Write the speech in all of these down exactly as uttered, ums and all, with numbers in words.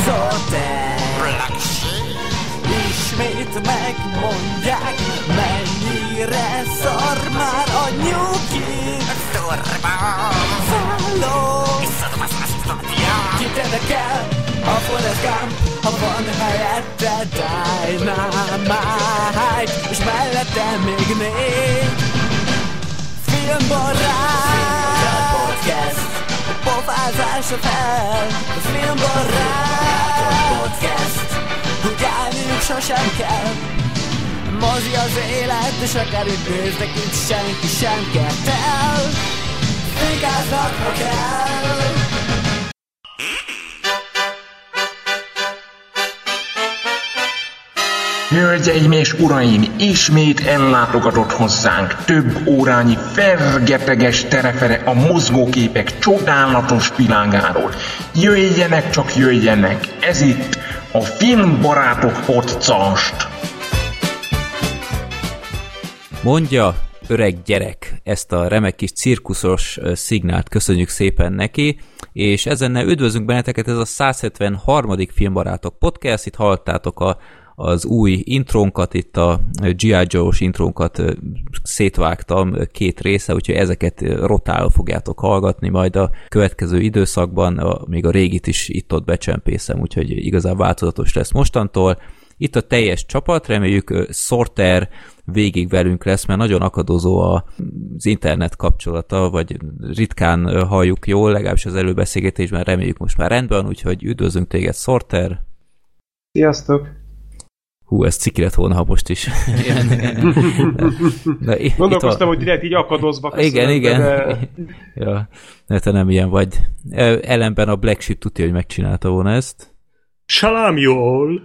Sorter. Ismét megmondják, mennyire szar már a nyugi. Szálló, kit érdekel a Forrest Gump, ha van helyette Dynamite, és mellette még négy filmbarát podcast, pofázásra fel. A filmbarát podcast, hogy állniuk sosem kell. Mozi az élet, és akárhogy néznek, itt senki sem kert el. Fikáznak, ha kell. Hölgyeim és uraim, ismét ellátogatott hozzánk több órányi fergeteges terefere a mozgóképek csodálatos világáról. Jöjjenek, csak jöjjenek! Ez itt a Filmbarátok Podcast. Mondja, öreg gyerek, ezt a remek kis cirkuszos szignált köszönjük szépen neki, és ezennel üdvözlünk benneteket, ez a száz hetvenharmadik Filmbarátok Podcast, itt hallottátok a az új intrónkat, itt a gé i. Joe-s intrónkat szétvágtam két része, úgyhogy ezeket rotálva fogjátok hallgatni majd a következő időszakban, a, még a régit is itt-ott becsempészem, úgyhogy igazán változatos lesz mostantól. Itt a teljes csapat, reméljük Sorter végig velünk lesz, mert nagyon akadozó az internet kapcsolata, vagy ritkán halljuk jól, legalábbis az előbeszélgetésben reméljük most már rendben, úgyhogy üdvözlünk téged, Sorter! Sziasztok! Hú, ez ciki lett volna, ha most is. Gondolkoztam, hogy direkt így akadozva. Igen, igen. De... ja, de te nem ilyen vagy. Ellenben a Black Sheep tudja, hogy megcsinálta volna ezt. Salam jól!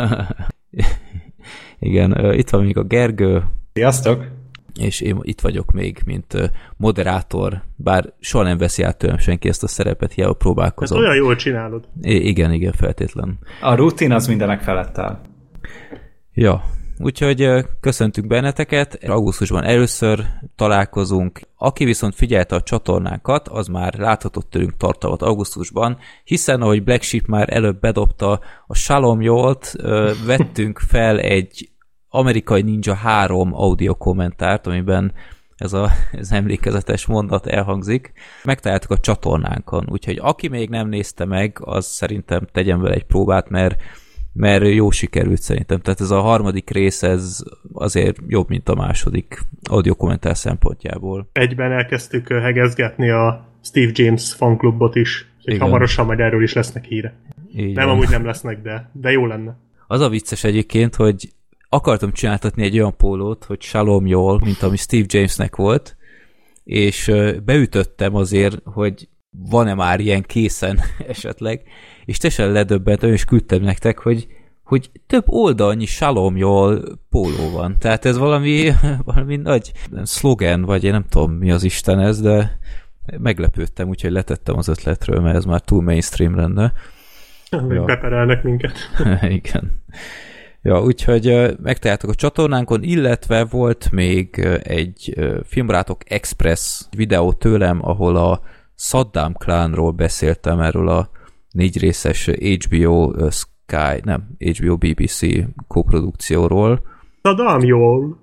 Igen, itt van még a Gergő. Sziasztok! És én itt vagyok még, mint moderátor, bár soha nem veszi át tőlem senki ezt a szerepet, hiába próbálkozom. Hát olyan jól csinálod. I- igen, igen, feltétlen. A rutin az mindenek felett áll. Ja, úgyhogy köszöntünk benneteket, augusztusban először találkozunk. Aki viszont figyelte a csatornánkat, az már láthatott tőlünk tartalmat augusztusban, hiszen ahogy Black Sheep már előbb bedobta a Shalom Jolt, vettünk fel egy Amerikai Ninja három audio kommentárt, amiben ez a, ez emlékezetes mondat elhangzik. Megtaláltuk a csatornánkon, úgyhogy aki még nem nézte meg, az szerintem tegyen vele egy próbát, mert mert jó sikerült szerintem. Tehát ez a harmadik rész, ez azért jobb, mint a második audio kommentár szempontjából. Egyben elkezdtük hegezgetni a Steve James fanklubot is, és hamarosan majd erről is lesznek híre. Igen. Nem, amúgy nem lesznek, de, de jó lenne. Az a vicces egyébként, hogy akartam csináltatni egy olyan pólót, hogy Shalom jól, mint ami Steve Jamesnek volt, és beütöttem azért, hogy van-e már ilyen készen esetleg, és teljesen ledöbbentem, és küldtem nektek, hogy, hogy több oldalnyi Shalom jól póló van. Tehát ez valami, valami nagy szlogen, vagy én nem tudom, mi az Isten ez, de meglepődtem, úgyhogy letettem az ötletről, mert ez már túl mainstream lenne. Ja. Beperelnek minket. Igen. Ja, úgyhogy megtaláltok a csatornánkon, illetve volt még egy Filmbarátok Express videó tőlem, ahol a Saddam klánról beszéltem, erről a négy részes há bé o Sky, nem, há bé o bé bé cé koprodukcióról. Saddam jól!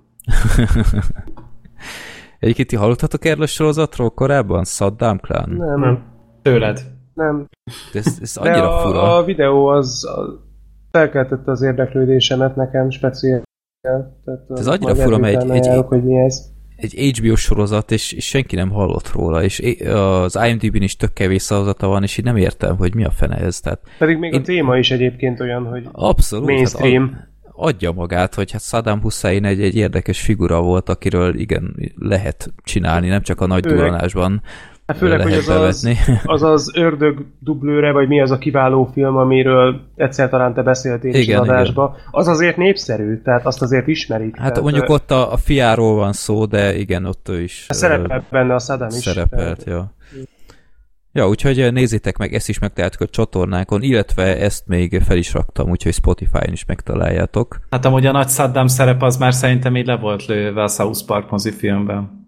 Egyébként ti hallottatok erről a sorozatról korábban? Saddam klán? Nem, nem. Tőled? Nem. Ez, ez annyira a, fura. A videó az, az felkeltette az érdeklődésemet nekem speciál. Tehát ez annyira fura, mert egy, egy, járok, hogy mi ez. egy há bé o sorozat, és, és senki nem hallott róla, és az i em dé bén is tök kevés szavazata van, és így nem értem, hogy mi a fene ez. Tehát pedig még én... a téma is egyébként olyan, hogy abszolút, mainstream. Hát adja magát, hogy hát Saddam Hussein egy, egy érdekes figura volt, akiről igen, lehet csinálni, nem csak a nagy duranásban. Hát főleg, hogy az az, az az ördög dublőre, vagy mi az a kiváló film, amiről egyszer talán te beszéltél is az adásba, az azért népszerű, tehát azt azért ismerik. Hát tehát, mondjuk ott a, a fiáról van szó, de igen, ott ő is szerepel benne a Saddam is. Szerepelt, ja. Ja, úgyhogy nézzétek meg, ezt is megtaláltuk a csatornákon, illetve ezt még fel is raktam, úgyhogy Spotify-on is megtaláljátok. Hát amúgy a nagy Saddam szerep az már szerintem így le volt lőve a South Park mozifilmben.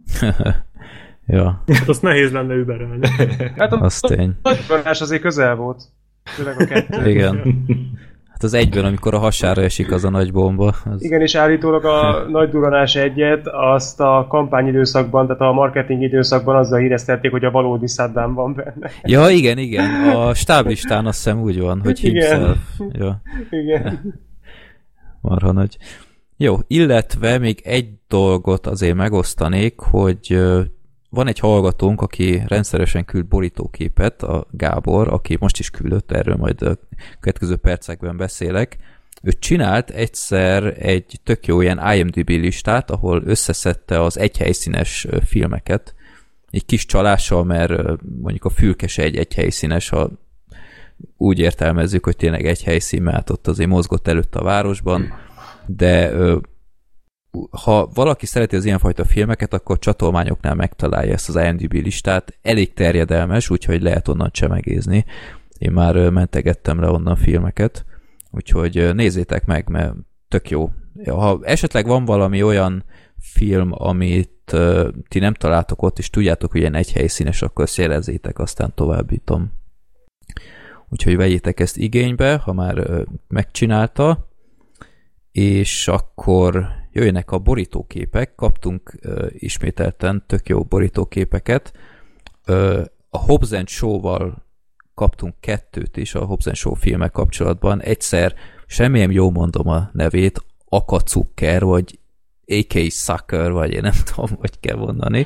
Ja. Hát azt nehéz lenne überelni. Hát a az tény. nagy azért közel volt. Főleg a kettő. Igen. Hát az egyben, amikor a hasára esik az a nagy bomba. Az... Igen, és állítólag a nagy duranás egyet azt a kampányidőszakban, tehát a marketing időszakban azzal híreztették, hogy a valódi Saddam van benne. Ja, igen, igen. A stáblistán azt hiszem úgy van, hogy himself. Ja. Igen. Marha nagy. Jó, illetve még egy dolgot azért megosztanék, hogy van egy hallgatónk, aki rendszeresen küld borítóképet, a Gábor, aki most is küldött, erről majd a következő percekben beszélek. Ő csinált egyszer egy tök jó ilyen I M D B listát, ahol összeszedte az egyhelyszínes filmeket, egy kis csalással, mert mondjuk a Fülkes egy egyhelyszínes, ha úgy értelmezzük, hogy tényleg egy helyszín, mert ott azért mozgott előtt a városban, de ha valaki szereti az ilyenfajta filmeket, akkor csatolmányoknál megtalálja ezt az I M D B listát. Elég terjedelmes, úgyhogy lehet onnan csemegézni. Én már mentegettem le onnan filmeket, úgyhogy nézzétek meg, mert tök jó. Ha esetleg van valami olyan film, amit uh, ti nem találtok ott, és tudjátok, hogy ilyen egy helyszínes, akkor ezt jelezzétek, aztán továbbítom. Úgyhogy vegyétek ezt igénybe, ha már uh, megcsinálta, és akkor jöjjenek a borítóképek, kaptunk uh, ismételten tök jó borítóképeket. Uh, a Hobbs and Shaw-val kaptunk kettőt is a Hobbs and Shaw filmek kapcsolatban. Egyszer, semmilyen jó mondom a nevét, Akacukker, vagy á ká Sucker, vagy én nem tudom, hogy kell mondani.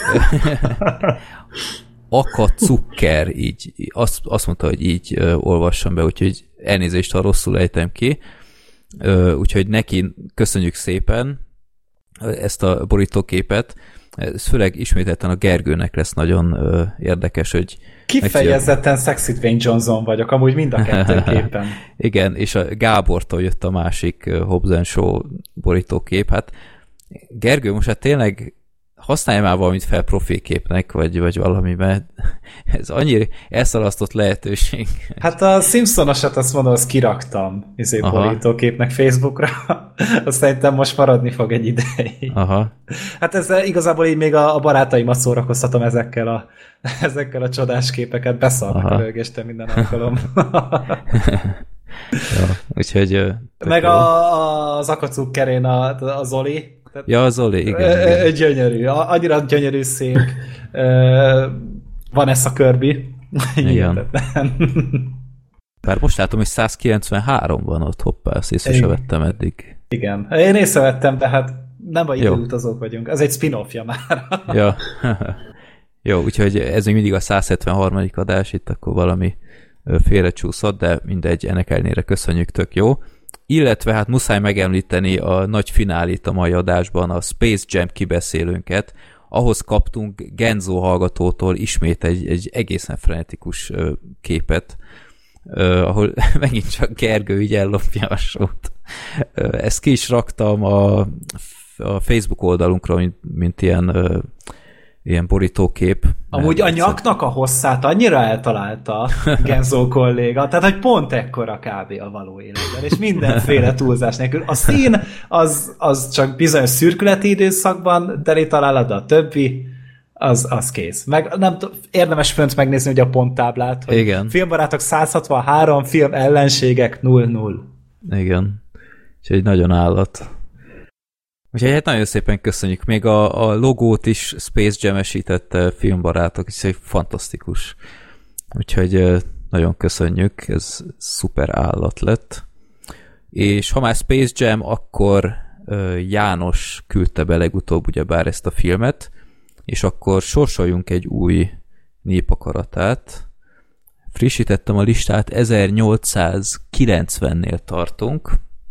Akacukker, így, azt, azt mondta, hogy így uh, olvassam be, úgyhogy elnézést, ha rosszul ejtem ki. Uh, úgyhogy neki köszönjük szépen ezt a borítóképet. Ez főleg ismételten a Gergőnek lesz nagyon uh, érdekes, hogy kifejezetten Sexy Dwayne Johnson vagyok, amúgy mind a kettő képen. Igen, és a Gábortól jött a másik uh, Hobbs and Shaw borítókép. Hát Gergő, most hát tényleg használj már valamit fel profilképnek, vagy, vagy valami, mert ez annyira elszalasztott lehetőség. Hát a Simpsonosat azt mondom, azt kiraktam izé borítóképnek Facebookra. Azt szerintem most maradni fog egy ideig. Aha. Hát ezzel igazából így még a, a barátaimat szórakoztatom ezekkel a, ezekkel a csodás képeket. Beszarnak a rögésten minden alkalom. Ja, úgyhogy... Meg a, az Akacukkerén a, a Zoli. Ja, az Zoli, igen, igen. Gyönyörű, annyira gyönyörű, szép. Van ez a Kirby. Igen. Bár most látom, hogy száz kilencvenhárom van ott, hoppá, ezt észre se vettem eddig. Igen, én észrevettem, de hát nem a időutazók vagyunk, ez egy spin-offja már. Ja. Jó, úgyhogy ez még mindig a száz hetvenharmadik adás, itt akkor valami félrecsúszott, de mindegy, ennek ellenére köszönjük, tök jó. Illetve hát muszáj megemlíteni a nagy finálit a mai adásban, a Space Jam kibeszélőnket. Ahhoz kaptunk Genzo hallgatótól ismét egy, egy egészen frenetikus uh, képet, uh, ahol megint csak Gergő így ellopja a sót. Uh, ezt ki is raktam a, a Facebook oldalunkra, mint, mint ilyen, uh, ilyen borítókép. Amúgy a nyaknak a hosszát annyira eltalálta Genzo kolléga, tehát hogy pont ekkora kb. A való életben, és mindenféle túlzás nélkül. A szín az, az csak bizonyos szürkületi időszakban teli találad, de a többi az, az kész. Meg nem t- érdemes fönt megnézni ugye a ponttáblát, hogy igen. Filmbarátok száz hatvanhárom, film ellenségek nulla nulla. Igen. Úgyhogy nagyon állat. Úgyhogy hát nagyon szépen köszönjük. Még a, a logót is Space Jam-esítette Filmbarátok, és egy fantasztikus. Úgyhogy nagyon köszönjük, ez szuper állat lett. És ha már Space Jam, akkor János küldte be legutóbb ugyebár ezt a filmet, és akkor sorsoljunk egy új népakaratát. Frissítettem a listát, ezernyolcszázkilencvennél tartunk.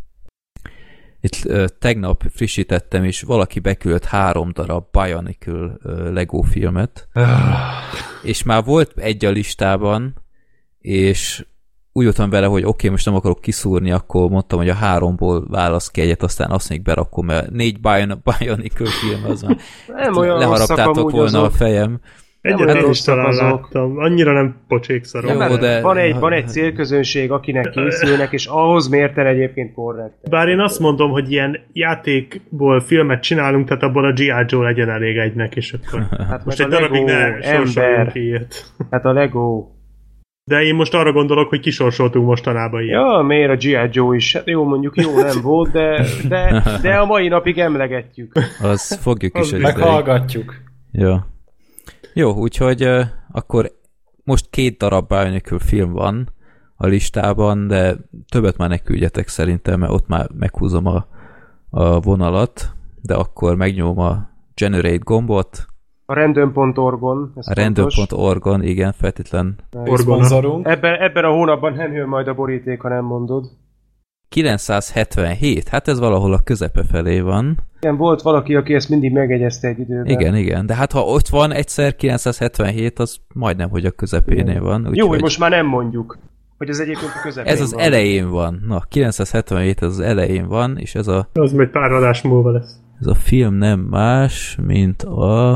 Itt uh, tegnap frissítettem, és valaki beküldött három darab Bionicle uh, Lego filmet. És már volt egy a listában, és úgy voltam vele, hogy oké, okay, most nem akarok kiszúrni, akkor mondtam, hogy a háromból válasz ki egyet, aztán azt még berakom, mert négy Bion- Bionicle film az már leharaptátok volna azok. A fejem. Egyet hát én is talán láttam. Annyira nem pocsék szarom. Jó, de... van, egy, van egy célközönség, akinek készülnek, és ahhoz mérten egyébként korrekt. Bár én azt mondom, hogy ilyen játékból filmet csinálunk, tehát abból a G I. Joe legyen elég egynek, és akkor hát most egy darabig ne sorsoljunk ilyet. Hát a Lego... De én most arra gondolok, hogy kisorsoltunk mostanában ilyen. Ja, miért a G I. Joe is? Hát jó, mondjuk jó nem volt, de, de, de a mai napig emlegetjük. Az fogjuk is. Meghallgatjuk. Jó. Jó, úgyhogy uh, akkor most két darab Bionicle film van a listában, de többet már ne küldjetek szerintem, mert ott már meghúzom a, a vonalat, de akkor megnyomom a Generate gombot. A random.org-on. A random.org-on, igen, feltétlen. Orgonzorunk. Ebben, ebben a hónapban nem jön majd a boríték, ha nem mondod. kilencszázhetvenhét, hát ez valahol a közepe felé van. Igen, volt valaki, aki ezt mindig megegyezte egy időben. Igen, igen, de hát ha ott van egyszer kilencszázhetvenhét, az majdnem, hogy a közepénél van. Úgy, Jó, hogy most már nem mondjuk, hogy ez egyébként a közepén Ez az van. elején van. Na, kilencszázhetvenhét ez az elején van, és ez a... Az majd pár adás múlva lesz. Ez a film nem más, mint a...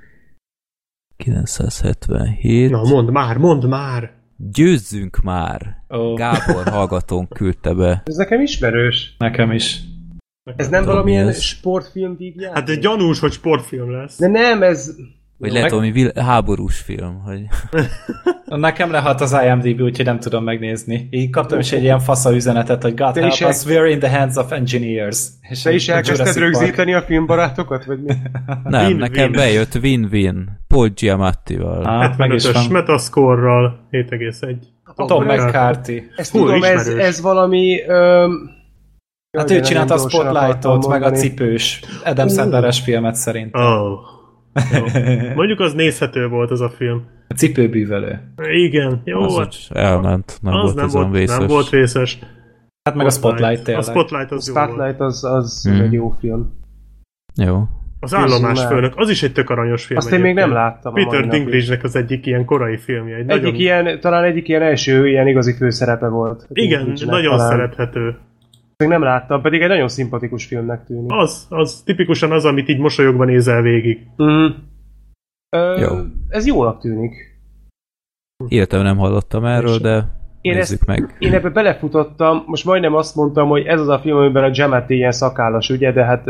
kilencszázhetvenhét... Na, mondd már, mondd már! Győzzünk már! Oh. Gábor hallgatónk küldte be. Ez nekem ismerős. Nekem is. Ez nem Tudom, valamilyen ez. sportfilm vígjáték? Hát de gyanús, hogy sportfilm lesz. De nem, ez... Vagy lehet valami vil- háborús film, hogy... Nekem lehat az I M D B, úgyhogy nem tudom megnézni. Így kaptam is egy ilyen fasza üzenetet, hogy God Te help is us, we're in the hands of engineers. És Te is a elkezdted Jurassic rögzíteni a filmbarátokat, vagy mi? Nem, Win, nekem win. bejött Win-Win. Paul Giamattival. Ah, meg is van. Metascore-ral hét egész egy. Tom McCarthy. Ezt Hú, tudom, ez, ismerős. ez valami... Öm... Hát Jaj, ő de csinálta a nagyon gyorsan Spotlightot, akartam meg a mondani. cipős Adam Sandler-es filmet szerintem. Oh. Jó. Mondjuk az nézhető volt az a film. A cipőbűvölő. Igen, jó. Az hát úgy elment, nem az volt nem ez olyan volt, vészes. nem volt vészes. Hát meg a Spotlight tényleg. A Spotlight az jó volt. Spotlight az, az Hmm. egy jó film. Jó. Az állomás már. főnök, az is egy tök aranyos film. Azt én még egyébként. nem láttam a Peter mai napig. Dinklage-nek az egyik ilyen korai filmje. Egy Egyik nagyon... ilyen, talán egyik ilyen első ilyen igazi főszerepe volt. Igen, Dinklage-nek nagyon talán. szerethető. Még nem láttam, pedig egy nagyon szimpatikus filmnek tűnik. Az, az tipikusan az, amit így mosolyogva nézel végig. Mm. Ö, Jó. Ez jónak tűnik. Életem nem hallottam erről, de Én, nézzük ezt, meg. én ebbe belefutottam, most majdnem azt mondtam, hogy ez az a film, amiben a Giamatti ilyen szakállas, ugye, de hát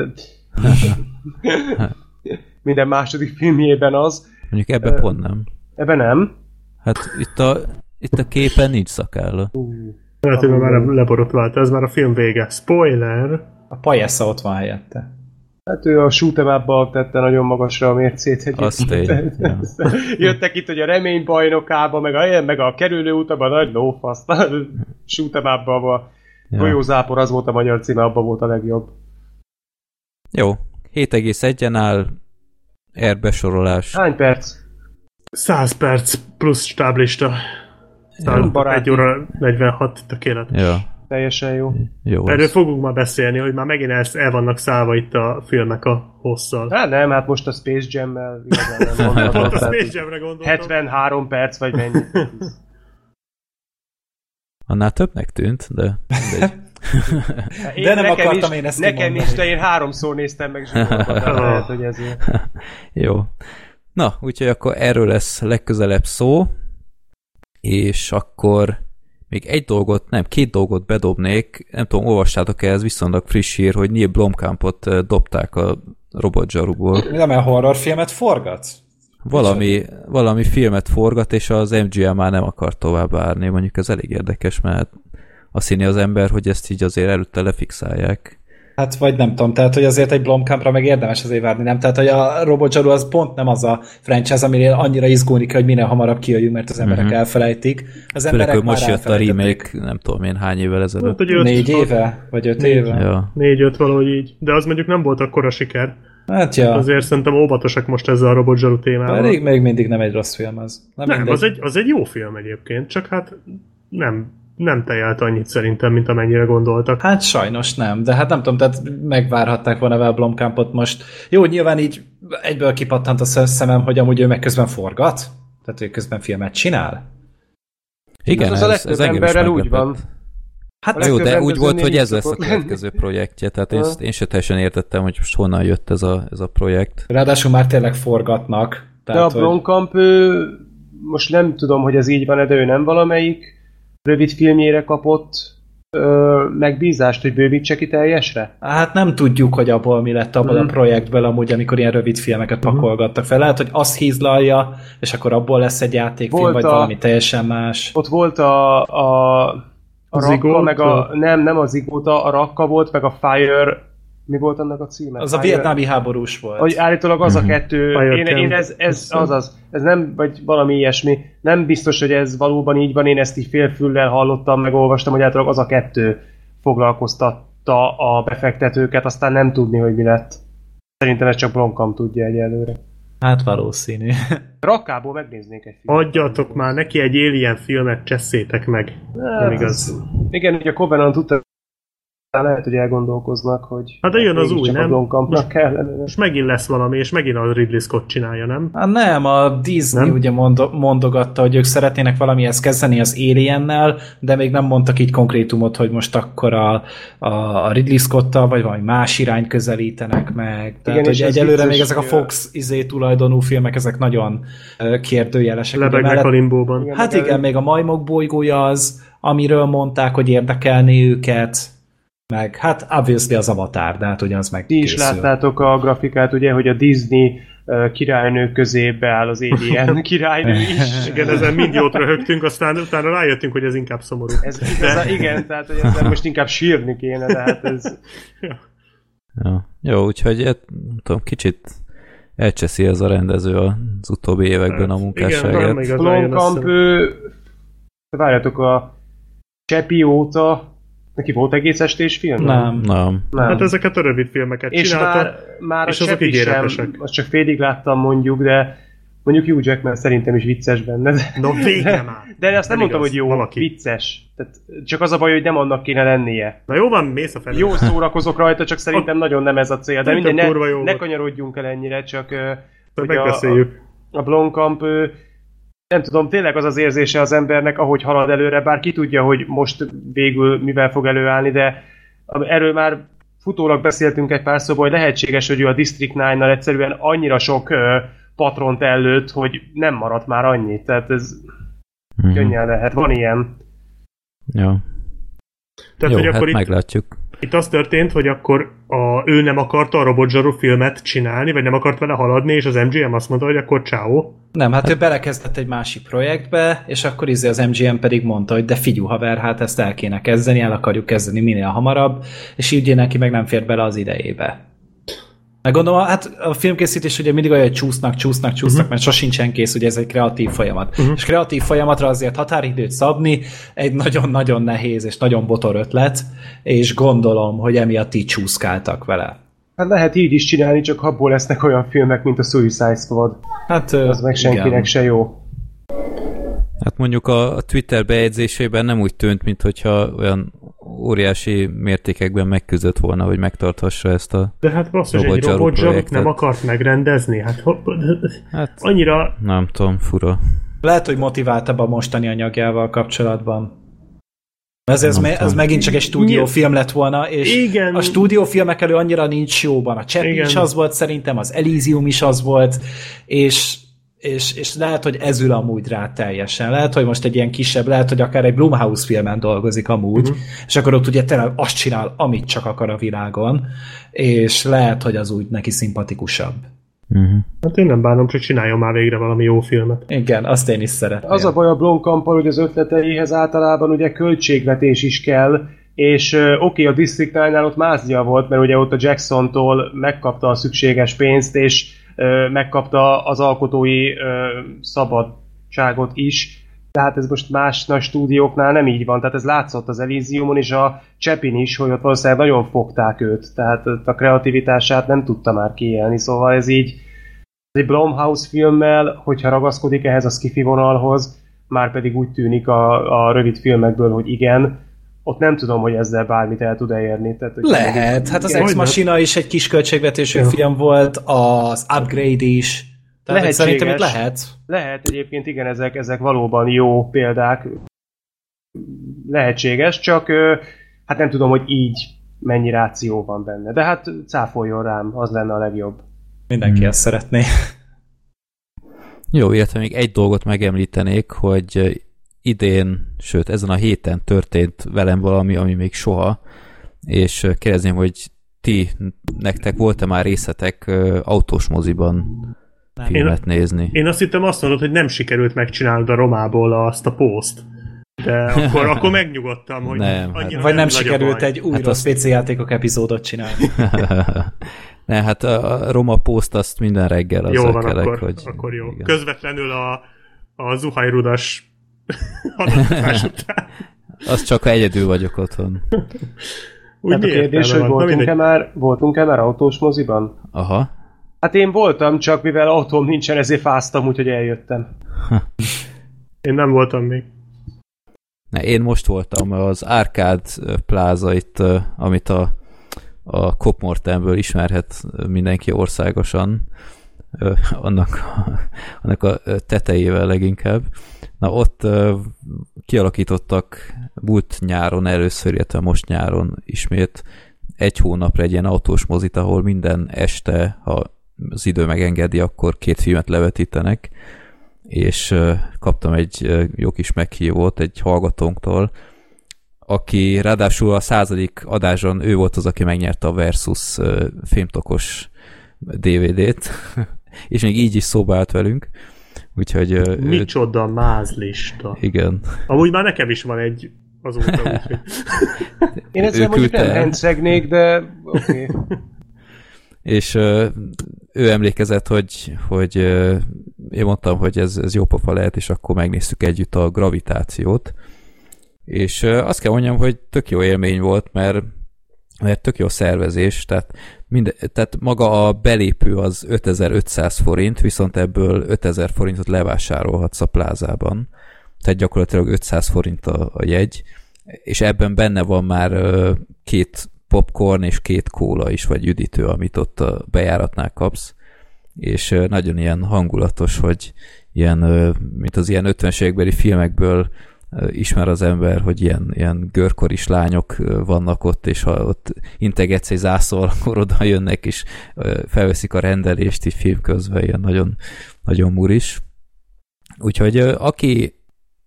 minden második filmjében az. Mondjuk ebben Ö, pont nem. Ebben nem. Hát itt a, itt a képen nincs szakálla. Lehet, hogy már leborotválta, ez már a film vége. Spoiler! A Pajessa ott van helyette. Hát ő a shoot'em up-ba tette nagyon magasra a mércét egyébként. Az tény, ja. Jöttek itt, hogy a remény bajnokába, meg a, meg a kerülő utaba, nagy lófasz, shoot'em up-ba, a Ja. golyózápor, az volt a magyar címe, abban volt a legjobb. Jó, hét egész egyen áll, R besorolás. Hány perc? száz perc plusz stáblista. Ja. egy óra negyvenhat, tökéletes. Ja, Teljesen jó. jó. Erről Az. fogunk már beszélni, hogy már megint el, el vannak szállva itt a filmek a hosszal. Hát nem, hát most a Space Jam-mel igazán nem mondhatom. Pont a tehát Space Jam-re gondoltam. hetvenhárom perc, vagy mennyi. Annál többnek tűnt, de mindegy. Én, De nem nekem akartam is, én ezt Nekem kimondani. is, de én háromszor néztem meg zsugorokat, tehát lehet, hogy ezért. Jó. Na, úgyhogy akkor erről lesz legközelebb szó, és akkor még egy dolgot, nem, két dolgot bedobnék, nem tudom, olvastátok-e, ez viszonylag friss hír, hogy Neil Blomkampot eh, dobták a robotzsaruból. Nem olyan horrorfilmet forgatsz? Valami, valami filmet forgat, és az em gé em már nem akar tovább várni, mondjuk ez elég érdekes, mert azt hinni az ember, hogy ezt így azért előtte lefixálják. Hát vagy nem tudom, tehát hogy azért egy Blomkampra meg érdemes azért várni, nem? Tehát hogy a Robot Zsaru az pont nem az a franchise, amire annyira izgulni kell, hogy minél hamarabb kijöjjünk, mert az emberek Mhm. elfelejtik. Az Főleg, emberek hogy már most jött a elfelejtették. remake, nem tudom én hány évvel Hát, ezelőtt. hogy öt, Négy hat, éve? Vagy öt Négy. éve? Ja. Négy-öt valahogy így. De az mondjuk nem volt akkora siker. Hát ja. Azért szerintem óvatosak most ezzel a Robot Zsaru témával. Pedig még mindig nem egy rossz film az. Nem, Nem, mindegy. az egy, az egy jó film egyébként, csak hát nem, nem tejelt annyit szerintem, mint amennyire gondoltak. Hát sajnos nem, de hát nem tudom, tehát megvárhatták volna vele Blomkampot most. Jó, nyilván így egyből kipattant a szemem, hogy amúgy ő meg közben forgat? Tehát ő közben filmet csinál? Igen, az a ez, legtöbb ez engem is emberrel úgy meglepett. van. Hát A Jó, legtöbb de úgy volt, rendezőnél hogy így ez lesz a szokott lenni. következő projektje, tehát én, Ha. én se teljesen értettem, hogy most honnan jött ez a, ez a projekt. ráadásul már tényleg forgatnak. De Tehát, a Blomkamp, ő, most nem tudom, hogy ez így van-e, de ő nem valamelyik rövid filmjére kapott ö, megbízást, hogy bővítse ki teljesre? Hát nem tudjuk, hogy abból mi lett abból mm. a projektből amúgy, amikor ilyen rövid filmeket mm. pakolgattak fel. Lehet, hogy azt hízlalja, és akkor abból lesz egy játékfilm, volt vagy a, valami teljesen más. Ott volt a, a, a Rakka, meg a... Nem, nem az Zigóta, a Rakka volt, meg a Fire... Mi volt annak a címe? Az Fire, a vietnámi háborús volt. Hogy állítólag az mm-hmm. a kettő... Én, én ez, ez azaz, ez nem, vagy valami ilyesmi. Nem biztos, hogy ez valóban így van, én ezt így félfüllel hallottam, meg olvastam, hogy általában az a kettő foglalkoztatta a befektetőket, aztán nem tudni, hogy mi lett. Szerintem ez csak Blomkamp tudja egyelőre. Hát valószínű. Rakkából megnéznék egy filmet. Adjatok már neki egy Alien filmet, csesszétek meg. Hát, nem igaz. Igen, ugye a Covenant tudta, lehet, hogy elgondolkoznak, hogy... Hát de jön az új, nem? Most, most megint lesz valami, és megint a Ridley Scott csinálja, nem? Hát nem, a Disney nem? ugye mondogatta, hogy ők szeretnének valamihez kezdeni az Aliennel, de még nem mondtak így konkrétumot, hogy most akkor a, a, a Ridley Scottal, vagy valami más irányt közelítenek meg. Tehát, igen, hogy egyelőre még ezek a Fox izé tulajdonú filmek, ezek nagyon kérdőjelesek. Lebegnek a limbóban. Igen, hát igen, még a Majmok bolygója az, amiről mondták, hogy érdekelni őket, meg hát obviously az Avatar, de hát ugye az meg Ti is láttátok a grafikát, ugye, hogy a Disney uh, királynő közé beáll az Alien királynő is. Igen, ezen mind jót röhögtünk, aztán utána rájöttünk, hogy ez inkább szomorú. Ez igaz, igen, tehát hogy ezzel most inkább sírni kéne, de hát ez... Ja. Ja. Jó, úgyhogy nem tudom, kicsit elcseszi ez a rendező az utóbbi években a munkásságát. Igen, Blomkamp, várjatok, a Csepi óta neki volt egész estés film? Nem. Nem. nem. Hát ezeket a rövid filmeket és csinálta, már, már és azok ígéretesek. Azt csak félig láttam mondjuk, de mondjuk Hugh Jackman szerintem is vicces benne. De, no végre már! De azt nem mondtam, hogy jó, valaki. Vicces. Tehát csak az a baj, hogy nem annak kéne lennie. Na jó van, mész a felé. Jó szórakozok rajta, csak szerintem a... nagyon nem ez a cél. De mindegy, ne, ne kanyarodjunk el ennyire, csak hogy megbeszéljük. A, a Blomkamp, nem tudom, tényleg az az érzése az embernek, ahogy halad előre, bár ki tudja, hogy most végül mivel fog előállni, de erről már futólag beszéltünk egy pár szóba, hogy lehetséges, hogy ő a District kilenccel egyszerűen annyira sok uh, patront ellőtt, hogy nem maradt már annyit. Tehát ez mm. könnyen lehet. Van ilyen. Ja. Tehát, jó, hogy hát akkor meglátjuk. Itt, itt az történt, hogy akkor a, ő nem akarta a Robot Zsaru filmet csinálni, vagy nem akart vele haladni, és az em gé em azt mondta, hogy akkor ciao. Nem, hát, hát ő belekezdett egy másik projektbe, és akkor izé az em gé em pedig mondta, hogy de figyú haver, hát ezt el kéne kezdeni, el akarjuk kezdeni minél hamarabb, és így neki meg nem fér bele az idejébe. Meg gondolom, hát a filmkészítés ugye mindig olyan, hogy csúsznak, csúsznak, csúsznak, uh-huh. mert sosincsen kész, ugye ez egy kreatív folyamat. Uh-huh. És kreatív folyamatra azért határidőt szabni egy nagyon-nagyon nehéz és nagyon botor ötlet, és gondolom, hogy emiatt így csúszkáltak vele. Hát lehet így is csinálni, csak abból lesznek olyan filmek, mint a Suicide Squad. Hát az meg senkinek igen. se jó. Hát mondjuk a Twitter bejegyzésében nem úgy tűnt, mintha olyan óriási mértékekben megküzdött volna, hogy megtarthassa ezt a de hát basszus, egy Robot Zsarut nem akart megrendezni? Hát, hát annyira... Nem tudom, fura. Lehet, hogy motiváltabb a mostani anyagjával kapcsolatban. Ez, ez, me, ez megint csak egy stúdiófilm lett volna, és igen. a stúdiófilmek elő annyira nincs jóban. A Csepp is az volt szerintem, az Elysium is az volt, és És, és lehet, hogy ez ül amúgy rá teljesen. Lehet, hogy most egy ilyen kisebb, lehet, hogy akár egy Blumhouse filmen dolgozik amúgy, uh-huh. és akkor ott ugye tényleg azt csinál, amit csak akar a világon, és lehet, hogy az úgy neki szimpatikusabb. Uh-huh. Hát én nem bánom, csak csináljon már végre valami jó filmet. Igen, azt én is szeretném. Az a baj a Blomkamppal, hogy az ötleteihez általában ugye költségvetés is kell, és uh, oké, okay, a District kilenccnél ott mázlia volt, mert ugye ott a Jacksontól megkapta a szükséges pénzt, és megkapta az alkotói ö, szabadságot is, tehát ez most más nagy stúdióknál nem így van, tehát ez látszott az Elysiumon és a Csepin is, hogy ott valószínűleg nagyon fogták őt, tehát a kreativitását nem tudta már kiélni, szóval ez így egy Blumhouse filmmel, hogyha ragaszkodik ehhez a sci-fi vonalhoz, már pedig úgy tűnik a, a rövid filmekből, hogy igen, ott nem tudom, hogy ezzel bármit el tud elérni. Tehát, lehet, hát az Ex Machina is egy kis költségvetésű ja. film volt, az Upgrade is. Tehát szerintem itt lehet. Lehet egyébként, igen, ezek, ezek valóban jó példák. Lehetséges, csak hát nem tudom, hogy így mennyi ráció van benne. De hát cáfoljon rám, az lenne a legjobb. Mindenki hmm. ezt szeretné. Jó, illetve még egy dolgot megemlítenék, hogy idén, sőt ezen a héten történt velem valami, ami még soha, és kérdezném, hogy ti, nektek volt-e már részletek autós moziban nem. filmet nézni? Én azt hittem azt mondod, hogy nem sikerült megcsinálnod a Romából azt a pószt. De akkor, akkor megnyugodtam, hogy nem, annyira hát, nem vagy nem sikerült egy újra hát azt... pé cé játékok epizódot csinálni. Ne, hát a Roma Post azt minden reggel jó azzal van, kelek, akkor, hogy... akkor jó. Igen. Közvetlenül a, a zuhanyrudas adatás után. Az csak, ha egyedül vagyok otthon. Úgy hát a kérdés, hogy voltunk-e már, voltunk-e már autós moziban? Aha. Hát én voltam, csak mivel autóm nincsen, ezért fáztam, úgyhogy eljöttem. Én nem voltam még. Ne, én most voltam az Arcade Plaza itt, amit a, a Copmortenből ismerhet mindenki országosan, annak, annak a tetejével leginkább. Na ott kialakítottak múlt nyáron először, illetve most nyáron ismét egy hónapra egy ilyen autós mozit, ahol minden este, ha az idő megengedi, akkor két filmet levetítenek, és kaptam egy jó kis meghívót egy hallgatónktól, aki ráadásul a századik adáson ő volt az, aki megnyerte a Versus filmtokos dé vé dét, és még így is szóba állt velünk. Úgyhogy... Micsoda ő... mázlista. Igen. Amúgy már nekem is van egy azóta, úgyhogy... Én ezzel mondjuk nem rendszegnék, de oké. Okay. És uh, ő emlékezett, hogy, hogy uh, én mondtam, hogy ez, ez jó pofa lehet, és akkor megnéztük együtt a Gravitációt. És uh, azt kell mondjam, hogy tök jó élmény volt, mert, mert tök jó szervezés, tehát, minden, tehát maga a belépő az ötezer-ötszáz forint, viszont ebből ötezer forintot levásárolhatsz a plázában. Tehát gyakorlatilag ötszáz forint a, a jegy, és ebben benne van már uh, két popcorn és két kóla is, vagy üdítő, amit ott a bejáratnál kapsz, és uh, nagyon ilyen hangulatos, hogy ilyen, uh, mint az ilyen ötvenes évekbeli filmekből uh, ismer az ember, hogy ilyen, ilyen görkoris lányok uh, vannak ott, és ha ott integetsz egy zászlóval, akkor oda jönnek, és uh, felveszik a rendelést így film közben, ilyen nagyon, nagyon muris. Úgyhogy uh, aki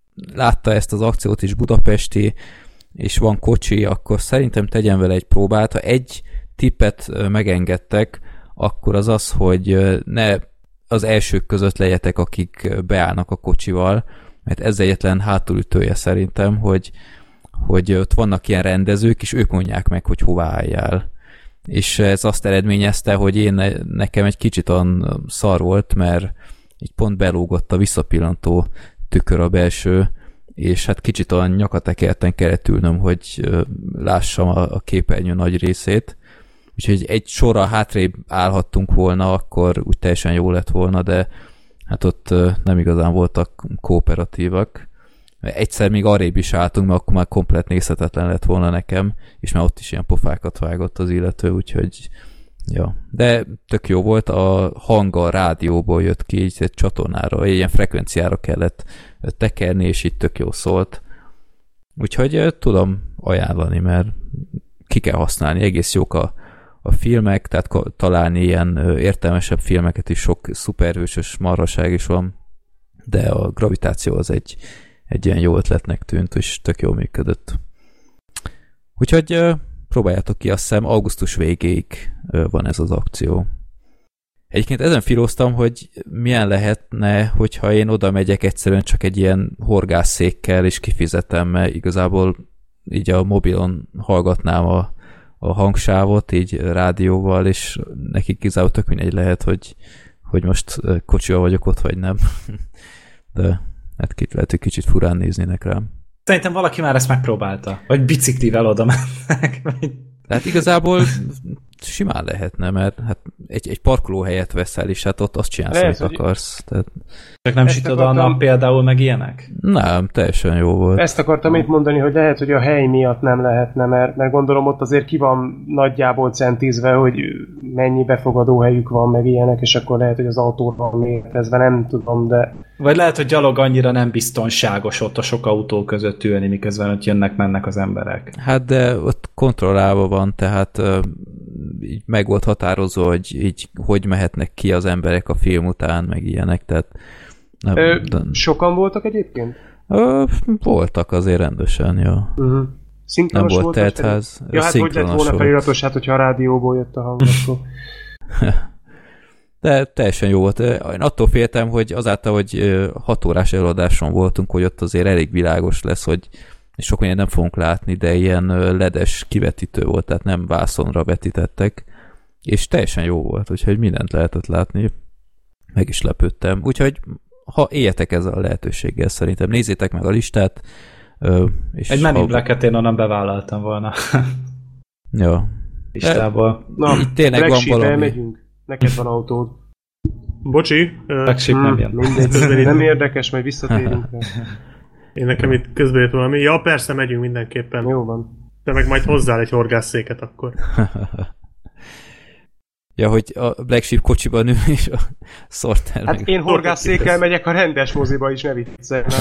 látta ezt az akciót is budapesti, és van kocsi, akkor szerintem tegyen vele egy próbát. Ha egy tippet megengedtek, akkor az az, hogy ne az elsők között legyetek, akik beállnak a kocsival, mert ez egyetlen hátulütője szerintem, hogy, hogy ott vannak ilyen rendezők, és ők mondják meg, hogy hová álljál. És ez azt eredményezte, hogy én nekem egy kicsit olyan szar volt, mert így pont belógott a visszapillantó tükör a belső, és hát kicsit olyan nyakatekerten kellett ülnöm, hogy lássam a, a képernyő nagy részét. Úgyhogy egy sorra hátrébb állhattunk volna, akkor úgy teljesen jó lett volna, de hát ott nem igazán voltak kooperatívak. Egyszer még arrébb is álltunk, mert akkor már komplet nézhetetlen lett volna nekem, és már ott is ilyen pofákat vágott az illető, úgyhogy ja. De tök jó volt, a hang a rádióból jött ki, így egy csatornára, egy ilyen frekvenciára kellett tekerni, és így tök jó szólt. Úgyhogy tudom ajánlani, mert ki kell használni, egész jók a, a filmek, tehát találni ilyen értelmesebb filmeket is, sok szuperhősös marhaság is van, de a Gravitáció az egy, egy ilyen jó ötletnek tűnt, és tök jól működött. Úgyhogy próbáljátok ki, azt hiszem augusztus végéig van ez az akció. Egyébként ezen filóztam, hogy milyen lehetne, hogyha én oda megyek egyszerűen csak egy ilyen horgásszékkel, és kifizetem, mert igazából így a mobilon hallgatnám a, a hangsávot, így rádióval, és nekik igazából tök mindegy lehet, hogy, hogy most kocsival vagyok ott, vagy nem. De hát kit lehet, hogy kicsit furán néznének rám. Szerintem valaki már ezt megpróbálta. Vagy biciklivel oda mennek. Tehát igazából simán lehetne, mert hát egy, egy parkolóhelyet veszel, és hát ott azt csinálsz, amit hogy... akarsz. Tehát... Csak nem sütöd a nap például meg ilyenek? Nem, teljesen jó volt. Ezt akartam itt mondani, hogy lehet, hogy a hely miatt nem lehetne, mert, mert gondolom ott azért ki van nagyjából centízve, hogy mennyi befogadó helyük van, meg ilyenek, és akkor lehet, hogy az autóban méretezve, nem tudom, de... Vagy lehet, hogy gyalog annyira nem biztonságos ott a sok autó között ülni, miközben ott jönnek-mennek az emberek. Hát de ott kontrollálva van, tehát uh, így meg volt határozó, hogy így hogy mehetnek ki az emberek a film után, meg ilyenek, tehát... Nem, Ö, de... Sokan voltak egyébként? Ö, voltak azért rendesen, jó. Uh-huh. Nem volt teltház. Ja, hát hogy lett volna feliratos, hát hogyha a rádióból jött a hang, akkor... De teljesen jó volt. Én attól féltem, hogy azáltal, hogy hat órás előadáson voltunk, hogy ott azért elég világos lesz, hogy sok mindent nem fogunk látni, de ilyen ledes kivetítő volt, tehát nem vászonra vetítettek, és teljesen jó volt, úgyhogy mindent lehetett látni. Meg is lepődtem. Úgyhogy ha éljetek ezzel a lehetőséggel, szerintem nézzétek meg a listát. És egy Men in ha... Black-et én onnan bevállaltam volna. Ja. Listából. Na, itt tényleg Black van Sheep, valami. elmegyünk. Neked van autód. Bocsi. Black Sheep nem jön. Mindegy, nem érdekes, majd visszatérünk rá. Én nekem itt közben jött valami. Ja, persze, megyünk mindenképpen. Jó van. De meg majd hozzál egy horgászszéket akkor. Ja, hogy a Black Sheep kocsiban ül, és a Sorter Hát meg... én horgászszékkel megyek a rendes moziba is, ne viccelnek.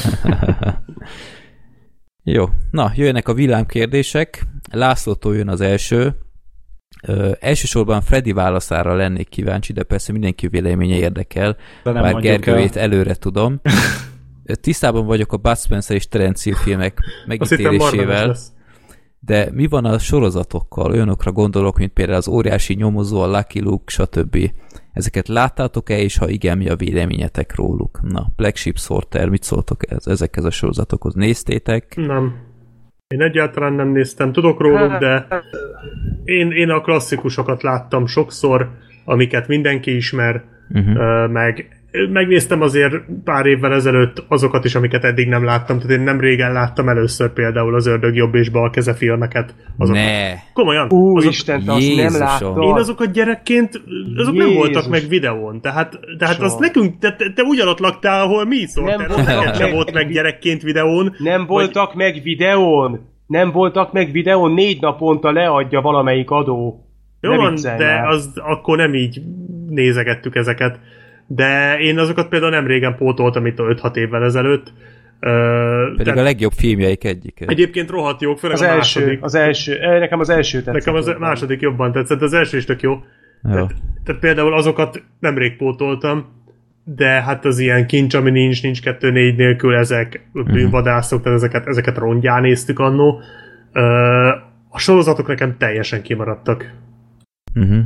Jó, na, jöjjenek a villámkérdések. Lászlótól jön az első. Ö, elsősorban Freddy válaszára lennék kíváncsi, de persze mindenki véleménye érdekel, bár Gergőjét előre tudom. Tisztában vagyok a Bud Spencer és Terence Hill filmek megítélésével, de mi van a sorozatokkal? Olyanokra gondolok, mint például az Óriási Nyomozó, a Lucky Luke, stb. Ezeket láttátok-e, és ha igen, mi a véleményetek róluk? Na, Black Sheep, Sorter, mit szóltok ez, ezekhez a sorozatokhoz? Néztétek? Nem. Én egyáltalán nem néztem. Tudok róluk, de én, én a klasszikusokat láttam sokszor, amiket mindenki ismer, uh-huh. meg megnéztem azért pár évvel ezelőtt azokat is, amiket eddig nem láttam. Tehát én nem régen láttam először például az Ördög jobb és bal keze filmeket. Azokat. Ne! Komolyan. Úristen, te azt nem láttad. Én azokat gyerekként, azok Jézus. Nem voltak meg videón. Tehát, tehát azt nekünk, te, te, te ugyanott laktál, ahol mi szólt. Nem nekem sem volt meg gyerekként videón. Nem voltak vagy... meg videón. Nem voltak meg videón. Négy naponta leadja valamelyik adó. Jó van, de az, akkor nem így nézegettük ezeket. De én azokat például nem régen pótoltam itt öt-hat évvel ezelőtt. Uh, Pedig tehát a legjobb filmjeik egyik. Egyébként rohadt jók, főleg az a első, második. Az első, nekem az első tetszett. Nekem az jobban. Második jobban tetszett, az első is tök jó. Tehát, tehát például azokat nemrég pótoltam, de hát az ilyen kincs, ami nincs, nincs kettő négy nélkül, ezek uh-huh. bűnvadászok, tehát ezeket, ezeket rongyán néztük annó. Uh, a sorozatok nekem teljesen kimaradtak. Uh-huh.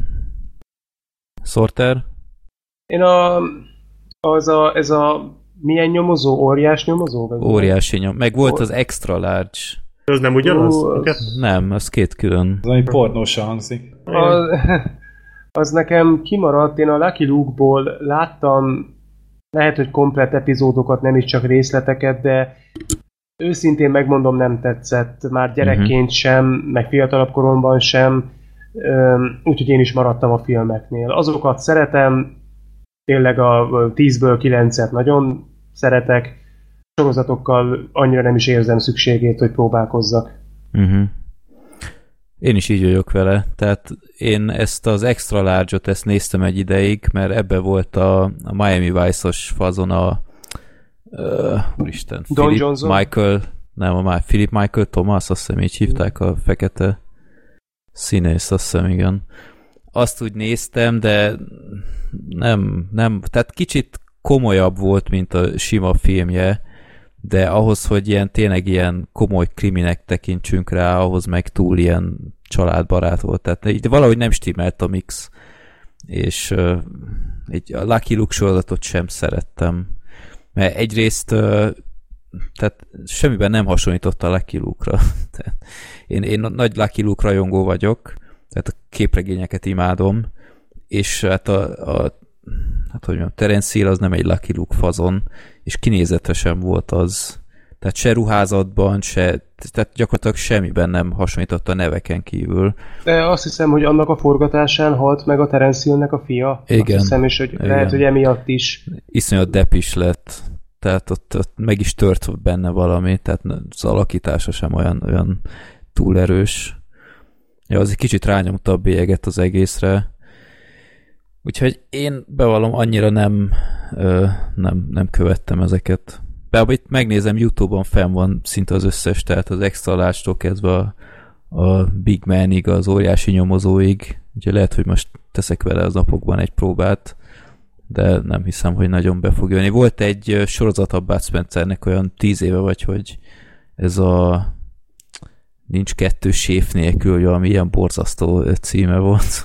Sorter? Én a, az a, ez a milyen nyomozó? Óriás nyomozó? Vagy Óriási nyomozó. Meg volt az Extra Large. Ez nem ugyanaz? Ó, az... Nem, az két külön. Az, ami pornósan hangzik. Az, az nekem kimaradt. Én a Lucky Luke-ból láttam, lehet, hogy komplett epizódokat, nem is csak részleteket, de őszintén megmondom, nem tetszett. Már gyerekként uh-huh. sem, meg fiatalabb koromban sem. Úgyhogy én is maradtam a filmeknél. Azokat szeretem, tényleg a tízből kilencet nagyon szeretek, sorozatokkal annyira nem is érzem szükségét, hogy próbálkozzak. Uh-huh. Én is így vagyok vele, tehát én ezt az Extra Large-ot ezt néztem egy ideig, mert ebbe volt a, a Miami Vice-os fazon a uh, úristen, Don Philip Johnson? Michael, nem, a Philip Michael Thomas, azt hiszem így hívták a fekete színész, azt hiszem, igen. Azt úgy néztem, de nem, nem, tehát kicsit komolyabb volt, mint a sima filmje, de ahhoz, hogy ilyen tényleg ilyen komoly kriminek tekintsünk rá, ahhoz meg túl ilyen családbarát volt. Tehát így valahogy nem stimmelt a mix. És uh, egy, a Lucky Luke sorozatot sem szerettem. Mert egyrészt uh, tehát semmiben nem hasonlított a Lucky Luke-ra. én, én nagy Lucky Luke rajongó vagyok, tehát a képregényeket imádom, és hát a, a hát hogy mondjam, Terence Hill az nem egy Lucky Luke fazon, és kinézete sem volt az. Tehát se ruházatban, se, tehát gyakorlatilag semmiben nem hasonlított a neveken kívül. De azt hiszem, hogy annak a forgatásán halt meg a Terence Hillnek a fia. Igen. Azt hiszem, és hogy igen. Lehet, hogy emiatt is. Iszonyat depis lett. Tehát ott, ott meg is tört benne valami, tehát az alakítása sem olyan, olyan túl erős. Ja, az egy kicsit rányomta a bélyeget az egészre. Úgyhogy én bevallom, annyira nem, ö, nem, nem követtem ezeket. Bár itt megnézem, YouTube-on fenn van szinte az összes, tehát az Extra Large-tól kezdve a, a Big Man-ig, az Óriási Nyomozóig. Úgyhogy lehet, hogy most teszek vele az napokban egy próbát, de nem hiszem, hogy nagyon be fog jönni. Volt egy sorozat a Bud Spencernek olyan tíz éve vagy, hogy ez a nincs kettő séf nélkül, hogy valami ilyen borzasztó címe volt.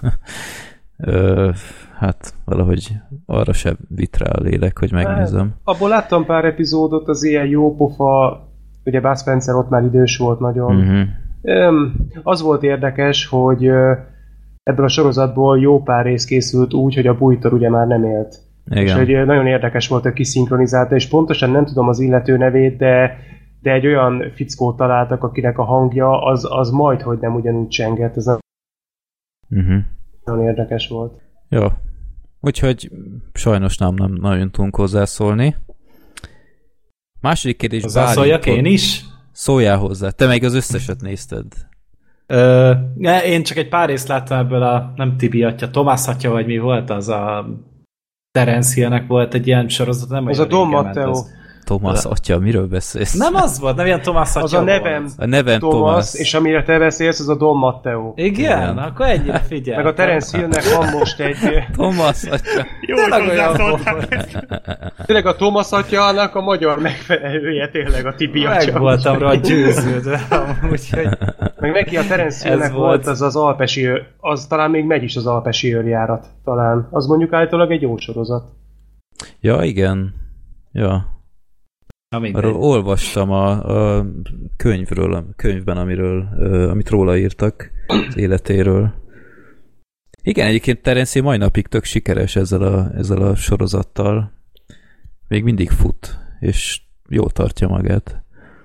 Ö, hát valahogy arra sem vitt rá a lélek, hogy megnézem. Hát, abból láttam pár epizódot, az ilyen jó pofa, ugye Bud Spencer ott már idős volt nagyon. Uh-huh. Öm, az volt érdekes, hogy ebből a sorozatból jó pár rész készült úgy, hogy a Bújtor ugye már nem élt. Igen. És hogy nagyon érdekes volt, hogy kiszinkronizálta, és pontosan nem tudom az illető nevét, de, de egy olyan fickót találtak, akinek a hangja az, az majd, hogy nem ugyanúgy csengett. Ez uh-huh. nagyon érdekes volt. Jó. Úgyhogy sajnos nem, nem nagyon tudunk hozzászólni. Második kérdés Hozzászóljak én is? Szóljál hozzá. Te meg az összeset nézted. Ö, én csak egy pár részt láttam ebből a, nem Tibi atya, Tomás atya, vagy mi volt az a Terence Hill-nek volt egy ilyen sorozat, nem az a Don Matteo. Tomás atya, miről beszélsz? Nem az volt, nem ilyen Tomás atya. Az a nevem, volt. A nevem Thomas, és amire te beszélsz, az a Don Matteo. Igen? Igen. Akkor ennyire figyelj. Meg a Terence Hill-nek van most egy... Tomás atya. Jó, hozzászóltál. Tényleg a Thomas atya-nak a magyar megfelelője, tényleg a Tibi atya. Meg voltam rá győződve. Úgyhogy... Meg neki a Terence Hill-nek volt az az alpesi, az talán még megy is az alpesi őrjárat. Talán. Az mondjuk állítólag egy jó sorozat. Ja, igen. Ja. Arról olvastam a, a könyvről, a könyvben, amiről, uh, amit róla írtak, az életéről. Igen, egyébként Terence Hill mai napig tök sikeres ezzel a, ezzel a sorozattal. Még mindig fut, és jól tartja magát.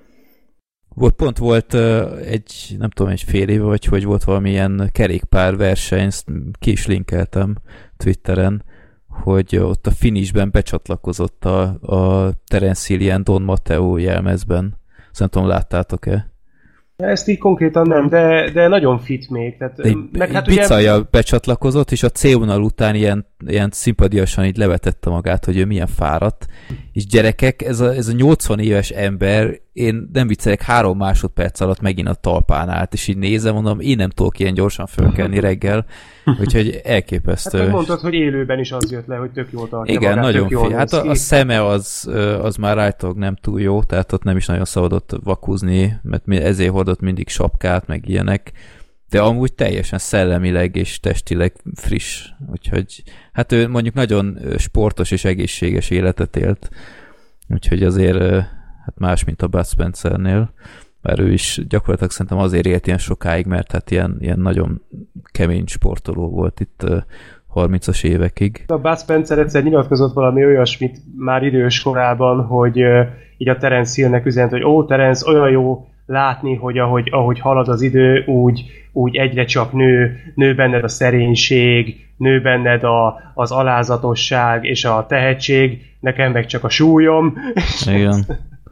Volt, pont volt uh, egy, nem tudom, egy fél éve, vagy hogy volt valamilyen kerékpár verseny, ki is linkeltem Twitteren, hogy ott a finishben becsatlakozott a, a Terence Hill ilyen Don Matteo jelmezben. Azt nem tudom, láttátok-e? Ezt így konkrétan nem, de, de nagyon fit még. Tehát, egy meg hát bicajjal ugye... becsatlakozott, és a C-vonal után ilyen, ilyen szimpadiasan így levetette magát, hogy ő milyen fáradt. És gyerekek, ez a, ez a nyolcvan éves ember, én nem viccelek, három másodperc alatt megint a talpán állt, és így nézem, mondom, én nem tudok ilyen gyorsan fölkelni reggel, úgyhogy elképesztő. Hát mondtad, hogy élőben is az jött le, hogy tök jól tartja igen, magát, nagyon fi. Hát a, a szeme az, az már állítólag nem túl jó, tehát ott nem is nagyon szabadott vakúzni, mert ezért hordott mindig sapkát, meg ilyenek, de amúgy teljesen szellemileg és testileg friss, úgyhogy hát ő mondjuk nagyon sportos és egészséges életet élt, úgyhogy azért hát más, mint a Bud Spencernél, bár ő is gyakorlatilag szerintem azért élt ilyen sokáig, mert hát ilyen, ilyen nagyon kemény sportoló volt itt harmincas évekig. A Bud Spencer egyszer nyilatkozott valami olyasmit már idős korában, hogy így a Terence Hill-nek üzent, hogy ó, Terence, olyan jó látni, hogy ahogy, ahogy halad az idő, úgy, úgy egyre csak nő, nő benned a szerénység, nő benned a, az alázatosság és a tehetség, nekem meg csak a súlyom. Igen.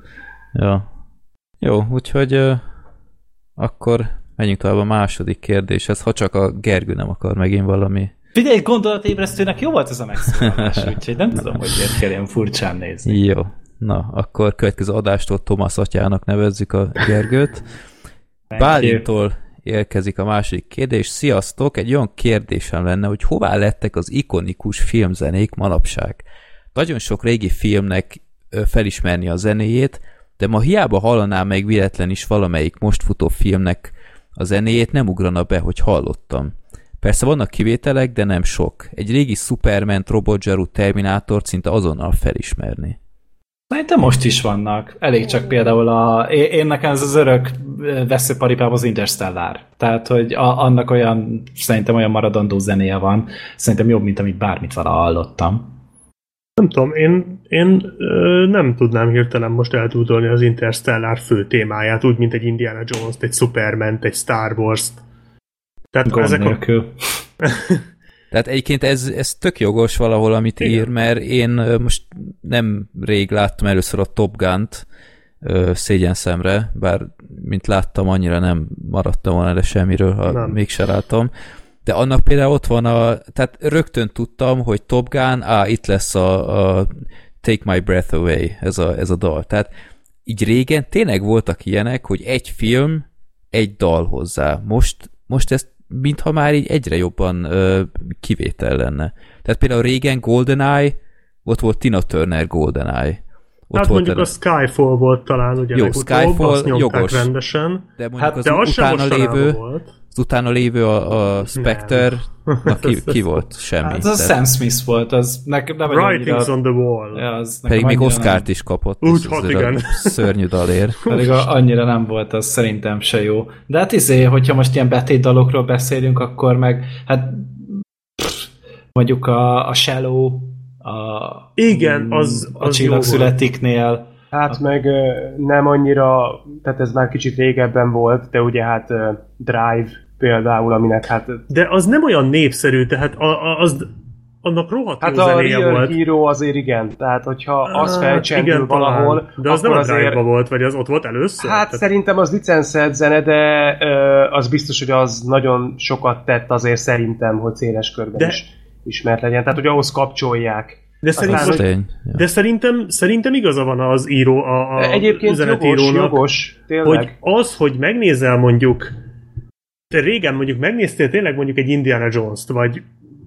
Ja. Jó, úgyhogy uh, akkor menjünk tovább a második kérdéshez, ha csak a Gergő nem akar megint valami. Figyelj, gondolatébresztőnek jó volt ez a megszólalás, úgyhogy nem tudom, hogy miért kell ilyen furcsán nézni. Jó. Na, akkor következő adástól Tomás atyának nevezzük a Gergőt. Bálintól érkezik a második kérdés. Sziasztok! Egy olyan kérdésem lenne, hogy hová lettek az ikonikus filmzenék manapság? Nagyon sok régi filmnek felismerni a zenéjét, de ma hiába hallanám meg véletlen is valamelyik most futó filmnek a zenéjét, nem ugrana be, hogy hallottam. Persze vannak kivételek, de nem sok. Egy régi Superman-t, Robot Zsaru, Terminátort szinte azonnal felismerni. Szerintem most is vannak. Elég csak például a... Én nekem ez az örök veszőparipám az Interstellar. Tehát, hogy a, annak olyan, szerintem olyan maradandó zenéje van. Szerintem jobb, mint amit bármit vala hallottam. Nem tudom, én, én ö, nem tudnám hirtelen most eltúdolni az Interstellar fő témáját, úgy, mint egy Indiana Jones-t, egy Superman-t, egy Star Wars-t. Tehát Gond ezek nélkül. A... Tehát egyébként ez, ez tök jogos valahol, amit igen. ír, mert én most nem rég láttam először a Top Gun-t szégyenszemre, bár mint láttam, annyira nem maradtam volna le semmiről, ha mégse láttam. De annak például ott van a... Tehát rögtön tudtam, hogy Top Gun, á, itt lesz a, a Take My Breath Away, ez a, ez a dal. Tehát így régen tényleg voltak ilyenek, hogy egy film, egy dal hozzá. Most, most ezt mintha már így egyre jobban ö, kivétel lenne. Tehát például régen GoldenEye, ott volt Tina Turner GoldenEye. Ott hát volt mondjuk el... a Skyfall volt talán ugye jó, legutóbb, Skyfall azt jogos. rendesen. De mondjuk hát, az, de az utána lévő, volt. az utána lévő a, a Spectre, na, ki, ki volt? Semmi. Hát az de... Sam Smith volt, az nekem nem Writings on the Wall. Ja, az pedig még Oscart nem... is kapott. Úgy, hát igen. Szörnyű dalér. Pedig a, annyira nem volt, az szerintem se jó. De hát izé, hogyha most ilyen betétdalokról beszélünk, akkor meg hát pff, mondjuk a, a Shallow, a, igen, az, az a Csillag születiknél. Hát a... meg nem annyira, tehát ez már kicsit régebben volt, de ugye hát Drive például, aminek hát... De az nem olyan népszerű, tehát a, a, az, annak rohadt hát jó zenéje volt. Hát a Real Hero azért igen, tehát hogyha az felcsendül igen, valahol... Talán. De az nem a Drive-ba azért... volt, vagy az ott volt először? Hát tehát... szerintem az licenszelt zene, de ö, az biztos, hogy az nagyon sokat tett azért szerintem, hogy széles körben de... is ismert legyen. Tehát, hogy ahhoz kapcsolják. De, szerintem, Aztán, tény, ja. de szerintem, szerintem igaza van az író, a, a egyébként jogos, jogos, tényleg. Hogy az, hogy megnézel mondjuk, te régen mondjuk megnéztél tényleg mondjuk egy Indiana Jones-t, vagy,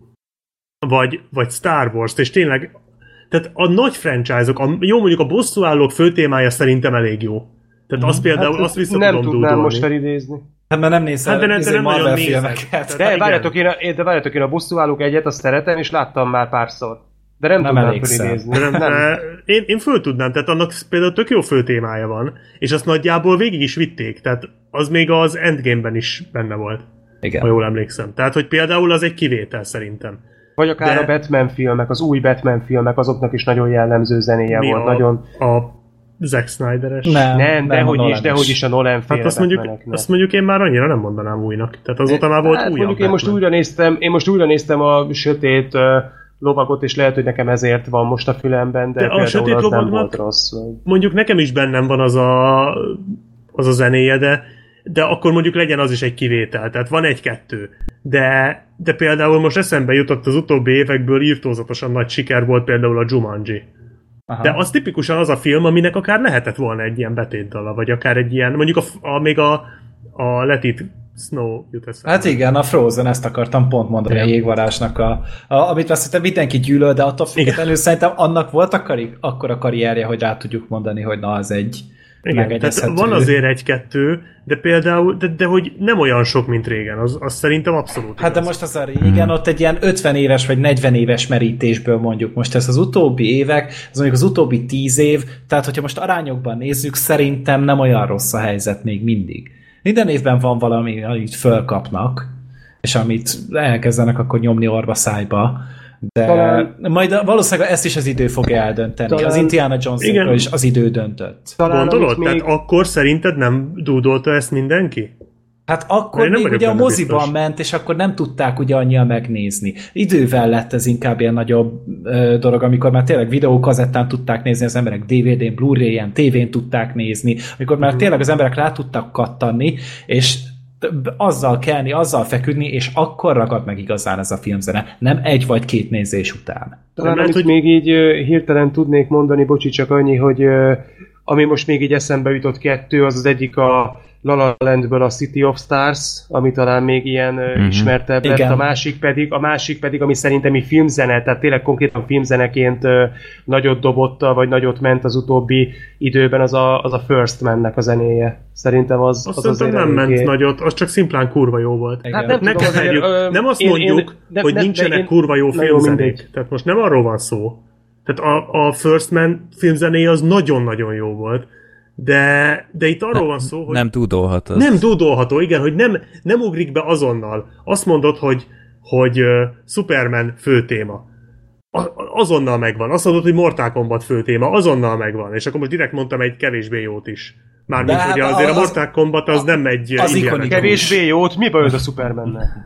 vagy, vagy Star Wars-t, és tényleg, tehát a nagy franchise-ok, a, jó mondjuk a bosszúállók főtémája szerintem elég jó. Tehát azt például, hát, azt vissza nem tudom tudnám dúdolni. most felidézni. Hát mert nem nézzel hát de, de, de nem Marvel nagyon filmeket. De várjatok, én a, de várjatok, én a bosszúállók egyet, azt szeretem, és láttam már párszor. De nem, nem tudnám felidézni. Nem, nem. Én, én föl tudnám, tehát annak például tök jó főtémája van, és azt nagyjából végig is vitték, tehát az még az Endgame-ben is benne volt. Igen. Ha jól emlékszem. Tehát, hogy például az egy kivétel szerintem. Vagy akár de... a Batman filmek, az új Batman filmek, azoknak is nagyon jellemző zenéje Mi volt. A, nagyon... a Zack Snyder-es? Nem, nem dehogy is, dehogy is a Nolan féle hát azt mondjuk, azt mondjuk én már annyira nem mondanám újnak. Tehát azóta már volt hát újabb mondjuk én most újra néztem, én most újra néztem a sötét uh, lovagot, és lehet, hogy nekem ezért van most a fülemben, de, de a sötét az nem volt rossz. Mondjuk nekem is bennem van az a, az a zenéje, de, de akkor mondjuk legyen az is egy kivétel. Tehát van egy-kettő. De, de például most eszembe jutott az utóbbi évekből írtózatosan nagy siker volt például a Jumanji. Aha. De az tipikusan az a film, aminek akár lehetett volna egy ilyen betétdala, vagy akár egy ilyen, mondjuk a, a, még a, a Let It Snow jut eszembe. Hát igen, a Frozen, ezt akartam pont mondani, igen. A jégvarázsnak, a, a, amit azt hiszem mindenki gyűlöl, de attól függetlenül szerintem annak volt a kari, akkor a karrierje, hogy rá tudjuk mondani, hogy na, az egy igen, tehát van azért egy-kettő, de például, de, de hogy nem olyan sok, mint régen, az, az szerintem abszolút hát igaz. De most az a régen, ott egy ilyen ötven éves vagy negyven éves merítésből mondjuk, most ez az utóbbi évek, az mondjuk az utóbbi tíz év, tehát hogyha most arányokban nézzük, szerintem nem olyan rossz a helyzet még mindig. Minden évben van valami, amit fölkapnak, és amit elkezdenek akkor nyomni orva szájba, de talán, majd valószínűleg ezt is az idő fogja eldönteni. Talán, az Indiana Jones-ról is az idő döntött. Talán, gondolod? Még... Tehát akkor szerinted nem dúdolta ezt mindenki? Hát akkor még ugye a moziban biztos. Ment, és akkor nem tudták ugye annyian megnézni. Idővel lett ez inkább ilyen nagyobb ö, dolog, amikor már tényleg videókazettán tudták nézni az emberek, dé vé dén, Blu-ray-en, tévén tudták nézni, amikor már tényleg az emberek rá tudtak kattanni, és azzal kelni, azzal feküdni, és akkor ragad meg igazán ez a filmzene, nem egy vagy két nézés után. Talán amit hogy... még így uh, hirtelen tudnék mondani, bocsi, csak annyi, hogy uh, ami most még így eszembe jutott kettő, az az egyik a La La Landből a City of Stars, ami talán még ilyen uh-huh. ismertebb lett, a másik pedig, a másik pedig, ami szerintem így filmzene, tehát tényleg konkrétan filmzeneként uh, nagyot dobotta, vagy nagyot ment az utóbbi időben, az a, az a First Man-nek a zenéje. Szerintem az, azt az azért nem eléggé... ment nagyot, az csak szimplán kurva jó volt. Hát nem, ne tudom, keverjük, azért, nem azt én, mondjuk, én, de, hogy de, nincsenek én, kurva jó filmzenék. Jó, tehát most nem arról van szó. Tehát a, a First Man filmzenéje az nagyon-nagyon jó volt. De, de itt arról van szó, hogy... Nem dúdolhat az. Nem dúdolható, igen, hogy nem, nem ugrik be azonnal. Azt mondod, hogy, hogy uh, Superman főtéma. A, azonnal megvan. Azt mondod, hogy Mortal Kombat főtéma. Azonnal megvan. És akkor most direkt mondtam egy kevésbé jót is. Mármint, hogy hát azért az, a Mortal Kombat az, az nem egy... Az ikonik. Kevésbé jót? Mi bajod a Supermannel?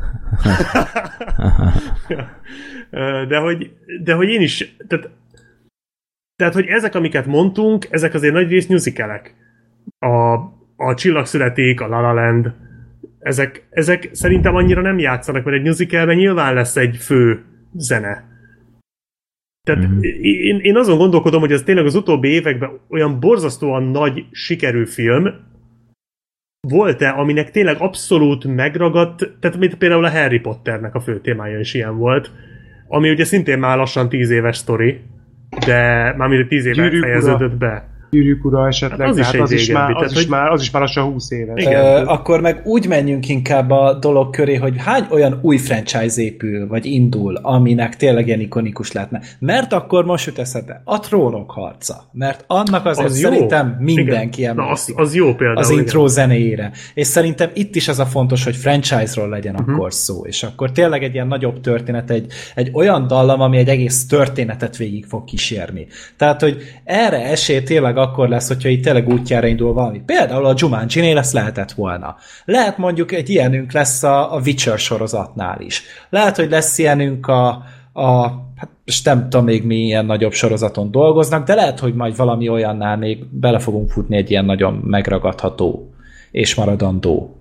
de, hogy, de hogy én is... Tehát, Tehát, hogy ezek, amiket mondtunk, ezek azért nagy rész musicalek. A, a Csillag születik, a La La Land, ezek, ezek szerintem annyira nem játszanak, mert egy musicalben nyilván lesz egy fő zene. Tehát mm-hmm. én, én azon gondolkodom, hogy ez tényleg az utóbbi években olyan borzasztóan nagy sikerű film, volt-e, aminek tényleg abszolút megragadt, tehát mint például a Harry Potternek a fő témája is ilyen volt, ami ugye szintén már lassan tíz éves sztori, de már mint tíz éve fejeződött be. Gyűrűk ura esetleg, hát az, is, az, is, már, az, tehát, is hogy... már, az is már lassan húsz éves. Ö, akkor meg úgy menjünk inkább a dolog köré, hogy hány olyan új franchise épül, vagy indul, aminek tényleg ilyen ikonikus lehetne. Mert akkor most jut eszedbe a Trónok harca. Mert annak azért az szerintem jó. mindenki emlékszik. Az, az jó például. Az intro igen. zenéjére. És szerintem itt is az a fontos, hogy franchise-ról legyen uh-huh. akkor szó. És akkor tényleg egy ilyen nagyobb történet, egy, egy olyan dallam, ami egy egész történetet végig fog kísérni. Tehát, hogy erre esély tényleg akkor lesz, hogyha itt tényleg útjára indul valami. Például a Jumanji-nél ezt lehetett volna. Lehet mondjuk egy ilyenünk lesz a, a Witcher sorozatnál is. Lehet, hogy lesz ilyenünk a, a hát most nem tudom még mi ilyen nagyobb sorozaton dolgoznak, de lehet, hogy majd valami olyannál még bele fogunk futni egy ilyen nagyon megragadható és maradandó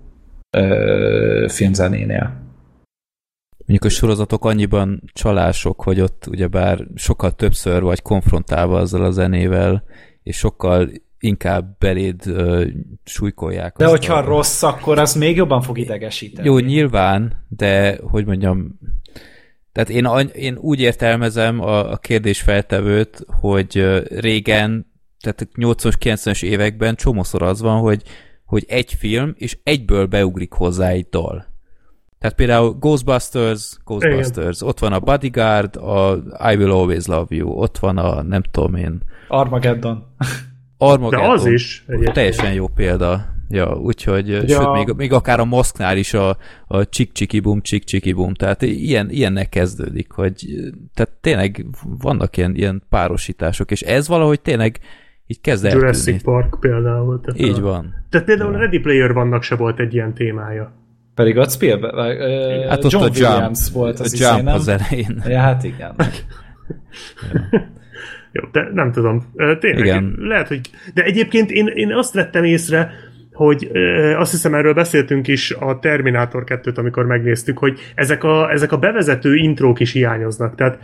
ö, filmzenénél. Mondjuk a sorozatok annyiban csalások, hogy ott ugyebár sokkal többször vagy konfrontálva azzal a zenével, és sokkal inkább beléd uh, súlykolják. De hogyha a... rossz, akkor az még jobban fog idegesíteni. Jó, nyilván, de hogy mondjam, tehát én, én úgy értelmezem a, a kérdés feltevőt, hogy régen, tehát nyolcvanas, kilencvenes években csomószor az van, hogy, hogy egy film, és egyből beugrik hozzá egy dal. Tehát például Ghostbusters, Ghostbusters, igen. Ott van a Bodyguard, a I Will Always Love You, ott van a nem tudom én... Armageddon. Armageddon. De az is. Egyébként. Teljesen jó példa. Ja, úgyhogy, ja. Sőt, még, még akár a Masknál is a, a csik-csiki-bum, csik-csiki-bum, tehát ilyen, ilyennek kezdődik, hogy tehát tényleg vannak ilyen, ilyen párosítások, és ez valahogy tényleg így kezd eltűnni. Jurassic Park például. Tehát így a... van. Tehát például ja. a Ready Player Vannak se volt egy ilyen témája. Pedig ott Spielberg, uh, hát John ott Williams jump, volt az a Jump nem? Az elején. Ja, hát igen. ja. Jó, de nem tudom. Tényleg, igen. Lehet, hogy... De egyébként én, én azt vettem észre, hogy ö, azt hiszem erről beszéltünk is a Terminátor kettőt, amikor megnéztük, hogy ezek a, ezek a bevezető intrók is hiányoznak. Tehát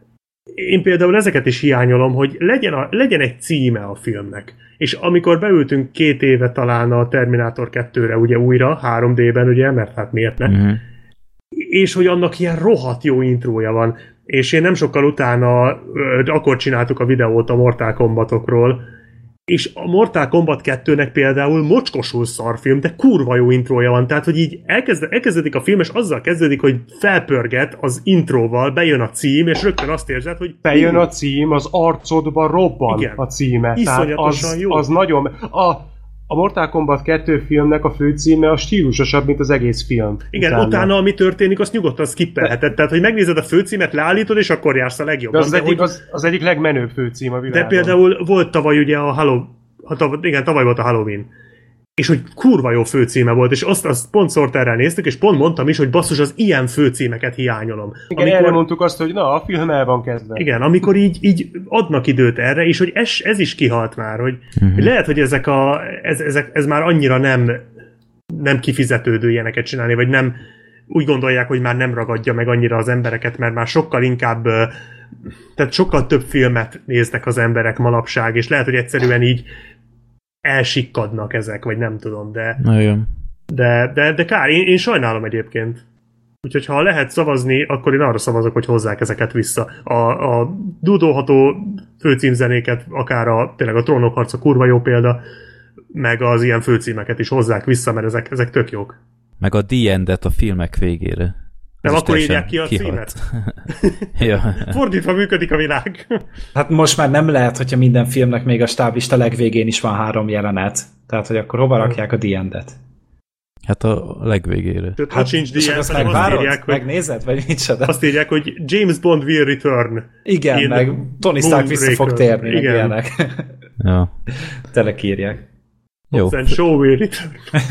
én például ezeket is hiányolom, hogy legyen, a, legyen egy címe a filmnek. És amikor beültünk két éve talán a Terminátor kettőre ugye újra, három dében ugye, mert hát miért ne? Mm-hmm. És hogy annak ilyen rohadt jó intrója van. És én nem sokkal utána, ö, akkor csináltuk a videót a Mortal Kombatokról, és a Mortal Kombat kettőnek például mocskosul szarfilm, de kurva jó intrója van, tehát hogy így elkezd, elkezdődik a film, és azzal kezdődik, hogy felpörget az intróval, bejön a cím, és rögtön azt érzed, hogy... Bejön a cím, az arcodba robban igen. a címe. Iszonyatosan az, jó. Az nagyon... A, a Mortal Kombat kettő filmnek a főcíme a stílusosabb, mint az egész film. Igen, utána, utána ami történik, azt nyugodtan skippelheted. Tehát, hogy megnézed a főcímet, leállítod, és akkor jársz a legjobban. De az, de egyik, hogy... az, az egyik legmenőbb főcím a világon. De például volt tavaly ugye a Halloween, igen, tavaly volt a Halloween. És hogy kurva jó főcíme volt, és azt, azt pont Sorterrel néztük, és pont mondtam is, hogy basszus, az ilyen főcímeket hiányolom. Igen, amikor... erre mondtuk azt, hogy na, a film el van kezdve. Igen, amikor így, így adnak időt erre, és hogy ez, ez is kihalt már, hogy uh-huh. lehet, hogy ezek a, ez, ezek, ez már annyira nem, nem kifizetődő ilyeneket csinálni, vagy nem úgy gondolják, hogy már nem ragadja meg annyira az embereket, mert már sokkal inkább, tehát sokkal több filmet néznek az emberek manapság, és lehet, hogy egyszerűen így elsikkadnak ezek, vagy nem tudom, de de, de, de kár, én, én sajnálom egyébként. Úgyhogy ha lehet szavazni, akkor én arra szavazok, hogy hozzák ezeket vissza. A, a dúdolható főcímzenéket, akár a, tényleg a Trónok harca kurva jó példa, meg az ilyen főcímeket is hozzák vissza, mert ezek, ezek tök jók. Meg a The Endet a filmek végére. Nem, akkor írják ki a kihalt. Címet. ja. Fordítva működik a világ. Hát most már nem lehet, hogyha minden filmnek még a stáblista legvégén is van három jelenet. Tehát, hogy akkor hova rakják a The Endet? Hát a legvégére. Tehát hát, sincs The End, azt megvárod? Megnézed? Vagy micsoda? Azt írják, hogy James Bond will return. Igen, meg Tony Stark vissza fog térni, meg ilyenek. Ja. Telek írják. Jó. Aztán show will return.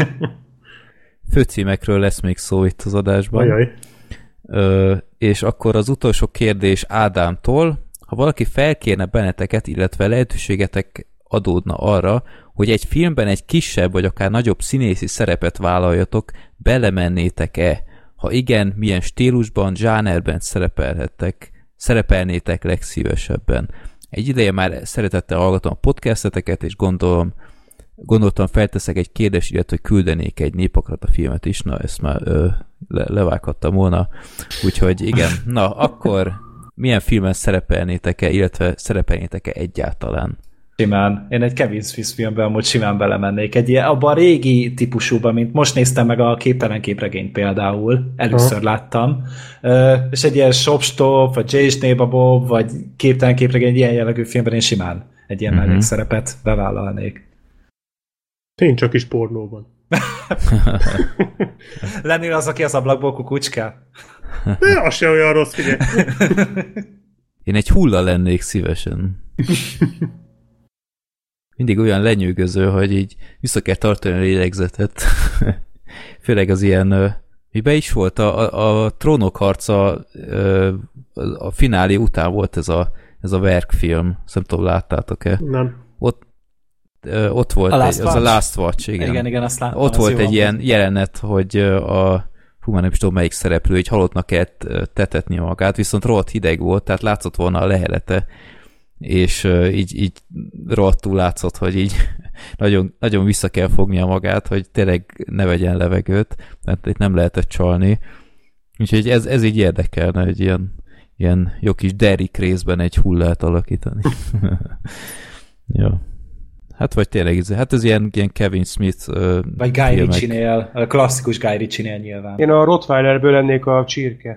Főcímekről lesz még szó itt az adásban. Ajaj. Ö, és akkor az utolsó kérdés Ádámtól. Ha valaki felkérne benneteket, illetve lehetőségetek adódna arra, hogy egy filmben egy kisebb vagy akár nagyobb színészi szerepet vállaljatok, belemennétek-e? Ha igen, milyen stílusban, zsánerben szerepelhettek, szerepelnétek legszívesebben? Egy ideje már szeretettel hallgatom a podcasteteket, és gondolom gondoltam, felteszek egy kérdést, illetve küldenék egy Népakrata filmet is, na ezt már ö, le, levághattam volna. Úgyhogy igen, na akkor milyen filmen szerepelnétek-e, illetve szerepelnétek-e egyáltalán? Simán. Én egy Kevin Smith filmben amúgy simán belemennék. Egy ilyen, abban a régi típusúban, mint most néztem meg a Képtelen képregényt például, először ha. láttam, uh, és egy ilyen Shopstop, vagy Jay és Néba Bob, vagy Képtelen képregény, ilyen jellegű filmben én simán egy ilyen uh-huh. mellékszerepet bevállalnék. Én csak is pornóban. Lennél az, aki az ablakból kukucskál? De az se olyan rossz, figyelj. Én egy hulla lennék szívesen. Mindig olyan lenyűgöző, hogy így vissza kell tartani a lélegzetet. Főleg az ilyen, miben is volt a, a, a Trónok harca, a finálé után volt ez a, ez a verkfilm. Azt nem tudom, láttátok-e? Nem. Ott, ott volt a egy, az a Last Watch, igen. Igen, igen, azt láttam. Ott volt egy ilyen jelenet, hogy a hú, már nem is tudom, melyik szereplő, hogy halottnak kellett tetetni magát, viszont rohadt hideg volt, tehát látszott volna a lehelete, és uh, így, így rohadtul látszott, hogy így nagyon, nagyon vissza kell fognia magát, hogy tényleg ne vegyen levegőt, mert itt nem lehetett csalni. Úgyhogy ez, ez így érdekelne, hogy ilyen, ilyen jó kis Derrick részben egy hullát alakítani. Jó. Hát vagy tényleg, hát ez ilyen, ilyen Kevin Smith uh, vagy Guy Ritchie-nél, a klasszikus Guy Ritchie-nél nyilván. Én a Rottweilerből lennék a csirke.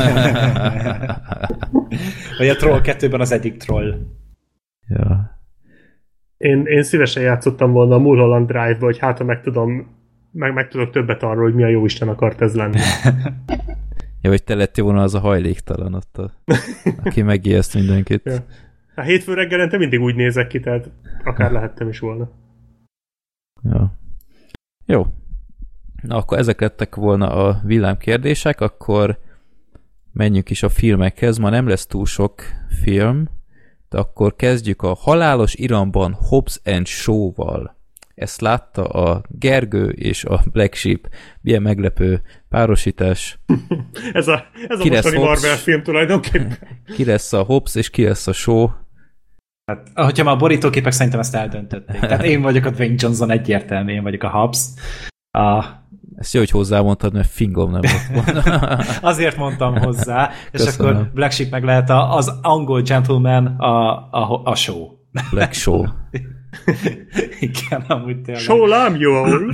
Vagy a Troll kettőben az egyik troll. Ja. Én, én szívesen játszottam volna a Mulholland Drive-ba, hogy hát ha meg tudom, meg, meg tudok többet arról, hogy mi a jóisten akart ez lenni. Ja, hogy te lettél volna az a hajléktalan ott, a, aki megijeszt mindenkit. Ja. A hétfő reggelente mindig úgy nézek ki, tehát akár lehettem is volna. Ja. Jó. Na, akkor ezek lettek volna a villámkérdések, akkor menjünk is a filmekhez. Ma nem lesz túl sok film, de akkor kezdjük a Halálos Iramban Hobbs and Shaw-val. Ezt látta a Gergő és a Black Sheep. Milyen meglepő párosítás. ez a, ez a mostani Marvel film tulajdonképpen. Ki lesz a Hobbs és ki lesz a Shaw? Hát, ahogyha már a borítóképek szerintem ezt eldöntötték. Tehát én vagyok a Dwayne Johnson, egyértelmű, én vagyok a Hobbs. A... Ezt jó, hogy hozzámondtad, mert fingom nem volt volna. Azért mondtam hozzá, és Köszönöm. akkor Black Sheep meg lehet a, az angol gentleman a, a, a show. Black Shaw. Igen, amúgy tényleg. Show lám jól!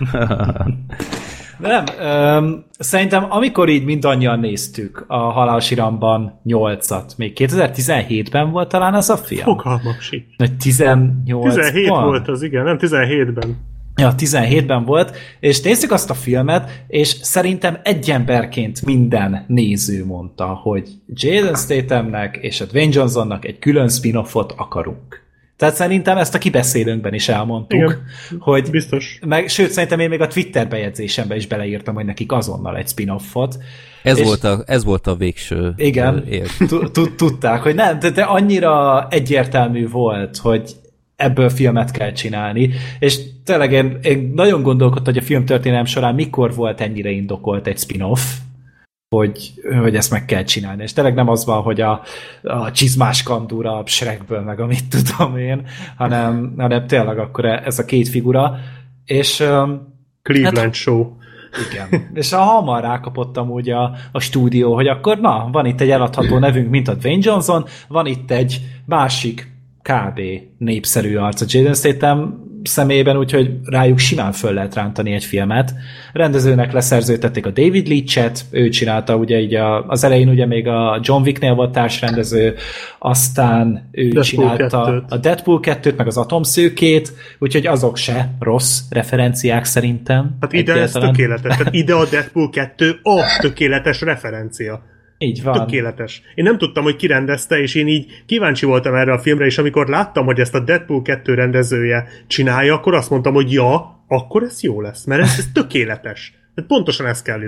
De nem, öm, szerintem amikor így mindannyian néztük a Halálos Iramban nyolcat, még kétezer-tizenhétben volt talán az a film? Fogalmam sincs. Vagy tizennyolcban? tizenhét volt az, igen, nem tizenhétben. Ja, tizenhétben volt, és nézzük azt a filmet, és szerintem egy emberként minden néző mondta, hogy Jason Stathamnek és a Dwayne Johnsonnak egy külön spin-offot akarunk. Tehát szerintem ezt a kibeszélőnkben is elmondtuk, igen, hogy biztos. Meg, sőt, szerintem én még a Twitter bejegyzésemben is beleírtam, hogy nekik azonnal egy spin-offot. Ez, és volt a, ez volt a végső. igen, tudták, hogy nem, de, de annyira egyértelmű volt, hogy ebből filmet kell csinálni, és tényleg én, én nagyon gondolkodtam, hogy a filmtörténelem során mikor volt ennyire indokolt egy spin-off, hogy, hogy ezt meg kell csinálni. És tényleg nem az van, hogy a, a csizmás kandúra a Shrekből, meg amit tudom én, hanem, hanem tényleg akkor ez a két figura. És Cleveland hát, Show. Igen. És a hamar rákapott amúgy a, a stúdió, hogy akkor na, van itt egy eladható nevünk, mint a Dwayne Johnson, van itt egy másik kb. Népszerű arc a Jason Statham személyében, úgyhogy rájuk simán föl lehet rántani egy filmet. Rendezőnek leszerződtették a David Leitch-et, ő csinálta ugye így a, az elején ugye még a John Wicknél volt társrendező, aztán ő Deadpool csinálta kettőt. A Deadpool kettőt, meg az Atomszőkét, úgyhogy azok se rossz referenciák szerintem. Hát ide ez tökéletes. Tehát ide a Deadpool kettő a tökéletes referencia. Így van. Tökéletes. Én nem tudtam, hogy ki rendezte, és én így kíváncsi voltam erre a filmre, és amikor láttam, hogy ezt a Deadpool kettő rendezője csinálja, akkor azt mondtam, hogy ja, akkor ez jó lesz, mert ez, ez tökéletes. Tehát pontosan ez kell ide.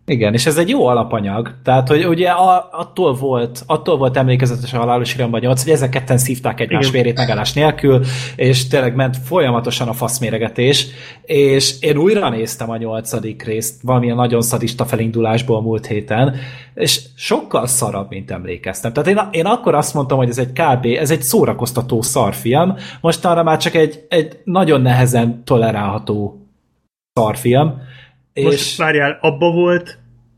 Igen, és ez egy jó alapanyag. Tehát, hogy ugye a, attól volt, attól volt emlékezetes a Halálos Iramban nyolc, hogy ezek ketten szívták egymás vérét megállás nélkül, és tényleg ment folyamatosan a faszméregetés, és én újra néztem a nyolcadik részt valamilyen nagyon szadista felindulásból múlt héten, és sokkal szarabb, mint emlékeztem. Tehát én, én akkor azt mondtam, hogy ez egy kb. Ez egy szórakoztató szarfilm, mostanra már csak egy, egy nagyon nehezen tolerálható szarfilm. Most és... várjál, abba volt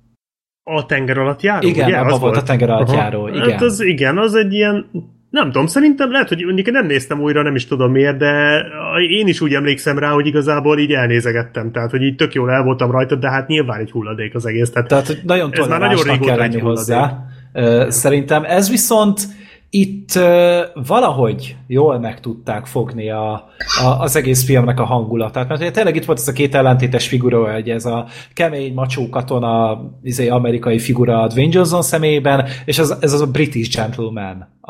a tenger alatt járó? Igen, ugye? abba az volt, volt a tenger alatt Aha. járó, igen. Hát az, igen, az egy ilyen, nem tudom, szerintem lehet, hogy mondjuk nem néztem újra, nem is tudom miért, de én is úgy emlékszem rá, hogy igazából így elnézegettem, tehát, hogy így tök jól el voltam rajta, de hát nyilván egy hulladék az egész. Tehát, tehát hogy nagyon toleránsnak kell lenni hozzá. Szerintem ez viszont itt uh, valahogy jól meg tudták fogni a, a, az egész filmnek a hangulatát, mert ugye tényleg itt volt ez a két ellentétes figura, hogy ez a kemény, macsó katona, izé, amerikai figura a Dwayne Johnson személyében, és ez, ez az a British gentleman a,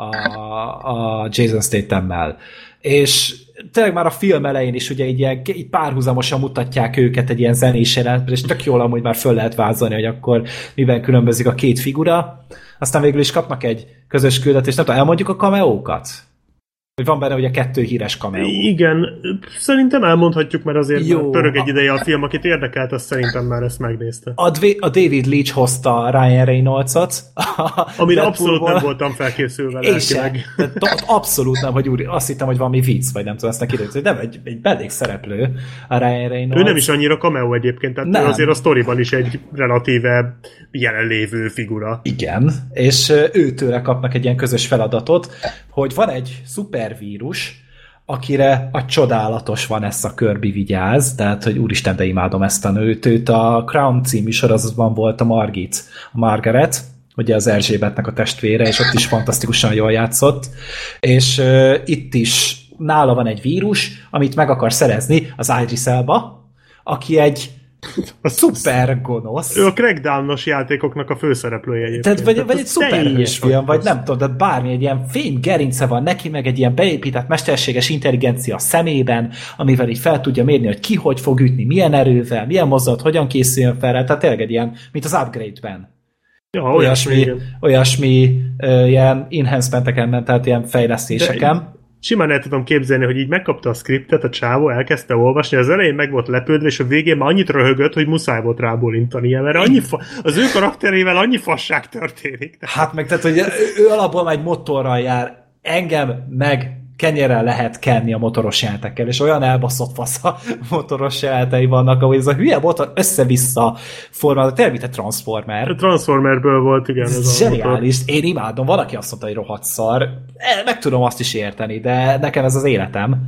a Jason Statham-mel. És tényleg már a film elején is ugye így, ilyen, így párhuzamosan mutatják őket egy ilyen zenés jelenetben, és tök jól amúgy már föl lehet vázolni, hogy akkor miben különbözik a két figura. Aztán végül is kapnak egy közös küldetést, nem tudom, elmondjuk a cameókat? Hogy van benne ugye kettő híres cameo. Igen, szerintem elmondhatjuk, mert azért Jó, pörög egy a... ideje a film, akit érdekelt, azt szerintem már ezt megnézte. A, Dv- a David Leitch hozta Ryan Reynolds-ot. Amire abszolút nem voltam felkészülve lelkileg. Abszolút nem, hogy úr, azt hittem, hogy valami vicc, vagy nem tudom, ezt neki hogy nem, egy, egy belég szereplő a Ryan Reynolds. Ő nem is annyira cameo egyébként, tehát nem. Ő azért a sztoriban is egy relatíve jelenlévő figura. Igen, és őtőle kapnak egy ilyen közös feladatot, hogy van egy szupervírus, akire a csodálatos Vanessa Kirby vigyáz, tehát, hogy úristen, de imádom ezt a nőt, őt a Crown című sorozatban volt a Margit, a Margaret, ugye az Erzsébetnek a testvére, és ott is fantasztikusan jól játszott, és uh, itt is nála van egy vírus, amit meg akar szerezni az Idris Elba, aki egy a szuper gonosz. Ő a Crackdown-os játékoknak a főszereplője egyébként. Tehát vagy, Tehát vagy egy szuperhős film, vagy nem tudom, de bármi, egy ilyen fém gerince van neki, meg egy ilyen beépített mesterséges intelligencia a szemében, amivel így fel tudja mérni, hogy ki hogy fog ütni, milyen erővel, milyen mozdulat, hogyan készüljön fel, tehát tényleg egy ilyen, mint az Upgrade-ben. Ja, olyasmi, olyasmi, olyasmi uh, ilyen enhancementeken ment, tehát ilyen fejlesztéseken. De simán el tudom képzelni, hogy így megkapta a skriptet, a csávó elkezdte olvasni, az elején meg volt lepődve, és a végén már annyit röhögött, hogy muszáj volt rábólintani, mert annyi fa- az ő karakterével annyi fasság történik. Hát meg, tehát, hogy ő alapból már egy motorral jár, engem meg kenyerrel lehet kenni a motoros jelenetekkel, és olyan elbaszott fasz a motoros jelenetei vannak, ahogy ez a hülye motor össze-vissza formál, tényleg mint a Transformer. A Transformerből volt, igen. Ez, ez zseniális. Én imádom, valaki azt mondta, hogy rohadt szar. Meg tudom azt is érteni, de nekem ez az életem,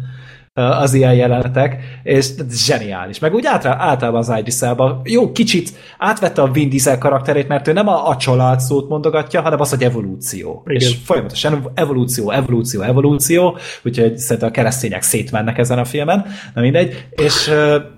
az ilyen jelenetek, és zseniális. Meg úgy általában az Idris Elba jó, kicsit átvette a Vin Diesel karakterét, mert ő nem a, a család szót mondogatja, hanem az, hogy evolúció. Igen. És folyamatosan evolúció, evolúció, evolúció, úgyhogy szerintem a keresztények szétmennek ezen a filmen, na mindegy, és,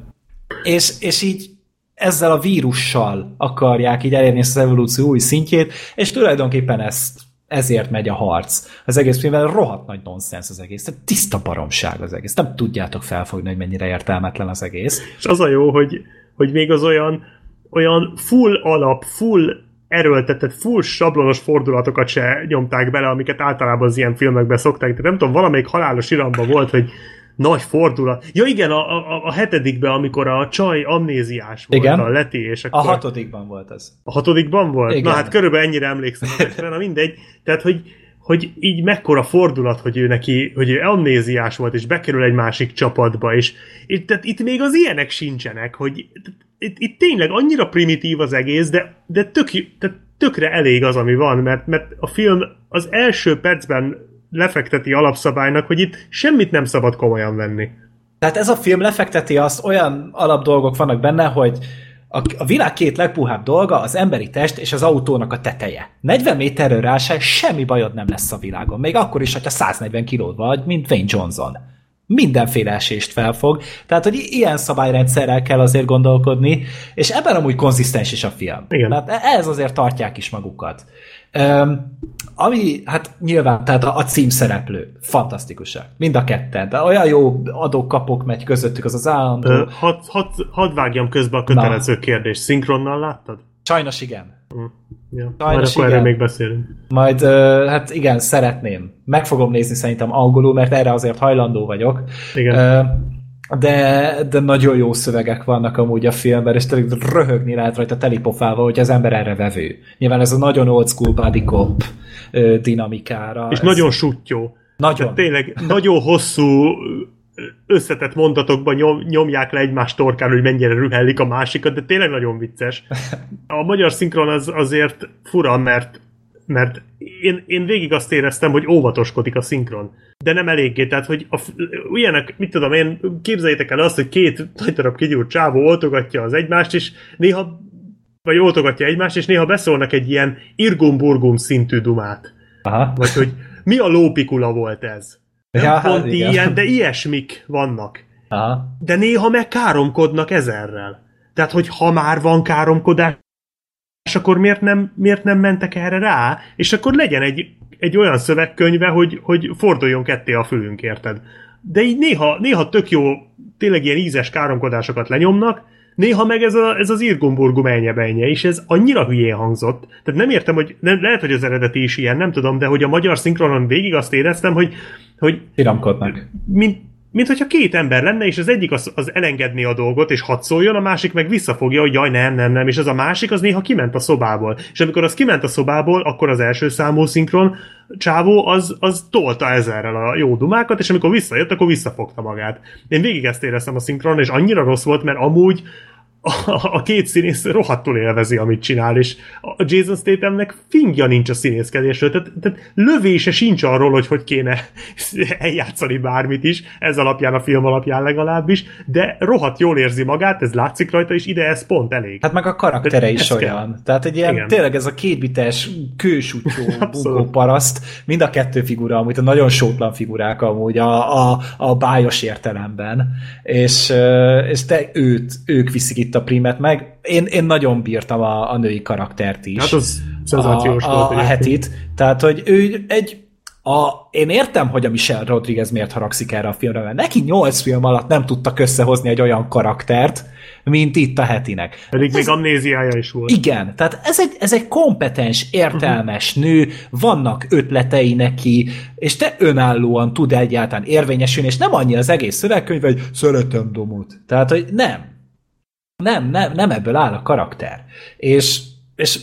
és, és így ezzel a vírussal akarják így elérni ezt az evolúció új szintjét, és tulajdonképpen ezt ezért megy a harc. Az egész filmben rohadt nagy nonsens az egész. Tehát tiszta baromság az egész. Nem tudjátok felfogni, hogy mennyire értelmetlen az egész. És az a jó, hogy, hogy még az olyan, olyan full alap, full erőltetett, full sablonos fordulatokat se nyomták bele, amiket általában az ilyen filmekben szokták. Tehát nem tudom, valamelyik Halálos Iramban volt, hogy nagy fordulat. Ja igen, a, a, a hetedikben, amikor a csaj amnéziás volt, igen? A Leti, és akkor... A hatodikban volt ez. A hatodikban volt? Igen. Na hát körülbelül ennyire emlékszem. Na mindegy. Tehát, hogy, hogy így mekkora fordulat, hogy ő neki, hogy ő amnéziás volt, és bekerül egy másik csapatba, és, és tehát itt még az ilyenek sincsenek, hogy itt, itt tényleg annyira primitív az egész, de, de tök, tehát tökre elég az, ami van, mert, mert a film az első percben lefekteti alapszabálynak, hogy itt semmit nem szabad komolyan venni. Tehát ez a film lefekteti azt, olyan alapdolgok vannak benne, hogy a, a világ két legpuhább dolga az emberi test és az autónak a teteje. negyven méterről rásál, semmi bajod nem lesz a világon. Még akkor is, hogyha száznegyven kilód vagy, mint Dwayne Johnson. Mindenféle esést felfog. Tehát, hogy ilyen szabályrendszerrel kell azért gondolkodni, és ebben amúgy konzisztens is a film. Igen. Tehát ehhez azért tartják is magukat. Um, ami, hát nyilván, tehát a, a címszereplő, fantasztikusak. Mind a ketten. De olyan jó adók-kapok megy közöttük, az az állandó. Hadd had, had vágjam közbe a kötelező Na. kérdés. Szinkronnal láttad? Sajnos igen. Ja, majd akkor erről még beszélünk. Majd, uh, hát igen, szeretném. Meg fogom nézni szerintem angolul, mert erre azért hajlandó vagyok. Igen. Uh, de, de nagyon jó szövegek vannak amúgy a filmben, és tényleg röhögni lehet rajta telipofálva, hogy az ember erre vevő. Nyilván ez a nagyon old school buddy cop uh, dinamikára. És ez... nagyon suttyó. Nagyon. Tehát tényleg nagyon hosszú összetett mondatokban nyom, nyomják le egymás torkán, hogy mennyire rühellik a másikat, de tényleg nagyon vicces. A magyar szinkron az azért fura, mert, mert én, én végig azt éreztem, hogy óvatoskodik a szinkron. De nem eléggé, tehát hogy a, ilyenek, mit tudom én, képzeljétek el azt, hogy két nagy darab kigyúrt csávó oltogatja az egymást, és néha, vagy oltogatja egymást, és néha beszólnak egy ilyen irgum-burgum szintű dumát. Aha. Vagy hogy mi a lópikula volt ez. Nem ja, pont igen. ilyen, de ilyesmik vannak. Aha. De néha meg káromkodnak ezerrel. Tehát, hogy ha már van káromkodás, akkor miért nem, miért nem mentek erre rá? És akkor legyen egy, egy olyan szövegkönyve, hogy, hogy forduljon ketté a fülünk, érted? De így néha, néha tök jó, tényleg ilyen ízes káromkodásokat lenyomnak, néha meg ez, a, ez az irgumburgum ennye-bennye, és ez annyira hülyén hangzott. Tehát nem értem, hogy nem, lehet, hogy az eredeti is ilyen, nem tudom, de hogy a magyar szinkronon végig azt éreztem, hogy, hogy Firamkodnak. Mint, mint hogyha két ember lenne, és az egyik az, az elengedné a dolgot, és hadd szóljon, a másik meg visszafogja, hogy jaj, nem, nem, nem, és az a másik az néha kiment a szobából. És amikor az kiment a szobából, akkor az első számú szinkron csávó az, az tolta ezerrel a jó dumákat, és amikor visszajött, akkor visszafogta magát. Én végig ezt éreztem a szinkronon, és annyira rossz volt, mert amúgy a, a két színész rohadtul élvezi, amit csinál, és a Jason Stathamnek fingja nincs a színészkedésről, tehát, tehát lövése sincs arról, hogy hogy kéne eljátszani bármit is, ez alapján, a film alapján legalábbis, de rohadt jól érzi magát, ez látszik rajta, és ide ez pont elég. Hát meg a karaktere de is olyan. Kell. Tehát egy ilyen, igen. Tényleg ez a kétbites, kősútyó, bugó paraszt, mind a kettő figura, amúgy a nagyon sótlan figurák amúgy a, a, a bájos értelemben, és, és te őt, ők viszik itt a primet meg. Én, én nagyon bírtam a, a női karaktert is. Hát az szenzációs volt. A, a hetit. Tehát, hogy ő egy a, én értem, hogy a Michelle Rodriguez miért haragszik erre a filmre, mert neki nyolc film alatt nem tudtak összehozni egy olyan karaktert, mint itt a hetinek. Pedig ez, még amnéziája is volt. Igen, tehát ez egy, ez egy kompetens, értelmes uh-huh. nő, vannak ötletei neki, és te önállóan tud egyáltalán érvényesülni, és nem annyi az egész szövegkönyv, hogy szeretem Domot. Tehát, hogy nem. Nem, nem, nem ebből áll a karakter. És, és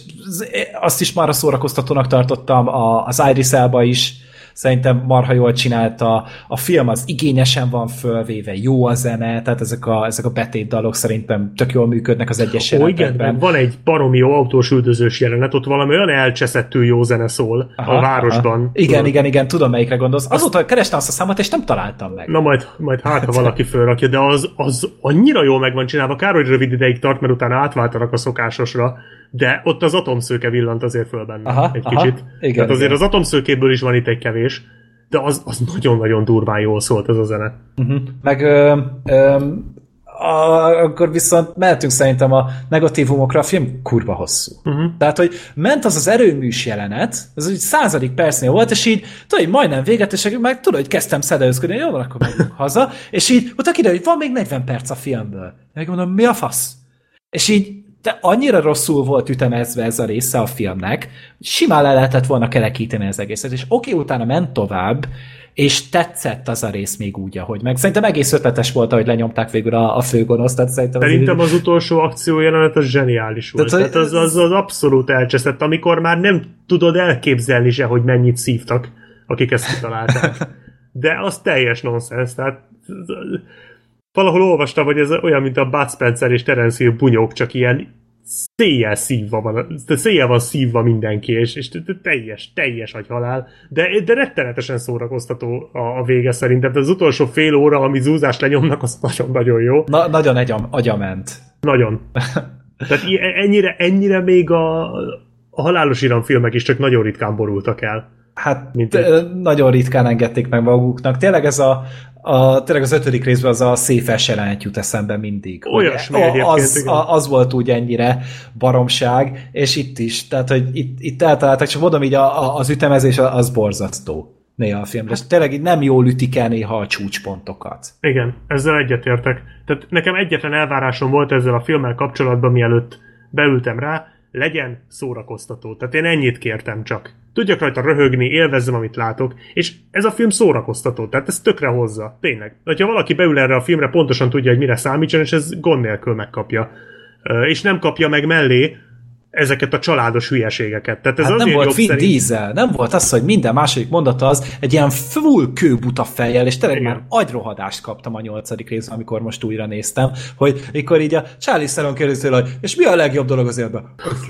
azt is marha szórakoztatónak tartottam a, az Idris Elba is, szerintem marha jól csinálta, a film az igényesen van fölvéve, jó a zene, tehát ezek a, ezek a betétdalok szerintem tök jól működnek az egyes jelenetekben. Igen, van egy baromi jó autós üldözős jelenet, ott valami olyan elcseszettül jó zene szól aha, a városban. Aha. Igen, igen, igen, tudom melyikre gondolsz. Azóta kerestem azt a számot, és nem találtam meg. Na majd, majd hát, ha valaki fölrakja, de az, az annyira jól meg van csinálva, kár, hogy rövid ideig tart, mert utána átváltanak a szokásosra, de ott az atomszőke villant azért föl benne aha, egy aha, kicsit. Igen, tehát azért igen. Az atomszőkéből is van itt egy kevés, de az, az nagyon-nagyon durván jól szólt ez a zene. Uh-huh. Meg ö, ö, a, akkor viszont mehetünk szerintem a negatívumokra, a film kurva hosszú. Uh-huh. Tehát, hogy ment az az erőműs jelenet, ez egy századik percnél volt, és így, tudod, hogy majdnem véget, és meg tudod, hogy kezdtem szedelőzködni, jó van, akkor megyünk haza, és így, utána kiderül, hogy van még negyven perc a filmből. Meg mondom, mi a fasz? És így de annyira rosszul volt ütemezve ez a része a filmnek, hogy simán le lehetett volna kerekíteni az egészet, és oké, utána ment tovább, és tetszett az a rész még úgy, ahogy meg. Szerintem egész ötletes volt, ahogy lenyomták végül a, a főgonoszt. Tehát szerintem, szerintem az, az utolsó akció jelenet az zseniális volt. Tehát, tehát az, az, az abszolút elcseszett, amikor már nem tudod elképzelni se, hogy mennyit szívtak, akik ezt kitalálták. De az teljes nonsens, tehát valahol olvastam, hogy ez olyan, mint a Bud Spencer és Terence Hill bunyók, csak ilyen széjjel szívva van, széjjel van szívva mindenki, és, és teljes, teljes agyhalál, de, de rettenetesen szórakoztató a, a vége szerintem. De az utolsó fél óra, ami zúzást lenyomnak, az nagyon-nagyon jó. Na, nagyon agyam, agyament. Nagyon. Tehát ennyire, ennyire még a, a halálos iram filmek is csak nagyon ritkán borultak el. Hát mint nagyon ritkán engedték meg maguknak. Tényleg ez a, a tényleg az ötödik részben az a széfes jelenet jut eszembe mindig. Olyasmi az, az volt úgy ennyire baromság, és itt is. Tehát, hogy itt, itt eltaláltak, csak mondom így a, a, az ütemezés az borzasztó néha a filmre. És tényleg így nem jól ütik el néha a csúcspontokat. Igen, ezzel egyetértek. Tehát nekem egyetlen elvárásom volt ezzel a filmmel kapcsolatban, mielőtt beültem rá, legyen szórakoztató. Tehát én ennyit kértem csak. Tudjak rajta röhögni, élvezzem, amit látok, és ez a film szórakoztató, tehát ez tökre hozza. Tényleg. Ha valaki beül erre a filmre, pontosan tudja, hogy mire számítson, és ez gond nélkül megkapja. És nem kapja meg mellé ezeket a családos hülyeségeket. Tehát ez hát nem volt Vin szerint... Diesel, nem volt az, hogy minden második mondata az egy ilyen full kőbuta fejjel, és tényleg már agyrohadást kaptam a nyolcadik részben, amikor most újra néztem, hogy mikor így a Charlie Theron kérdezi, hogy és mi a legjobb dolog az életben?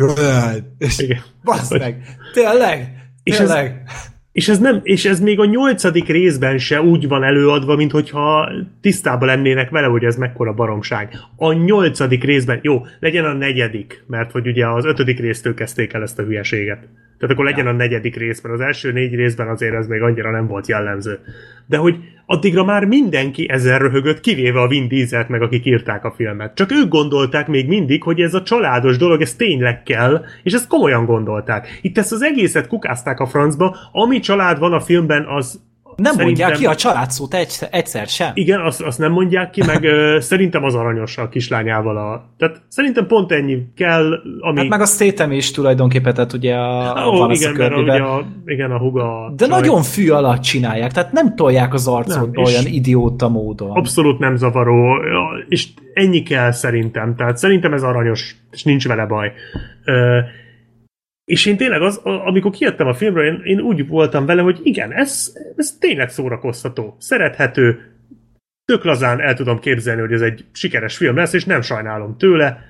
És bassz meg, tényleg, tényleg. És ez, nem, és ez még a nyolcadik részben se úgy van előadva, mint hogyha tisztában lennének vele, hogy ez mekkora baromság. A nyolcadik részben, jó, legyen a negyedik, mert hogy ugye az ötödik résztől kezdték el ezt a hülyeséget. Tehát akkor legyen a negyedik rész, mert az első négy részben azért ez még annyira nem volt jellemző. De hogy addigra már mindenki ezen röhögött, kivéve a Vin Dieselt meg, akik írták a filmet. Csak ők gondolták még mindig, hogy ez a családos dolog, ez tényleg kell, és ezt komolyan gondolták. Itt ezt az egészet kukázták a francba, ami család van a filmben, az nem szerintem... mondják ki a családszót egy, egyszer sem. Igen, azt, azt nem mondják ki, meg ö, szerintem az aranyos a kislányával. A... Tehát szerintem pont ennyi kell, ami... Hát meg a Statham is tulajdonképpen, tehát ugye a, Ó, van igen, mert ugye a, igen, a húga... A de csaj. Nagyon fű alatt csinálják, tehát nem tolják az arcot nem, olyan idióta módon. Abszolút nem zavaró, és ennyi kell szerintem. Tehát szerintem ez aranyos, és nincs vele baj. Ö, És én tényleg, az, amikor kijöttem a filmről, én, én úgy voltam vele, hogy igen, ez, ez tényleg szórakoztató, szerethető, tök lazán el tudom képzelni, hogy ez egy sikeres film lesz, és nem sajnálom tőle,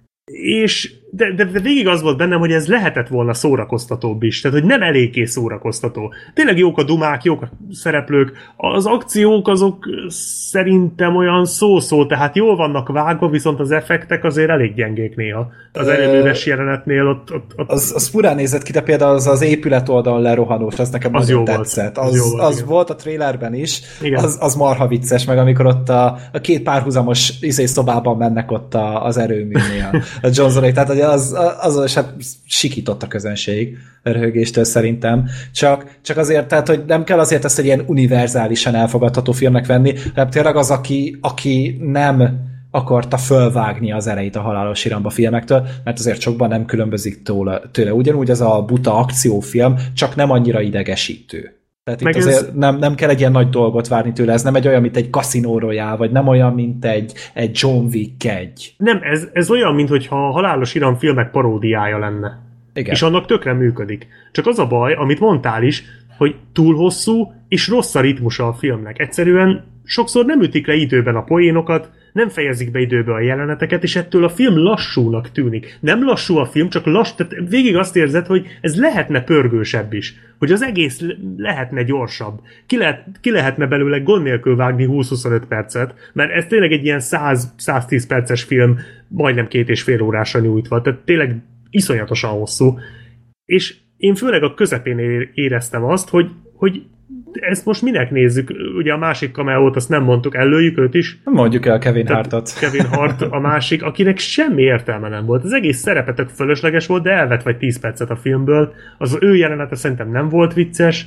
és de, de, de végig az volt bennem, hogy ez lehetett volna szórakoztatóbb is, tehát hogy nem eléggé szórakoztató. Tényleg jók a dumák, jók a szereplők, az akciók azok szerintem olyan szó-szó, tehát jól vannak vágva, viszont az effektek azért elég gyengék néha. Az előműves jelenetnél ott... ott, ott az, az furán nézett ki, de például az, az épület oldalon lerohanós, az nekem az nagyon jó tetszett. Volt. Az, az, jó volt, az volt a trailerben is, igen. az, az marha vicces, meg amikor ott a, a két párhuzamos izé szobában mennek ott a, az erőműnél, a Johnsonék, tehát az, az, az hát sikított a közönség röhögéstől szerintem. Csak, csak azért, tehát, hogy nem kell azért ezt egy ilyen univerzálisan elfogadható filmnek venni, hanem tényleg az, aki, aki nem akarta fölvágni az erejét a Halálos Iramba filmektől, mert azért sokban nem különbözik tőle. tőle. Ugyanúgy az a buta akciófilm, csak nem annyira idegesítő. Tehát itt azért ez... nem, nem kell egy ilyen nagy dolgot várni tőle, ez nem egy olyan, mint egy Casino Royale, vagy nem olyan, mint egy, egy John Wick egy. Nem, ez, ez olyan, mintha a Halálos Iram filmek paródiája lenne. Igen. És annak tökre működik. Csak az a baj, amit mondtál is, hogy túl hosszú és rossz a ritmusa a filmnek. Egyszerűen sokszor nem ütik le időben a poénokat, nem fejezik be időbe a jeleneteket, és ettől a film lassúnak tűnik. Nem lassú a film, csak lassú, tehát végig azt érzed, hogy ez lehetne pörgősebb is. Hogy az egész lehetne gyorsabb. Ki, lehet, ki lehetne belőle gond nélkül vágni húsz-huszonöt percet, mert ez tényleg egy ilyen száz-száztíz perces film, majdnem két és fél órásra nyújtva. Tehát tényleg iszonyatosan hosszú. És én főleg a közepén éreztem azt, hogy, hogy ezt most minek nézzük? Ugye a másik kameót, azt nem mondtuk, ellőjük őt is. Mondjuk el Kevin Hartot. Kevin Hart a másik, akinek semmi értelme nem volt. Az egész szerepetek fölösleges volt, de elvett vagy tíz percet a filmből. Az ő jelenete szerintem nem volt vicces,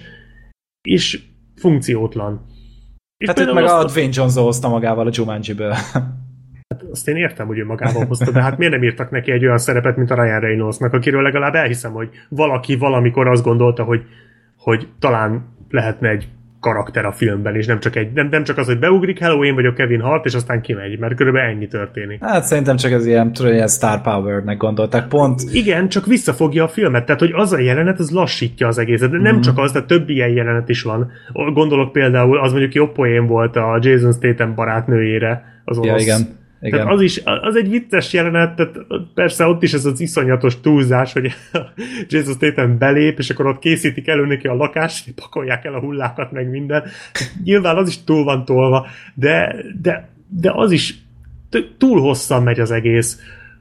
és funkciótlan. És hát itt meg a Dwayne Johnson hozta magával a Jumanji-ből. Hát azt én értem, hogy ő magával hozta, de hát miért nem írtak neki egy olyan szerepet, mint a Ryan Reynoldsnak, akiről legalább elhiszem, hogy valaki valamikor azt gondolta, hogy, hogy talán lehetne egy karakter a filmben, és nem csak, egy, nem, nem csak az, hogy beugrik, hello, én vagyok Kevin Hart, és aztán kimegy, mert körülbelül ennyi történik. Hát szerintem csak ez ilyen, tudom, ilyen star power-nek gondolták, pont. Igen, csak visszafogja a filmet, tehát hogy az a jelenet, az lassítja az egészet, de nem mm. csak az, de több ilyen jelenet is van. Gondolok például, az mondjuk jobb poén volt a Jason Statham barátnőjére, az orosz. Ja, igen. Igen. Tehát az is, az egy vicces jelenet, tehát persze ott is ez az iszonyatos túlzás, hogy Jason Statham belép, és akkor ott készítik elő neki a lakást, pakolják el a hullákat, meg minden. Nyilván az is túl van tolva, de, de, de az is túl hosszan megy az egész.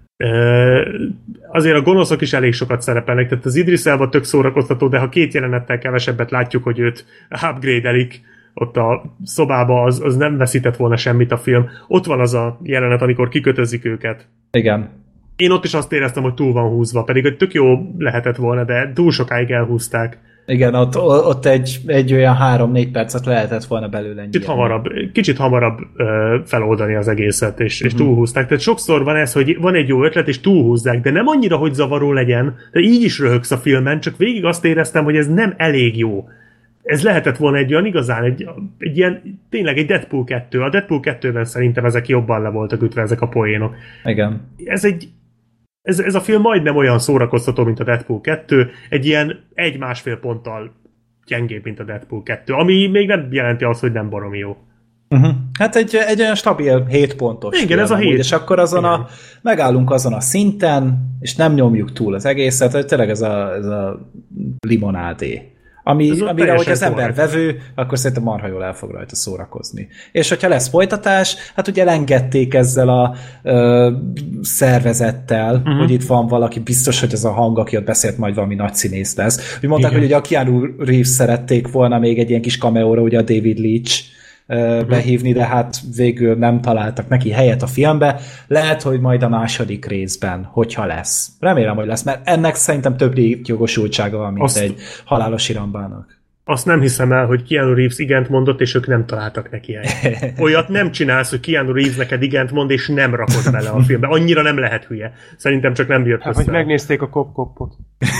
Azért a gonoszok is elég sokat szerepelnek, tehát az Idris Elba tök szórakoztató, de ha két jelenettel kevesebbet látjuk, hogy őt upgrade-elik ott a szobába, az, az nem veszített volna semmit a film. Ott van az a jelenet, amikor kikötözik őket. Igen. Én ott is azt éreztem, hogy túl van húzva, pedig hogy tök jó lehetett volna, de túl sokáig elhúzták. Igen, ott, ott egy, egy olyan három-négy percet lehetett volna belőle. Kicsit hamarabb, kicsit hamarabb ö, feloldani az egészet, és, és mm-hmm. túlhúzták. Tehát sokszor van ez, hogy van egy jó ötlet, és túlhúzzák, de nem annyira, hogy zavaró legyen, de így is röhögsz a filmen, csak végig azt éreztem, hogy ez nem elég jó. Ez lehetett volna egy olyan igazán, egy, egy ilyen, tényleg egy Deadpool kettő. A Deadpool kettőben szerintem ezek jobban le voltak ütve, ezek a poénok. Igen. Ez egy Ez, ez a film majdnem olyan szórakoztató, mint a Deadpool kettő, egy ilyen egy-másfél ponttal gyengébb, mint a Deadpool kettő, ami még nem jelenti azt, hogy nem baromi jó. Uh-huh. Hát egy, egy olyan stabil hét pontos. Igen, film, ez a hét. És akkor azon a, megállunk azon a szinten, és nem nyomjuk túl az egészet, hogy tényleg ez a, ez a limonádé. Ami, amire, hogy az ember vevő, akkor szerintem marha jól el fog rajta szórakozni. És hogyha lesz folytatás, hát ugye elengedték ezzel a ö, szervezettel, uh-huh. hogy itt van valaki, biztos, hogy ez a hang, aki ott beszélt, majd valami nagy színész lesz. Úgy mondták, igen. hogy ugye a Keanu Reeves szerették volna még egy ilyen kis cameóra, ugye a David Leitch uh-huh. behívni, de hát végül nem találtak neki helyet a filmbe. Lehet, hogy majd a második részben, hogyha lesz. Remélem, hogy lesz, mert ennek szerintem több jogosultsága van, mint azt, egy halálos irambának. Azt nem hiszem el, hogy Keanu Reeves igent mondott, és ők nem találtak neki helyet. Olyat nem csinálsz, hogy Keanu Reeves neked igent mond, és nem rakod bele a filmbe. Annyira nem lehet hülye. Szerintem csak nem jött hát, össze. Hogy megnézték a Kop-Kopot.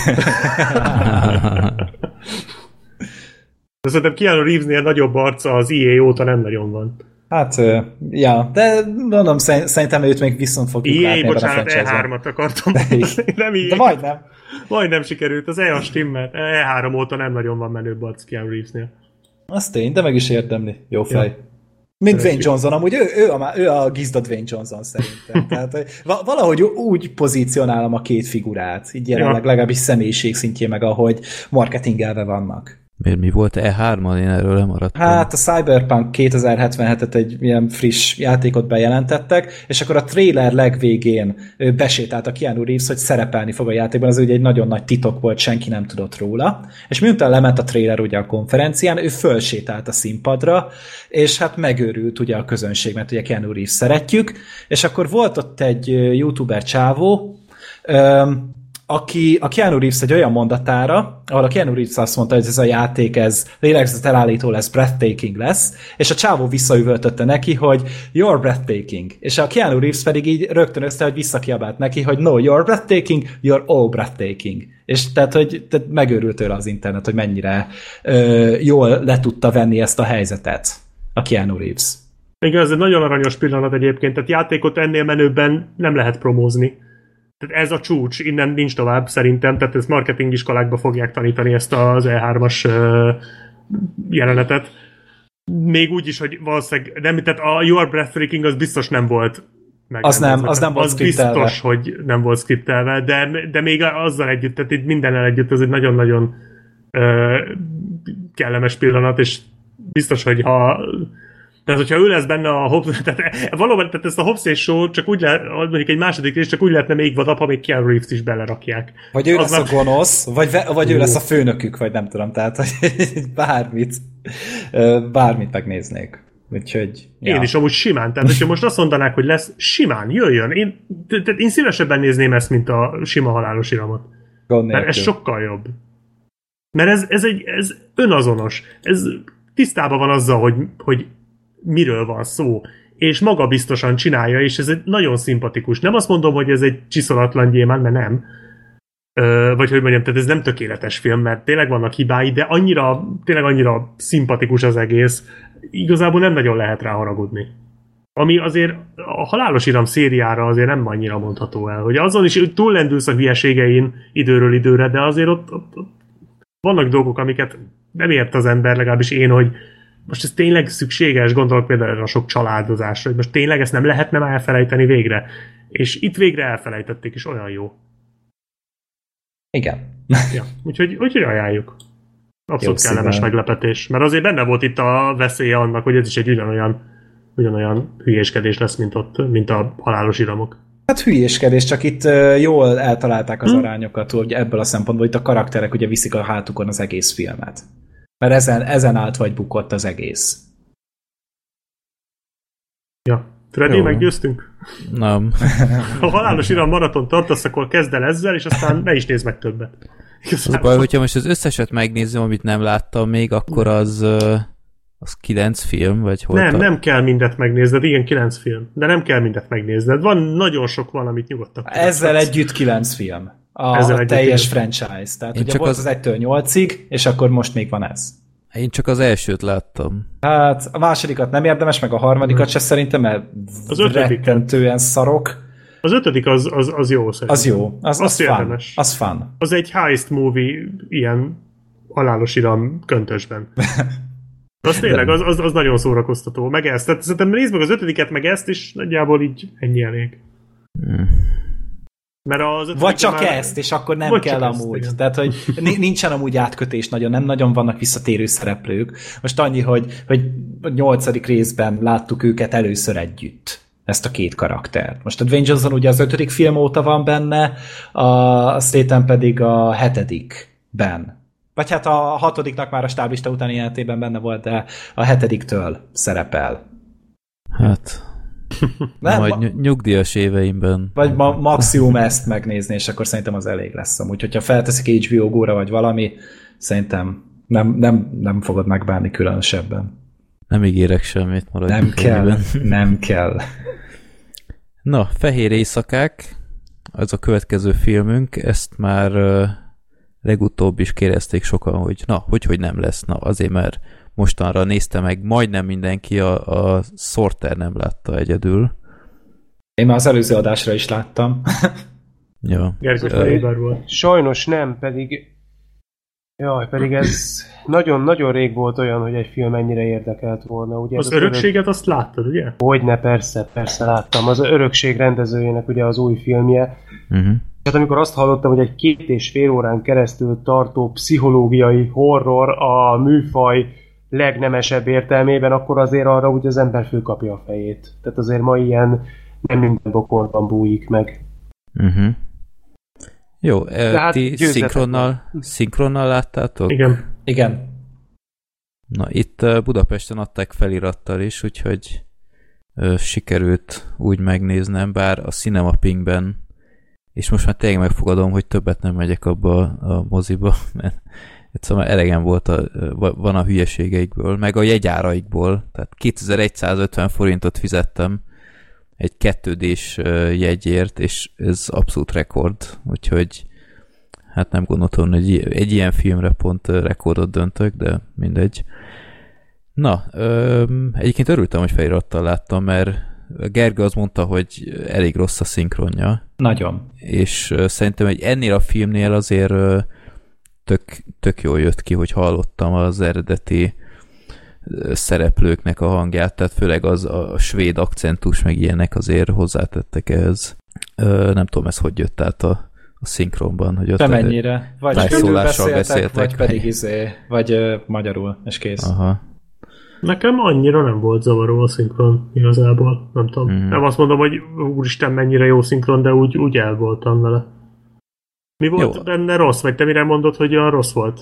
De szerintem Keanu Reevesnél nagyobb arca az í á óta nem nagyon van. Hát, ja, de mondom, szerintem őt még viszont fogjuk í á, látni. Bocsánat, E hármat akartam mondani. Nem í á. De majdnem. Majdnem sikerült, az E a stimmel. E három óta nem nagyon van menőbb arc Keanu Reevesnél. Az tény, de meg is érdemli. Jó fej. Ja. Mint Dwayne Johnson, amúgy ő, ő, a, ő a gizda Dwayne Johnson szerintem. Tehát valahogy úgy pozícionálom a két figurát, így jelenleg ja. legalábbis személyiség szintjén, meg ahogy marketingelve vannak. Miért mi volt E hárman? Én erről lemaradtam. Hát a Cyberpunk kétezer-hetvenhetet egy ilyen friss játékot bejelentettek, és akkor a trailer legvégén besétált a Keanu Reeves, hogy szerepelni fog a játékban, az ugye egy nagyon nagy titok volt, senki nem tudott róla, és miután lement a trailer ugye a konferencián, ő fölsétált a színpadra, és hát megőrült ugye a közönség, mert ugye Keanu Reeves szeretjük, és akkor volt ott egy youtuber csávó, öm, aki a Keanu Reeves egy olyan mondatára, ahol a Keanu Reeves azt mondta, hogy ez a játék, ez lélegzet elállító lesz, breathtaking lesz, és a csávó visszaüvöltötte neki, hogy you're breathtaking. És a Keanu Reeves pedig így rögtönözte, hogy visszakiabált neki, hogy no, you're breathtaking, you're all breathtaking. És tehát, hogy tehát megőrült tőle az internet, hogy mennyire ö, jól le tudta venni ezt a helyzetet a Keanu Reeves. Igen, ez egy nagyon aranyos pillanat egyébként, tehát játékot ennél menőbben nem lehet promózni. Tehát ez a csúcs, innen nincs tovább szerintem, tehát ezt marketing iskolákba fogják tanítani ezt az E hármas jelenetet. Még úgy is, hogy valószínűleg nem, tehát a You Are Breathtaking az biztos nem volt meg. Az nem, az nem volt az biztos, hogy nem volt skriptelve, de, de még azzal együtt, tehát itt mindennel együtt ez egy nagyon-nagyon uh, kellemes pillanat, és biztos, hogy ha tehát, hogyha ő lesz benne a Hobbs, tehát valóban tehát ezt a Hobbs és Shaw csak úgy lehet, mondjuk egy második rész csak úgy lehetne még vadabb, ha még Keanu Reeves is belerakják. Vagy ő az lesz nem... a gonosz, vagy, vagy ő lesz a főnökük, vagy nem tudom, tehát bármit, bármit megnéznék. Úgyhogy, ja. Én is amúgy simán, tehát hogyha most azt mondanák, hogy lesz, simán, jöjjön. Én, tehát én szívesebben nézném ezt, mint a sima halálos iramot. Mert ez sokkal jobb. Mert ez, ez, egy, ez önazonos. Ez tisztában van azzal, hogy, hogy miről van szó, és magabiztosan csinálja, és ez egy nagyon szimpatikus. Nem azt mondom, hogy ez egy csiszolatlan gyémán, mert nem. Ö, vagy hogy mondjam, tehát ez nem tökéletes film, mert tényleg vannak hibái, de annyira, tényleg annyira szimpatikus az egész, igazából nem nagyon lehet rá haragudni. Ami azért a halálos iram szériára azért nem annyira mondható el, hogy azon is túllendülsz a hülyeségein időről időre, de azért ott, ott, ott vannak dolgok, amiket nem ért az ember, legalábbis én, hogy most ez tényleg szükséges, gondolok például a sok családozásra, hogy most tényleg ezt nem lehetne már elfelejteni végre. És itt végre elfelejtették, és olyan jó. Igen. Ja, úgyhogy, úgyhogy ajánljuk. Abszolút jó kellemes szíven. Meglepetés. Mert azért benne volt itt a veszélye annak, hogy ez is egy ugyanolyan, ugyanolyan hülyéskedés lesz, mint ott, mint a halálos iramok. Hát hülyéskedés, csak itt uh, jól eltalálták az hmm. arányokat, hogy ebből a szempontból itt a karakterek ugye viszik a hátukon az egész filmet. Mert ezen, ezen állt vagy bukott az egész. Ja. Freddy, jó. Meggyőztünk? Nem. Ha halálos iram maraton tartasz, akkor kezd el ezzel, és aztán ne is nézd meg többet. Az baj, hogyha most az összeset megnézem, amit nem láttam még, akkor az, az kilenc film, vagy hol? Nem, nem kell mindet megnézned, igen, kilenc film. De nem kell mindet megnézned. Van, nagyon sok van, amit nyugodtan. Ezzel együtt kilenc film. A, Ezzel a teljes franchise. Tehát Én ugye volt az... az egytől nyolcig, és akkor most még van ez. Én csak az elsőt láttam. Hát a másodikat nem érdemes, meg a harmadikat se szerintem, mert az rettentően szarok. Az ötödik az, az, az jó szerintem. Az jó, az, az, az fun. Az fun. Az egy heist movie, ilyen halálos iram köntösben. Az tényleg, az, az, az nagyon szórakoztató. Meg ezt. Tehát szerintem nézd meg az ötödiket, meg ezt, és nagyjából így ennyi elég. Hmm. Mert az vagy csak már... ezt, és akkor nem kell amúgy. Ezt, Tehát, hogy nincsen amúgy átkötés nagyon, nem nagyon vannak visszatérő szereplők. Most annyi, hogy, hogy a nyolcadik részben láttuk őket először együtt. Ezt a két karaktert. Most a Dwayne Johnson ugye az ötödik film óta van benne, a Statham pedig a hetedikben. Vagy hát a hatodiknak már a stáblista utáni jelentében benne volt, de a hetediktől szerepel. Hát... Nem, majd ma... nyugdíjas éveimben. Vagy ma maximum ezt megnézni, és akkor szerintem az elég lesz amúgy. Hogyha felteszik há bé o Go-ra, vagy valami, szerintem nem, nem, nem fogod megbánni különösebben. Nem ígérek semmit, maradjunk. Nem kell, ennyiben. Nem kell. Na, Fehér éjszakák, az a következő filmünk, ezt már uh, legutóbb is kérdezték sokan, hogy na, hogy, hogy nem lesz. Na, azért, mert mostanra nézte meg majdnem mindenki, a, a Sorter nem látta egyedül. Én már az előző adásra is láttam. Ja. Uh, Sajnos nem, pedig Jaj, pedig ez nagyon-nagyon rég volt olyan, hogy egy film ennyire érdekelt volna. Ugye az, az örökséget örök... azt láttad, ugye? Hogyne, persze, persze láttam. Az Örökség rendezőjének ugye az új filmje. Uh-huh. Hát amikor azt hallottam, hogy egy két és fél órán keresztül tartó pszichológiai horror a műfaj legnemesebb értelmében, akkor azért arra úgy az ember fölkapja a fejét. Tehát azért ma ilyen nem minden bokorban bújik meg. Uh-huh. Jó, hát ti szinkronnal, szinkronnal láttátok? Igen. Igen. Na, itt Budapesten adták felirattal is, úgyhogy ö, sikerült úgy megnéznem, bár a Cinema Pinkben, és most már tényleg megfogadom, hogy többet nem megyek abba a, a moziba, mert egyszerűen elegem volt a, van a hülyeségeikből, meg a jegyáraikból, tehát kétezer-százötven forintot fizettem egy kettődés jegyért, és ez abszolút rekord, úgyhogy hát nem gondoltam, hogy egy ilyen filmre pont rekordot döntök, de mindegy. Na, öm, egyébként örültem, hogy felirattal láttam, mert Gergő az mondta, hogy elég rossz a szinkronja. Nagyon. És szerintem egy ennél a filmnél azért tök, tök jól jött ki, hogy hallottam az eredeti szereplőknek a hangját, tehát főleg az a svéd akcentus, meg ilyenek azért hozzátettek ehhez. Ö, nem tudom, ez hogy jött át a, a szinkronban, hogy ott te mennyire? Vagy beszéltek, beszéltek, vagy pedig izé, vagy ö, magyarul, és kész. Aha. Nekem annyira nem volt zavaró a szinkron igazából, nem tudom. Mm. Nem azt mondom, hogy úristen mennyire jó szinkron, de úgy, úgy el voltam vele. Mi volt jó. Benne rossz? Vagy te mire mondod, hogy olyan rossz volt?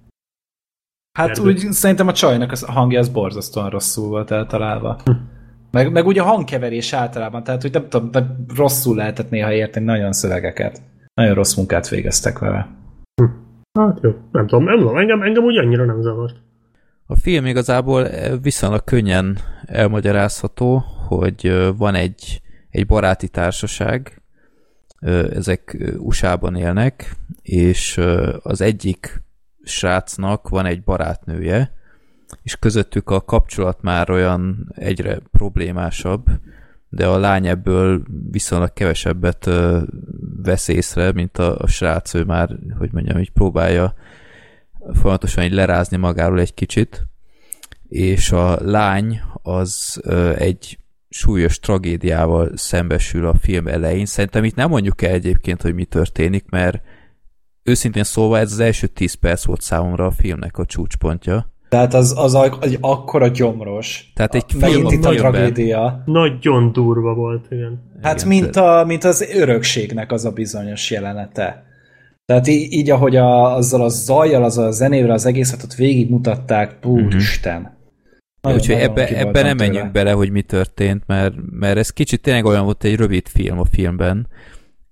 Hát Erdő. Úgy szerintem a csajnak a hangja az borzasztóan rosszul volt eltalálva. Hm. Meg, meg ugye a hangkeverés általában, tehát hogy nem tudom, de rosszul lehetett néha érteni nagyon szövegeket. Nagyon rossz munkát végeztek vele. Hm. Hát jó, nem tudom, nem tudom, engem, engem úgy annyira nem zavart. A film igazából viszonylag könnyen elmagyarázható, hogy van egy, egy baráti társaság, ezek u es á-ban élnek, és az egyik srácnak van egy barátnője, és közöttük a kapcsolat már olyan egyre problémásabb, de a lány ebből viszonylag kevesebbet vesz észre, mint a, a srác, ő már, hogy mondjam, így próbálja folyamatosan így lerázni magáról egy kicsit, és a lány az egy súlyos tragédiával szembesül a film elején. Szerintem itt nem mondjuk el egyébként, hogy mi történik, mert őszintén szólva ez az első tíz perc volt számomra a filmnek a csúcspontja. Tehát az, az egy akkora gyomros. Tehát egy megint itt a tragédia. Nagyon durva volt, igen. Hát igen, mint, a, mint az örökségnek az a bizonyos jelenete. Tehát így, így ahogy a, azzal a zajjal, azzal a zenével az egészet ott végigmutatták, úristen. Mm-hmm. Úgyhogy ebbe, ebbe nem menjünk bele, hogy mi történt, mert, mert ez kicsit tényleg olyan volt egy rövid film a filmben,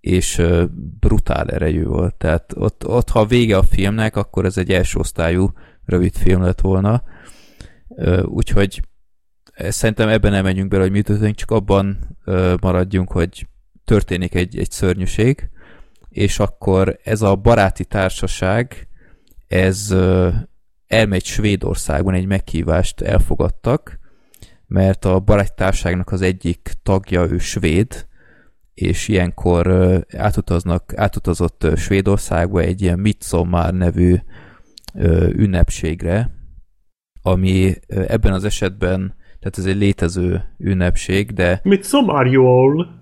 és brutál erejű volt. Tehát ott, ott, ha vége a filmnek, akkor ez egy első osztályú rövid film lett volna. Úgyhogy szerintem ebben nem menjünk bele, hogy mit történik, csak abban maradjunk, hogy történik egy, egy szörnyűség, és akkor ez a baráti társaság, ez elmegy Svédországban, egy meghívást elfogadtak, mert a baráti társaságnak az egyik tagja, ő svéd, és ilyenkor átutaznak, átutazott Svédországba egy ilyen Midsommar nevű ünnepségre, ami ebben az esetben, tehát ez egy létező ünnepség, de... Midsommar jól!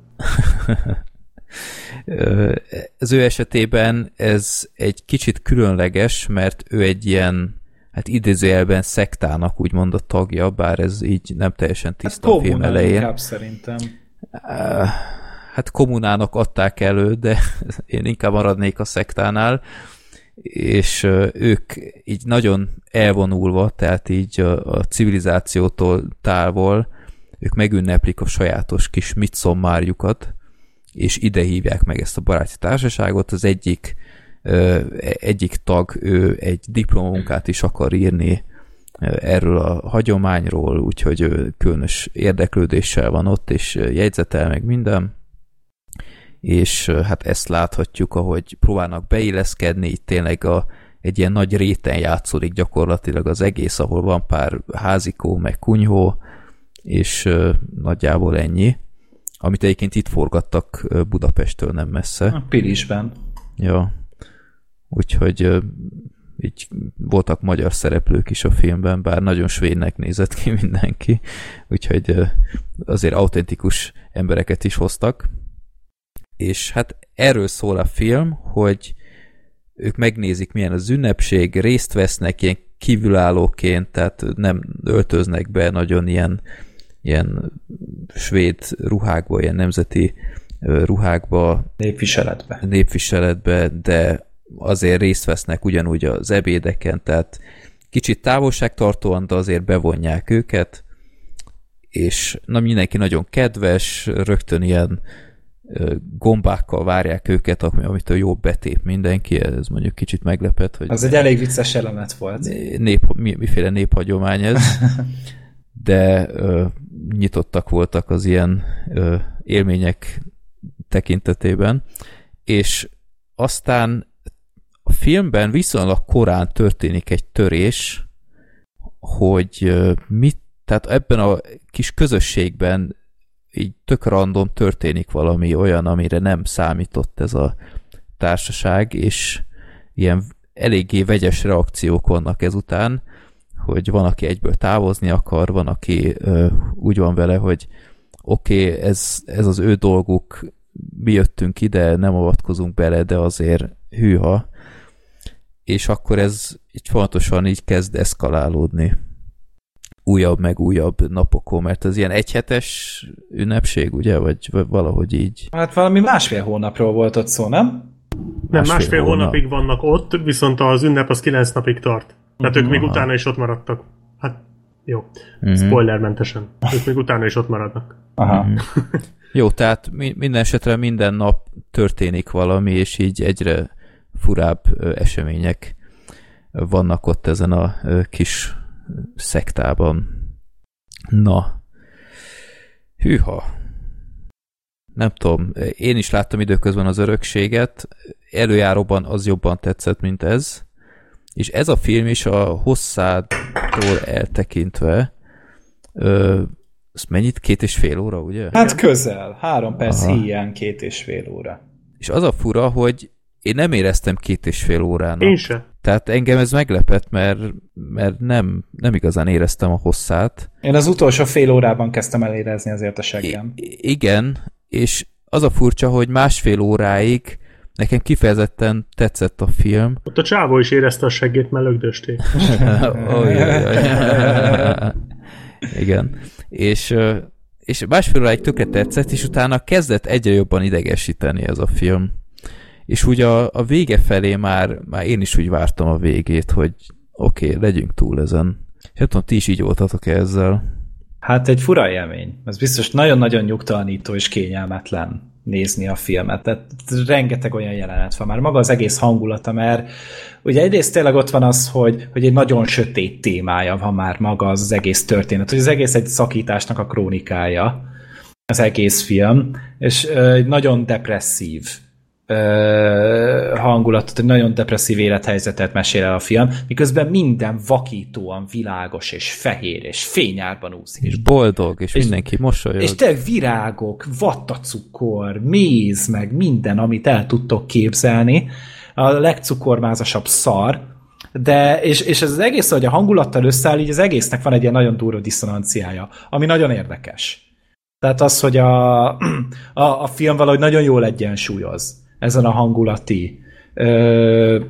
Az ő esetében ez egy kicsit különleges, mert ő egy ilyen, hát idézőjelben szektának úgymond a tagja, bár ez így nem teljesen tiszta a film elején. Inkább szerintem. Hát kommunának adták elő, de én inkább maradnék a szektánál, és ők így nagyon elvonulva, tehát így a, a civilizációtól távol, ők megünneplik a sajátos kis Midsommarjukat, és ide hívják meg ezt a baráti társaságot. Az egyik, egyik tag, ő egy diplomamunkát is akar írni erről a hagyományról, úgyhogy ő különös érdeklődéssel van ott, és jegyzetel meg minden. És hát ezt láthatjuk, ahogy próbálnak beilleszkedni, itt tényleg a, egy ilyen nagy réten játszódik gyakorlatilag az egész, ahol van pár házikó, meg kunyhó, és uh, nagyjából ennyi. Amit egyébként itt forgattak uh, Budapesttől nem messze. A Pilisben. Ja. Úgyhogy uh, így voltak magyar szereplők is a filmben, bár nagyon svédnek nézett ki mindenki. Úgyhogy uh, azért autentikus embereket is hoztak. És hát erről szól a film, hogy ők megnézik, milyen az ünnepség, részt vesznek ilyen kívülállóként, tehát nem öltöznek be nagyon ilyen, ilyen svéd ruhákba, ilyen nemzeti ruhákba. Népviseletbe. Népviseletbe, de azért részt vesznek ugyanúgy az ebédeken, tehát kicsit távolságtartóan, de azért bevonják őket, és na, mindenki nagyon kedves, rögtön ilyen gombákkal várják őket, amitől jobb betép mindenki, ez mondjuk kicsit meglepett. Hogy az egy elég vicces elemet volt. Nép, mi, miféle néphagyomány ez, de ö, nyitottak voltak az ilyen ö, élmények tekintetében, és aztán a filmben viszonylag korán történik egy törés, hogy ö, mit, tehát ebben a kis közösségben így tök random történik valami olyan, amire nem számított ez a társaság, és ilyen eléggé vegyes reakciók vannak ezután, hogy van, aki egyből távozni akar, van, aki ö, úgy van vele, hogy oké, okay, ez, ez az ő dolguk, mi jöttünk ide, nem avatkozunk bele, de azért hűha. És akkor ez így fontosan így kezd eszkalálódni. Újabb meg újabb napokon, mert ez ilyen egyhetes ünnepség, ugye? Vagy valahogy így. Hát valami másfél hónapról volt ott szó, nem? Nem, másfél, másfél hónap. hónapig vannak ott, viszont az ünnep az kilenc napig tart. Tehát uh-huh. ők még utána is ott maradtak. Hát jó, uh-huh. spoilermentesen. Ők még utána is ott maradnak. Aha. Uh-huh. Jó, tehát minden esetre minden nap történik valami, és így egyre furább események vannak ott ezen a kis szektában. Na. Hűha. Nem tudom, én is láttam időközben az Örökséget, előjáróban az jobban tetszett, mint ez, és ez a film is a hosszától eltekintve ö, azt mennyit? Két és fél óra, ugye? Hát közel. Három perc híján két és fél óra. És az a fura, hogy én nem éreztem két és fél órának. Én se. Tehát engem ez meglepett, mert, mert nem, nem igazán éreztem a hosszát. Én az utolsó fél órában kezdtem el érezni azért a seggem. I- igen, és az a furcsa, hogy másfél óráig nekem kifejezetten tetszett a film. Ott a csávó is érezte a seggét, mert lögdösték. Igen. És, és másfél óráig tökre tetszett, és utána kezdett egyre jobban idegesíteni ez a film. És úgy a, a vége felé már, már én is úgy vártam a végét, hogy oké, okay, legyünk túl ezen. És hát ti is így voltatok ezzel. Hát egy fura élmény. Ez biztos nagyon-nagyon nyugtalanító és kényelmetlen. nézni a filmet. Tehát rengeteg olyan jelenet van már. Maga az egész hangulata, mert ugye egyrészt tényleg ott van az, hogy, hogy egy nagyon sötét témája van már maga az, az egész történet. Hogy az egész egy szakításnak a krónikája, az egész film, és egy nagyon depresszív hangulatot, egy nagyon depresszív élethelyzetet mesél el a film, miközben minden vakítóan világos, és fehér, és fényárban úszik. És boldog, és, és mindenki mosolyog. És tényleg virágok, vattacukor, méz, meg minden, amit el tudtok képzelni. A legcukormázasabb szar, de, és, és ez az egész, hogy a hangulattal összeáll, így az egésznek van egy ilyen nagyon durva diszonanciája, ami nagyon érdekes. Tehát az, hogy a, a, a film valahogy nagyon jól egyensúlyoz ezen a hangulati ö,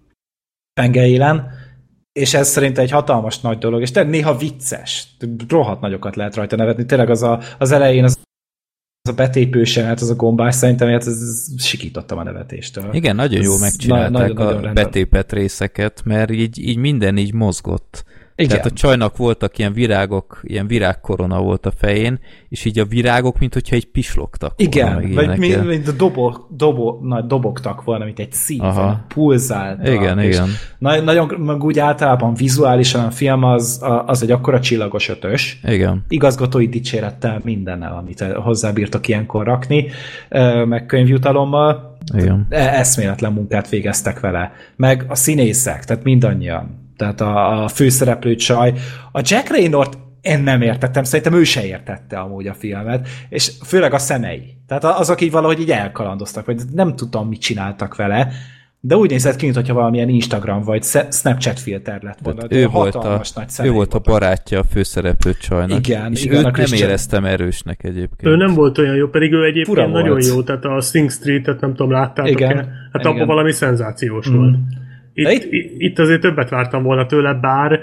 pengeilen, és ez szerintem egy hatalmas nagy dolog, és tényleg néha vicces, rohadt nagyokat lehet rajta nevetni, tényleg az, a, az elején az, az a betépős jelenet, az a gombás, szerintem ez, ez sikítottam a nevetéstől. Igen, nagyon jól megcsinálták na, a betépett részeket, mert így, így minden így mozgott. Igen. Tehát a csajnak voltak ilyen virágok, ilyen virágkorona volt a fején, és így a virágok, mint hogyha egy pislogtak volna. Igen, vagy mint, mint a dobok, dobok, na, dobogtak volna, mint egy szív, pulzáltak. Igen, igen. Na, nagyon, meg úgy általában vizuálisan a film az, az egy akkora csillagos ötös. Igen. Igazgatói dicsérettel mindennel, amit hozzábírtak ilyenkor rakni, meg könyvjutalommal. Igen. Eszméletlen munkát végeztek vele. Meg a színészek, tehát mindannyian. Tehát a, a főszereplő csaj. A Jack Raynort én nem értettem, szerintem ő se értette amúgy a filmet, és főleg a szemei. Tehát azok így valahogy így elkalandoztak, vagy nem tudom, mit csináltak vele, de úgy nézett ki, mintha valamilyen Instagram vagy Snapchat filter lett volna. Ő volt, a, ő volt a barátja a főszereplő csajnak. Igen, és igen, őt nem éreztem erősnek egyébként. Ő nem volt olyan jó, pedig ő egyébként Fura nagyon volt. jó, tehát a Sing Street-et nem tudom, láttátok-e? Hát abban valami szenzációs mm. volt. Itt, itt? itt azért többet vártam volna tőle, bár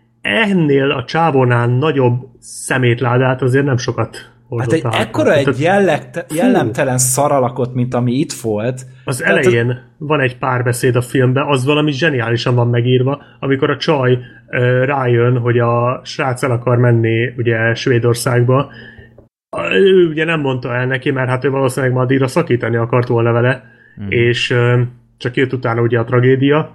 ennél a csávónál nagyobb szemétládát azért nem sokat hát egy ekkora egy jellegte, jellemtelen szaralakot, mint ami itt volt. Az elején az... van egy párbeszéd a filmben, az valami zseniálisan van megírva, amikor a csaj uh, rájön, hogy a srác el akar menni ugye Svédországba. Ő ugye nem mondta el neki, mert hát ő valószínűleg ma addigra szakítani akart volna vele, mm. és uh, csak jött utána ugye a tragédia,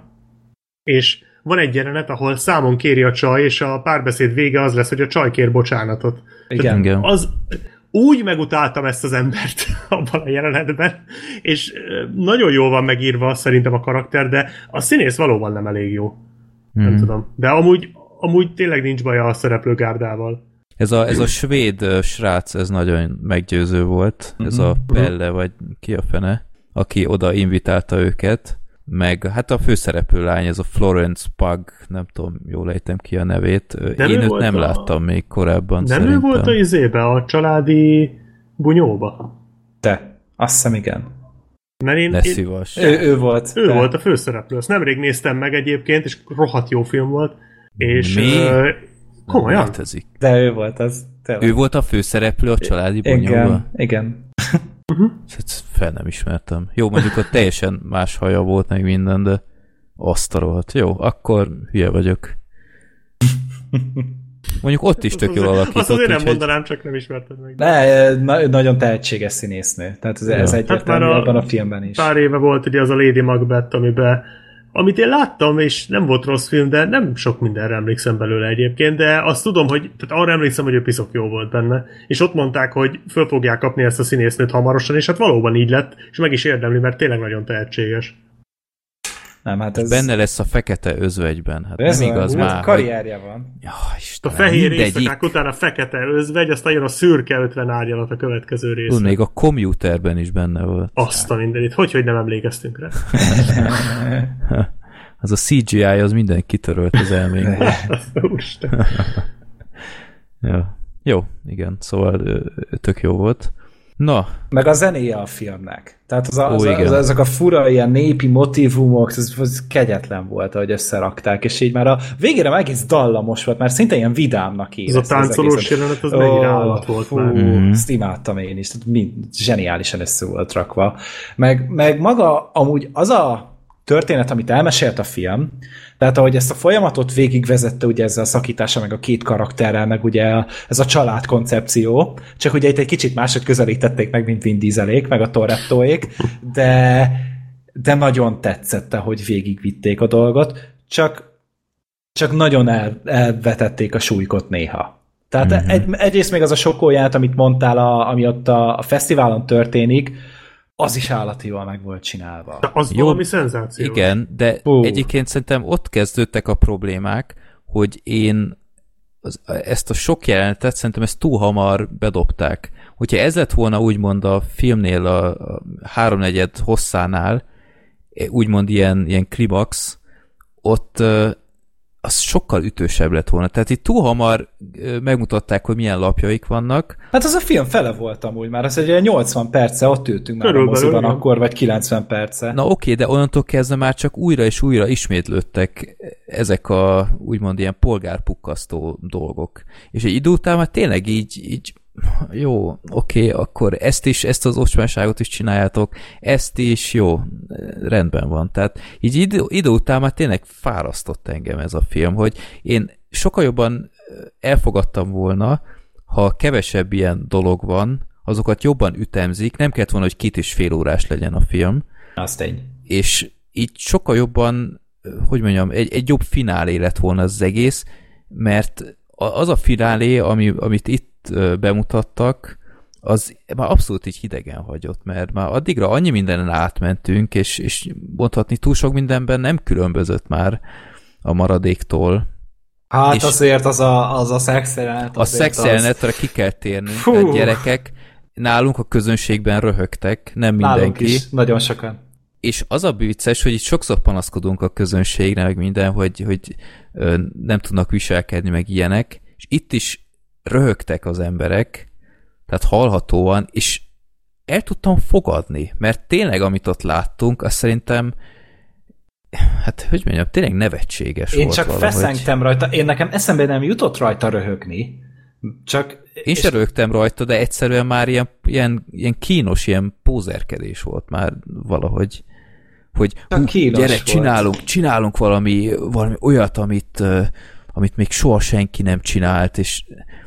és van egy jelenet, ahol számon kéri a csaj, és a párbeszéd vége az lesz, hogy a csaj kér bocsánatot. Igen. Tehát az, úgy megutáltam ezt az embert abban a jelenetben, és nagyon jól van megírva szerintem a karakter, de a színész valóban nem elég jó. Mm. Nem tudom. De amúgy, amúgy tényleg nincs baja a szereplőgárdával. Ez a, ez a svéd srác, ez nagyon meggyőző volt. Mm-hmm. Ez a Pelle, vagy ki a fene, aki oda invitálta őket, meg hát a főszereplő lány, ez a Florence Pugh, nem tudom, jól ejtem ki a nevét. Nem Én őt nem a... láttam még korábban. Nem szerintem. Ő volt a izébe, a családi bunyóba? Te, azt hiszem igen. Mert én, ne én... szívas. Ő, ő volt. Ő te. volt a főszereplő. Azt nemrég néztem meg egyébként, és rohadt jó film volt. És Mi? Uh, komolyan? De ő volt az. Tényleg. Ő volt a főszereplő a családi bunyóba? Igen, igen. Uh-huh. Ezt fel nem ismertem. Jó, mondjuk ott teljesen más haja volt meg minden, de azt a rohadt. Jó, akkor hülye vagyok. Mondjuk ott is tök jól alakított. Azt azért nem mondanám, csak nem ismerted meg. De na- nagyon tehetséges színésznő. Tehát ez, ez egyértelmű hát abban a filmben is. Pár éve volt ugye az a Lady Macbeth, amiben amit én láttam, és nem volt rossz film, de nem sok mindenre emlékszem belőle egyébként, de azt tudom, hogy tehát arra emlékszem, hogy ő piszok jó volt benne. És ott mondták, hogy föl fogják kapni ezt a színésznőt hamarosan, és hát valóban így lett, és meg is érdemli, mert tényleg nagyon tehetséges. Nem, hát ez... Benne lesz a fekete özvegyben. Hát ez nem igaz a, már. Karrierje van. Ja, Istenem, a fehér mindegyik... éjszakák után a fekete özvegy, aztán jön a szürke ötven árnyalat a következő rész. Tud, még a Commuterben is benne volt. Azt a mindenit. Hogy, hogy nem emlékeztünk rá? Az a cé gé í az minden kitörölt az elménkből. Ja. Jó, igen, szóval tök jó volt. Na. Meg a zenéje a filmnek. Tehát az a, az Ó, a, az, azok a fura ilyen népi motivumok, ez, ez kegyetlen volt, ahogy összerakták, és így már a végére már egész dallamos volt, már szinte ilyen vidámnak érezte. Ez a táncolós jelenet, az oh, mennyire állat volt fú, már. Mm-hmm. Ezt imádtam én is, tehát mind zseniálisan össze volt rakva. Meg, meg maga amúgy az a történet, amit elmesélt a film, tehát ahogy ezt a folyamatot végigvezette ugye ezzel a szakítása, meg a két karakterrel, meg ugye ez a család koncepció, csak ugye itt egy kicsit máshogy közelítették meg, mint Vin Dieselék, meg a Torettoék, de, de nagyon tetszett, hogy végigvitték a dolgot, csak, csak nagyon el, elvetették a súlykot néha. Tehát mm-hmm. egy, egyrészt még az a sokkolját, amit mondtál, a, ami ott a, a fesztiválon történik, az is állati jól meg volt csinálva. De az jó, valami szenzáció. Igen, de uh. egyébként szerintem ott kezdődtek a problémák, hogy én az, ezt a sok jelenetet szerintem ezt túl hamar bedobták. Hogyha ez lett volna úgymond a filmnél a, a háromnegyed hosszánál, úgymond ilyen, ilyen klimax, ott az sokkal ütősebb lett volna. Tehát itt túl hamar megmutatták, hogy milyen lapjaik vannak. Hát az a film fele volt amúgy már, az egy nyolcvan perce, ott ültünk már a moziban akkor, vagy kilencven perce. Na oké, de onnantól kezdve már csak újra és újra ismétlődtek ezek a úgymond ilyen polgárpukkasztó dolgok. És egy idő után már tényleg így, így jó, oké, akkor ezt is, ezt az ocsmánságot is csináljátok, ezt is, jó, rendben van. Tehát így idő, idő után már tényleg fárasztott engem ez a film, hogy én sokkal jobban elfogadtam volna, ha kevesebb ilyen dolog van, azokat jobban ütemzik, nem kellett volna, hogy két és fél órás legyen a film. Azt tény. És így sokkal jobban, hogy mondjam, egy, egy jobb finálé lett volna az egész, mert az a finálé, ami, amit itt bemutattak, az már abszolút így hidegen hagyott, mert már addigra annyi mindenen átmentünk, és, és mondhatni túl sok mindenben nem különbözött már a maradéktól. Hát és azért az a, az a szexjelenet. A szexjelenetre az... ki kell térni. A gyerekek nálunk a közönségben röhögtek, nem mindenki. Nálunk is, nagyon sokan. És az a vicces, hogy itt sokszor panaszkodunk a közönségre, meg minden, hogy, hogy ö, nem tudnak viselkedni, meg ilyenek, és itt is röhögtek az emberek, tehát hallhatóan, és el tudtam fogadni, mert tényleg, amit ott láttunk, azt szerintem hát, hogy mondjam, tényleg nevetséges én volt csak valahogy. feszengtem rajta, én nekem eszembe nem jutott rajta röhögni, csak... Én sem röhögtem rajta, de egyszerűen már ilyen, ilyen, ilyen kínos, ilyen pózerkedés volt már valahogy, hogy hú, gyerek, csinálunk, csinálunk valami, valami olyat, amit, uh, amit még soha senki nem csinált, és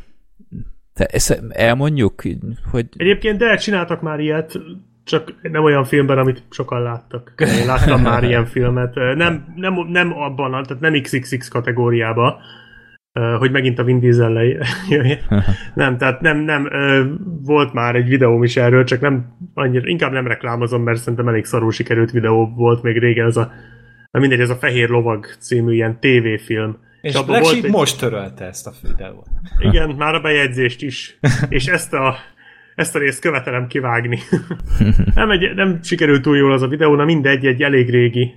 te ezt elmondjuk, hogy... Egyébként de csináltak már ilyet, csak nem olyan filmben, amit sokan láttak. Én láttam már ilyen filmet. Nem, nem, nem abban, tehát nem iksz iksz iksz kategóriába, hogy megint a Vin Diesel jöjjön. Nem, tehát nem, nem, volt már egy videóm is erről, csak nem annyira, inkább nem reklámozom, mert szerintem elég szarul sikerült videó volt még régen, ez a, mindegy, ez a Fehér Lovag című ilyen tévéfilm. És, és Black Sheep egy... most törölte ezt a videót. Igen, már a bejegyzést is. És ezt a, ezt a részt követelem kivágni. nem, egy, nem sikerült túl jól az a videó, na mindegy, egy elég régi,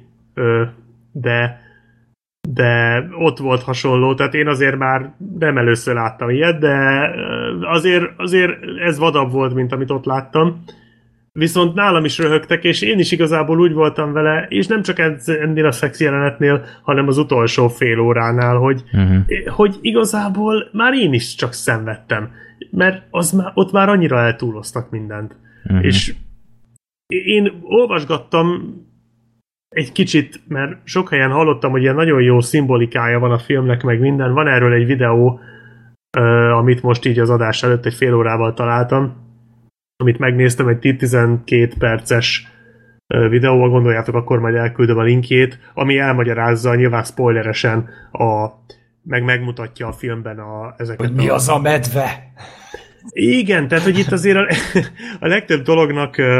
de, de ott volt hasonló, tehát én azért már nem először láttam ilyet, de azért, azért ez vadabb volt, mint amit ott láttam. Viszont nálam is röhögtek, és én is igazából úgy voltam vele, és nem csak ennél a szex jelenetnél, hanem az utolsó fél óránál, hogy, uh-huh. hogy igazából már én is csak szenvedtem, mert az már, ott már annyira eltúloztak mindent. Uh-huh. És én olvasgattam egy kicsit, mert sok helyen hallottam, hogy ilyen nagyon jó szimbolikája van a filmnek, meg minden. Van erről egy videó, amit most így az adás előtt egy fél órával találtam, amit megnéztem, egy tizenkét perces videóval, gondoljátok, akkor majd elküldöm a linkjét, ami elmagyarázza nyilván spoileresen, a, meg megmutatja a filmben a, ezeket. Hogy mi a... az a medve? Igen, tehát, hogy itt azért a, a legtöbb dolognak uh,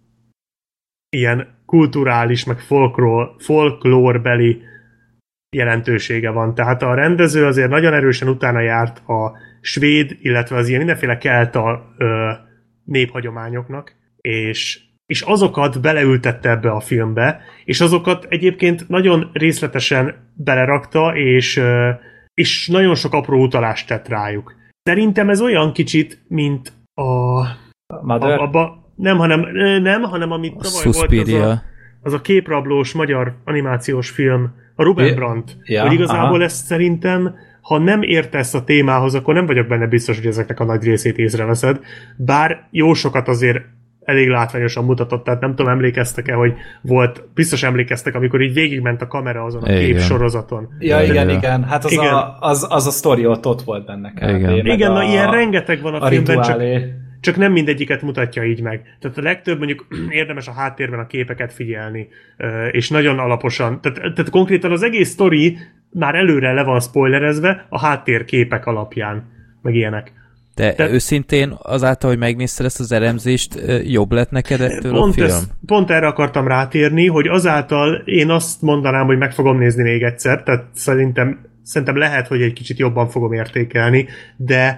ilyen kulturális, meg folklórbeli jelentősége van. Tehát a rendező azért nagyon erősen utána járt a svéd, illetve az ilyen mindenféle kelta uh, néphagyományoknak, és, és azokat beleültette ebbe a filmbe, és azokat egyébként nagyon részletesen belerakta, és, és nagyon sok apró utalást tett rájuk. Szerintem ez olyan kicsit, mint a... Mother? A, abba, nem, hanem, nem, hanem amit tavaly volt az a, az a képrablós magyar animációs film, a Ruben Brandt, ja, hogy igazából aha. ezt szerintem ha nem értesz a témához, akkor nem vagyok benne biztos, hogy ezeknek a nagy részét észreveszed, bár jó sokat azért elég látványosan mutatott, tehát nem tudom, emlékeztek-e, hogy volt, biztos emlékeztek, amikor így végigment a kamera azon a képsorozaton. Ja, igen, igen, igen. Hát az, igen. A, az, az a sztori ott, ott volt benne. Igen, igen a, na ilyen rengeteg van a, a filmben, csak, csak nem mindegyiket mutatja így meg. Tehát a legtöbb mondjuk érdemes a háttérben a képeket figyelni, és nagyon alaposan, tehát, tehát konkrétan az egész sztori már előre le van spoilerezve a háttérképek alapján, meg ilyenek. De Te, őszintén azáltal, hogy megnézted ezt az elemzést, jobb lett neked ettől pont a film? Ez, pont erre akartam rátérni, hogy azáltal én azt mondanám, hogy meg fogom nézni még egyszer, tehát szerintem, szerintem lehet, hogy egy kicsit jobban fogom értékelni, de,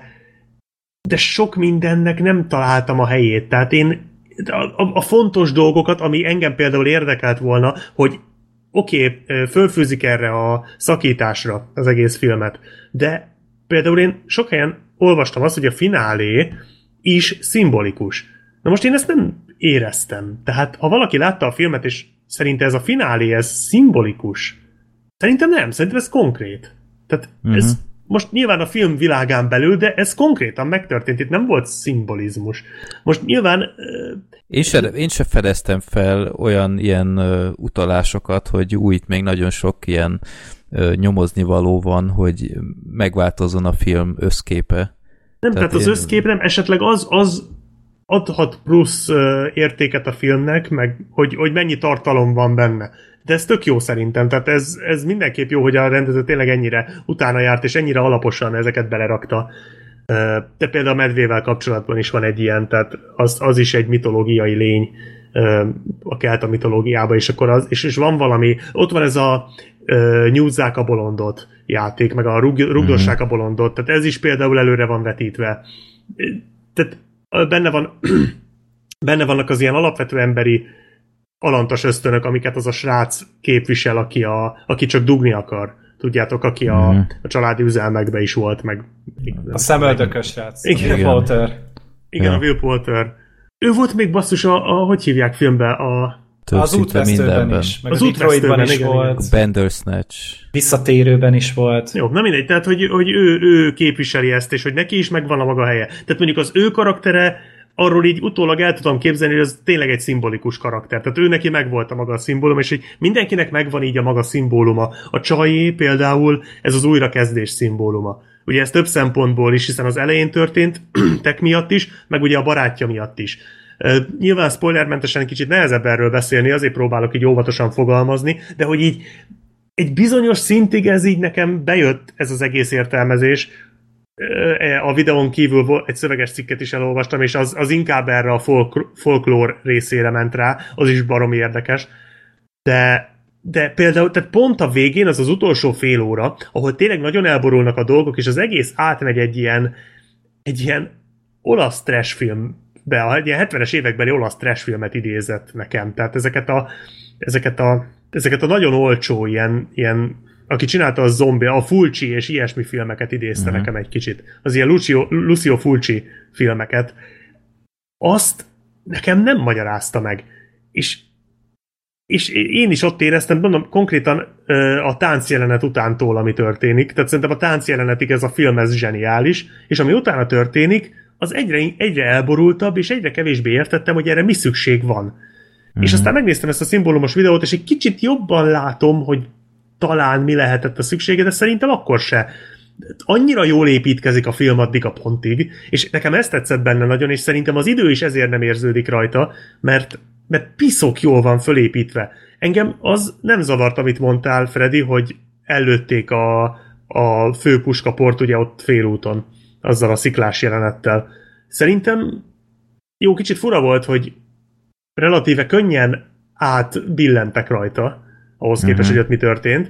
de sok mindennek nem találtam a helyét. Tehát én a, a, a fontos dolgokat, ami engem például érdekelt volna, hogy oké, okay, fölfűzik erre a szakításra az egész filmet, de például én sok helyen olvastam azt, hogy a finálé is szimbolikus. Na most én ezt nem éreztem. Tehát ha valaki látta a filmet, és szerinte ez a finálé, ez szimbolikus, szerintem nem, szerintem ez konkrét. Tehát uh-huh. ez most nyilván a film világán belül, de ez konkrétan megtörtént, itt nem volt szimbolizmus. Most nyilván... Uh, én, se, én se fedeztem fel olyan ilyen uh, utalásokat, hogy új, itt még nagyon sok ilyen nyomozni való van, hogy megváltozzon a film összképe. Nem, tehát, tehát az én... összkép nem, esetleg az, az adhat plusz értéket a filmnek, meg hogy, hogy mennyi tartalom van benne. De ez tök jó szerintem, tehát ez, ez mindenképp jó, hogy a rendező tényleg ennyire utána járt, és ennyire alaposan ezeket belerakta. De például a medvével kapcsolatban is van egy ilyen, tehát az, az is egy mitológiai lény a kelta mitológiában, és akkor az, és, és van valami, ott van ez a uh, nyúzzák a bolondot játék, meg a rug, rugdossák a bolondot, tehát ez is például előre van vetítve. Tehát benne van benne vannak az ilyen alapvető emberi alantas ösztönök, amiket az a srác képvisel, aki, a, aki csak dugni akar. Tudjátok, aki a, a családi üzelmekben is volt, meg... A szemöldökös srác. Igen, Will Poulter. Igen, ja. a Will Poulter. Ő volt még basszus, a, a hogy hívják filmben? A... Az útvesztőben is. Meg az útvesztőben is igen, volt. A Bandersnatch. Visszatérőben is volt. Jó, na mindegy, tehát hogy, hogy ő, ő képviseli ezt, és hogy neki is megvan a maga helye. Tehát mondjuk az ő karaktere, arról így utólag el tudom képzelni, hogy ez tényleg egy szimbolikus karakter. Tehát ő neki megvolt a maga szimbóluma, és hogy mindenkinek megvan így a maga szimbóluma. A csajé például ez az újrakezdés szimbóluma. Ugye ez több szempontból is, hiszen az elején történt, tek miatt is, meg ugye a barátja miatt is. Uh, nyilván spoilermentesen kicsit nehezebb erről beszélni, azért próbálok így óvatosan fogalmazni, de hogy így egy bizonyos szintig ez így nekem bejött, ez az egész értelmezés. Uh, a videón kívül egy szöveges cikket is elolvastam, és az, az inkább erre a folk, folklór részére ment rá, az is baromi érdekes. De, de például, tehát pont a végén, az az utolsó fél óra, ahol tényleg nagyon elborulnak a dolgok, és az egész átmegy egy ilyen, egy ilyen olasz trash film, be, egy ilyen hetvenes évekbeli olasz trash filmet idézett nekem. Tehát ezeket a, ezeket a, ezeket a nagyon olcsó ilyen, ilyen, aki csinálta a zombi, a Fulci és ilyesmi filmeket idézte uh-huh. nekem egy kicsit. Az ilyen Lucio, Lucio Fulci filmeket. Azt nekem nem magyarázta meg. És, és én is ott éreztem, mondom, konkrétan a táncjelenet utántól, ami történik. Tehát szerintem a táncjelenetig ez a film, ez zseniális, és ami utána történik, az egyre, egyre elborultabb, és egyre kevésbé értettem, hogy erre mi szükség van. Mm-hmm. És aztán megnéztem ezt a szimbólumos videót, és egy kicsit jobban látom, hogy talán mi lehetett a szüksége, de szerintem akkor se. Annyira jól építkezik a film addig a pontig, és nekem ezt tetszett benne nagyon, és szerintem az idő is ezért nem érződik rajta, mert, mert piszok jól van fölépítve. Engem az nem zavart, amit mondtál, Freddy, hogy ellőtték a, a főpuskaport ugye ott félúton, azzal a sziklás jelenettel. Szerintem jó, kicsit fura volt, hogy relatíve könnyen átbillentek rajta, ahhoz képest, uh-huh. hogy ott mi történt,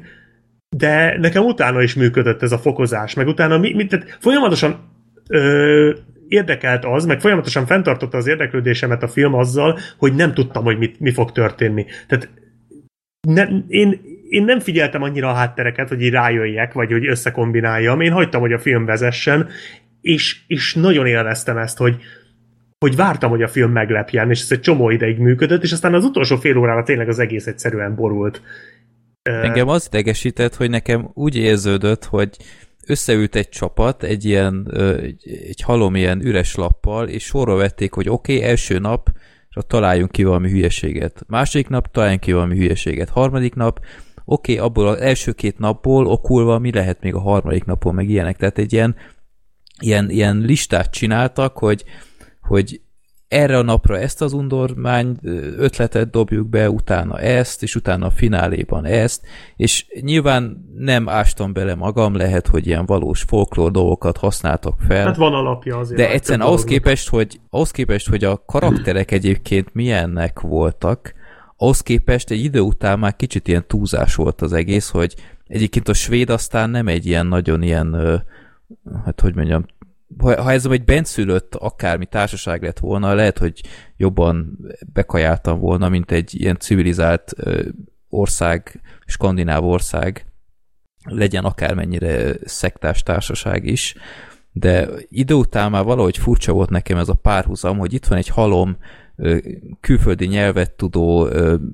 de nekem utána is működött ez a fokozás, meg utána mi, mi, tehát folyamatosan ö, érdekelt az, meg folyamatosan fenntartotta az érdeklődésemet a film azzal, hogy nem tudtam, hogy mit, mi fog történni. Tehát ne, én, én nem figyeltem annyira a háttereket, hogy így rájöjjek, vagy hogy összekombináljam. Én hagytam, hogy a film vezessen, és, és nagyon élveztem ezt, hogy, hogy vártam, hogy a film meglepjen, és ez egy csomó ideig működött, és aztán az utolsó fél órára tényleg az egész egyszerűen borult. Engem az idegesített, hogy nekem úgy érződött, hogy összeült egy csapat egy ilyen, egy halom ilyen üres lappal, és sorra vették, hogy oké, okay, első napra és ott találjunk ki valami hülyeséget. Második nap találjunk ki valami hülyeséget. Harmadik nap, oké, okay, abból az első két napból okulva mi lehet még a harmadik napon, meg ilyenek. Tehát egy ilyen, ilyen, ilyen listát csináltak, hogy, hogy erre a napra ezt az undormány ötletet dobjuk be, utána ezt, és utána a fináléban ezt, és nyilván nem ástam bele magam, lehet, hogy ilyen valós folklór dolgokat használtak fel. Hát van alapja azért. De egyszerűen ahhoz képest, hogy, ahhoz képest, hogy a karakterek egyébként milyennek voltak, ahhoz képest egy idő után már kicsit ilyen túlzás volt az egész, hogy egyébként a svéd aztán nem egy ilyen nagyon ilyen, hát hogy mondjam, ha, ha ez egy benszülött akármi társaság lett volna, lehet, hogy jobban bekajáltam volna, mint egy ilyen civilizált ország, skandináv ország, legyen akármennyire szektás társaság is, de idő után már valahogy furcsa volt nekem ez a párhuzam, hogy itt van egy halom, külföldi nyelvet tudó,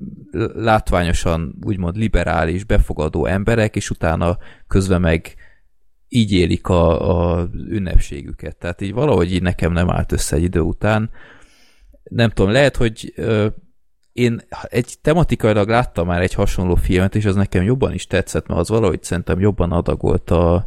látványosan úgymond liberális, befogadó emberek, és utána közben meg így élik a, a ünnepségüket. Tehát így valahogy így nekem nem állt össze egy idő után. Nem tudom, lehet, hogy ö, én egy tematikailag láttam már egy hasonló filmet, és az nekem jobban is tetszett, mert az valahogy szerintem jobban adagolt a,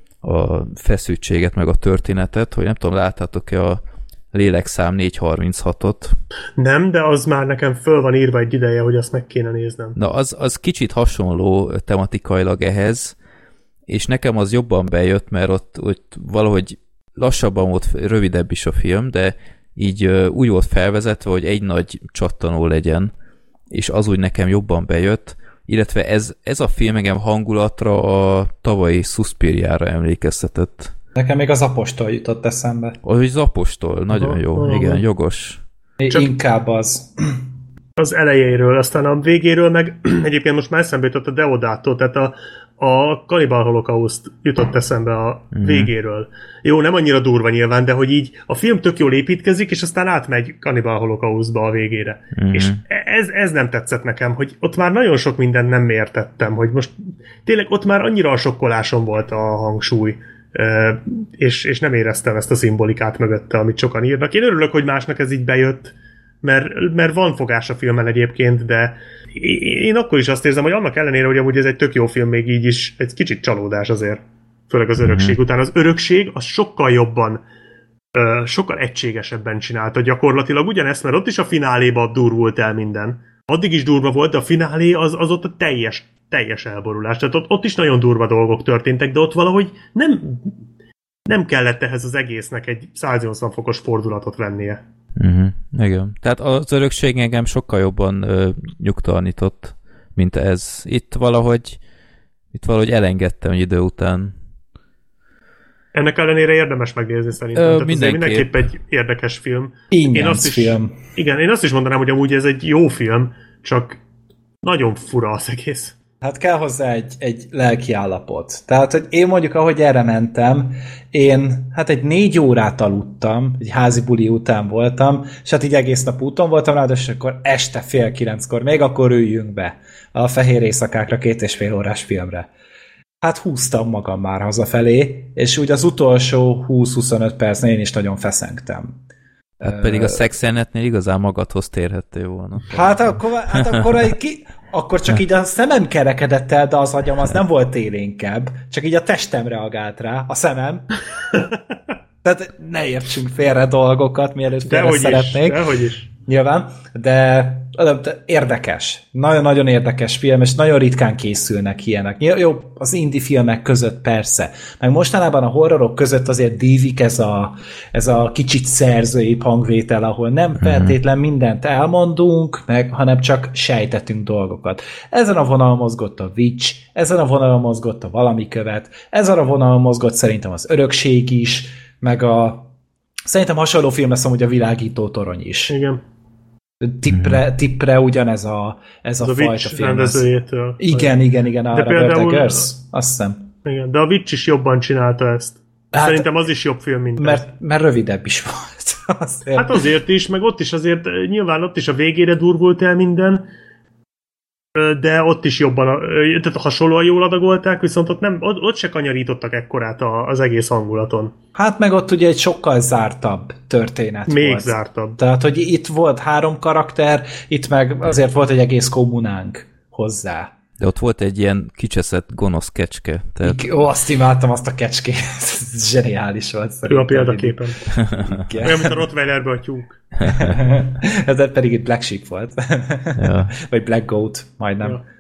a feszültséget, meg a történetet, hogy nem tudom, láttátok-e a Lélekszám négyszázharminchatot? Nem, de az már nekem föl van írva egy ideje, hogy azt meg kéne néznem. Na, az, az kicsit hasonló tematikailag ehhez, és nekem az jobban bejött, mert ott, ott valahogy lassabban volt, rövidebb is a film, de így úgy volt felvezetve, hogy egy nagy csattanó legyen, és az úgy nekem jobban bejött, illetve ez, ez a film engem hangulatra a tavalyi Suspiriára emlékeztetett. Nekem még az Apostol jutott eszembe. Az Apostol, nagyon aha, jó, aha. Igen, jogos. Csak inkább az. Az elejéről, aztán a végéről meg egyébként most már eszembe jutott a Deodától, tehát a, a Cannibal Holocaust jutott eszembe a mm-hmm. végéről. Jó, nem annyira durva nyilván, de hogy így a film tök jól építkezik, és aztán átmegy Cannibal Holocaustba a végére. Mm-hmm. És ez, ez nem tetszett nekem, hogy ott már nagyon sok mindent nem értettem, hogy most tényleg ott már annyira a sokkoláson volt a hangsúly, és, és nem éreztem ezt a szimbolikát mögötte, amit sokan írnak. Én örülök, hogy másnak ez így bejött, mert, mert van fogás a filmen egyébként, de én akkor is azt érzem, hogy annak ellenére, hogy amúgy ez egy tök jó film, még így is egy kicsit csalódás azért, főleg az örökség mm-hmm. után. Az örökség az sokkal jobban, sokkal egységesebben csinálta gyakorlatilag ugyanezt, mert ott is a fináléban durvult el minden. Addig is durva volt, de a finálé az, az ott a teljes, teljes elborulás. Tehát ott, ott is nagyon durva dolgok történtek, de ott valahogy nem, nem kellett ehhez az egésznek egy száznyolcvan fokos fordulatot vennie. Uh-huh. Igen. Tehát az örökség engem sokkal jobban ö, nyugtalanított, mint ez. Itt valahogy itt valahogy elengedtem egy idő után. Ennek ellenére érdemes megnézni szerintem. Ö, Tehát mindenképp. mindenképp egy érdekes film. Én azt is, film. Igen, én azt is mondanám, hogy amúgy ez egy jó film, csak nagyon fura az egész. Hát kell hozzá egy, egy lelki állapot. Tehát, hogy én mondjuk, ahogy erre mentem, én hát egy négy órát aludtam, egy házi buli után voltam, és hát így egész nap úton voltam rá, és akkor este fél kilenckor, még akkor üljünk be a Fehér éjszakákra, két és fél órás filmre. Hát húztam magam már hazafelé, és úgy az utolsó húsz-huszonöt percnél én is nagyon feszengtem. Hát pedig a szexelnetnél igazán magadhoz térhettél volna. Hát akkor, hát akkor, ki, akkor csak így a szemem kerekedett el, de az agyam az nem volt élénkebb, csak így a testem reagált rá, a szemem. Tehát ne értsünk félre dolgokat, mielőtt félre szeretnék. Dehogy is. Nyilván, de, de érdekes. Nagyon-nagyon érdekes film, és nagyon ritkán készülnek ilyenek. Jó, az indie filmek között persze. Meg mostanában a horrorok között azért dívik ez a, ez a kicsit szerzői hangvétel, ahol nem feltétlen mindent elmondunk, meg, hanem csak sejtetünk dolgokat. Ezen a vonalon mozgott a Witch, ezen a vonalon mozgott a Valami követ, ezen a vonalon mozgott szerintem az Örökség is, meg a szerintem hasonló film lesz amúgy a Világító torony is. Igen. Tippre, tippre ugyanez a, ez a, a fajta film. Rendezőjétől. Igen, igen, igen, a Robert Eggers, azt hiszem. Igen, de a Witch is jobban csinálta ezt. Hát, szerintem az is jobb film, mint mert, mert rövidebb is volt. Azért. Hát azért is, meg ott is azért, nyilván ott is a végére durvult el minden. de ott is jobban, tehát hasonlóan jól adagolták, viszont ott, nem, ott, ott se kanyarítottak ekkorát az egész hangulaton. Hát meg ott ugye egy sokkal zártabb történet Még volt. zártabb. Tehát, hogy itt volt három karakter, itt meg azért volt egy egész kommunánk hozzá. De ott volt egy ilyen kicseszett gonosz kecske. Tehát... Ó, azt imádtam, azt a kecskét. Zseniális volt. Ő a példaképen. Olyan, mint a Rottweilerben a tyúk. Ez pedig itt Black Sheep volt. Ja. Vagy Black Goat, majdnem. Ja.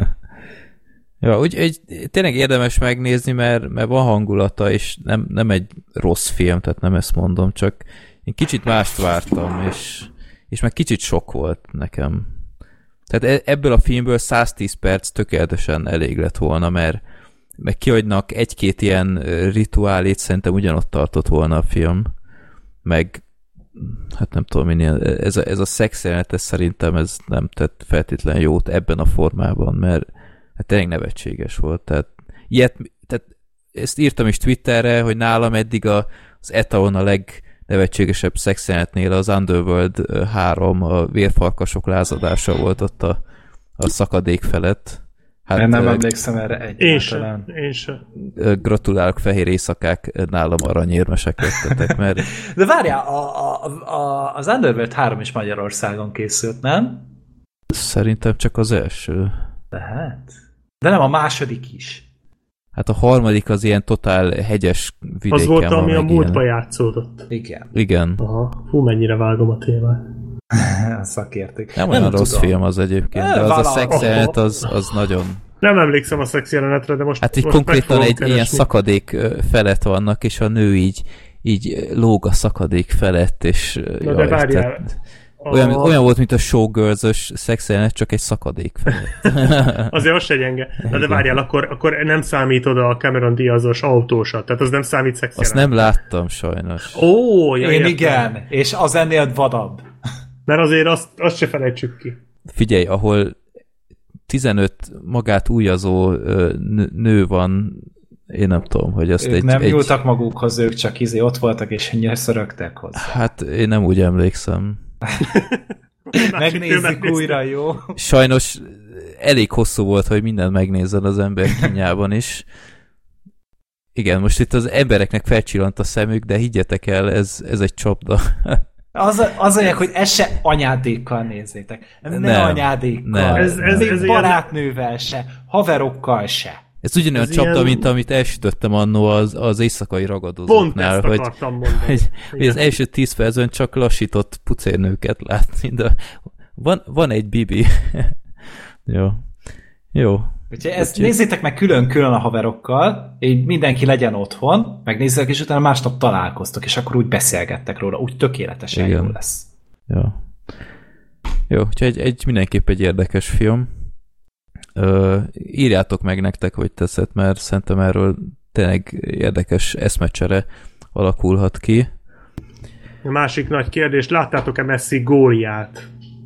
Ja, úgy egy, tényleg érdemes megnézni, mert, mert van hangulata, és nem, nem egy rossz film, tehát nem ezt mondom, csak én kicsit mást vártam, és, és meg kicsit sok volt nekem. Tehát ebből a filmből száztíz perc tökéletesen elég lett volna, mert meg kihagynak egy-két ilyen rituálét, szerintem ugyanott tartott volna a film, meg hát nem tudom, minél, ez a, ez a szexjelenet, ez szerintem ez nem tett feltétlen jót ebben a formában, mert hát tényleg nevetséges volt, tehát ilyet, tehát ezt írtam is Twitterre, hogy nálam eddig a, az etalon a legnevetségesebb szexjelenetnél az Underworld három, a vérfarkasok lázadása volt ott a, a szakadék felett. Hát, Én nem emlékszem erre egyáltalán. Én sem, én sem. Gratulálok, fehér éjszakák, nálam aranyérmesek lettetek, mert... De várjál, a, a, a, az Underworld három is Magyarországon készült, nem? Szerintem csak az első. Lehet. De nem, a második is. Hát a harmadik az ilyen totál hegyes vidéken az volt, ami a múltba ilyen. játszódott. Igen. Igen. Aha. Hú, mennyire vágom a témát. Szakértük. Nem olyan nem rossz tudom. Film az egyébként, de az a szexjelenet az, az nagyon... Nem emlékszem a szexjelenetre, de most Hát így most konkrétan egy keresni. ilyen szakadék felett vannak, és a nő így, így lóg a szakadék felett, és... Na de várjál. Tehát, olyan, a... olyan volt, mint a showgirls-ös szexjelenet, csak egy szakadék felett. Azért az se gyenge. Na de várjál, akkor, akkor nem számítod a Cameron Diaz-os autósat, tehát az nem számít szexjelenet. Azt nem láttam sajnos. Ó, ja, Én értem. igen, és az ennél vadabb. Mert azért azt, azt se felejtsük ki. Figyelj, ahol tizenöt magát újazó nő van, én nem tudom, hogy azt ők egy... nem egy... nyúltak magukhoz, ők csak izé ott voltak, és nyerszörögtek hozzá. Hát én nem úgy emlékszem. Megnézzük újra, jó? Sajnos elég hosszú volt, hogy mindent megnézzen az ember kínjában is. Igen, most itt az embereknek felcsillant a szemük, de higgyetek el, ez, ez egy csapda. Az, az olyan, hogy ezt se anyádékkal nézzétek. Nem, Nem, anyádékkal. nem. Ez- ez- Még ez barátnővel se. Haverokkal se. Ez ugyanolyan Ez csapda, ilyen- mint amit elsütöttem annó az, az éjszakai Pont ragadozóknál, ezt hogy, akartam mondani. hogy, hogy az Igen. első tíz percben csak lassított pucérnőket látni, de van, van egy bibi. Jó. Jó. Úgyhogy ezt Úgyhogy- nézzétek meg külön-külön a haverokkal, így mindenki legyen otthon, megnézzétek, és utána másnap találkoztok, és akkor úgy beszélgettek róla, úgy tökéletesen Igen. jó lesz. Jó. Jó, úgyhogy egy, egy mindenképp egy érdekes film. Ö, írjátok meg nektek, hogy tetszett, mert szerintem erről tényleg érdekes eszmecsere alakulhat ki. A másik nagy kérdés, láttátok-e Messi gólját?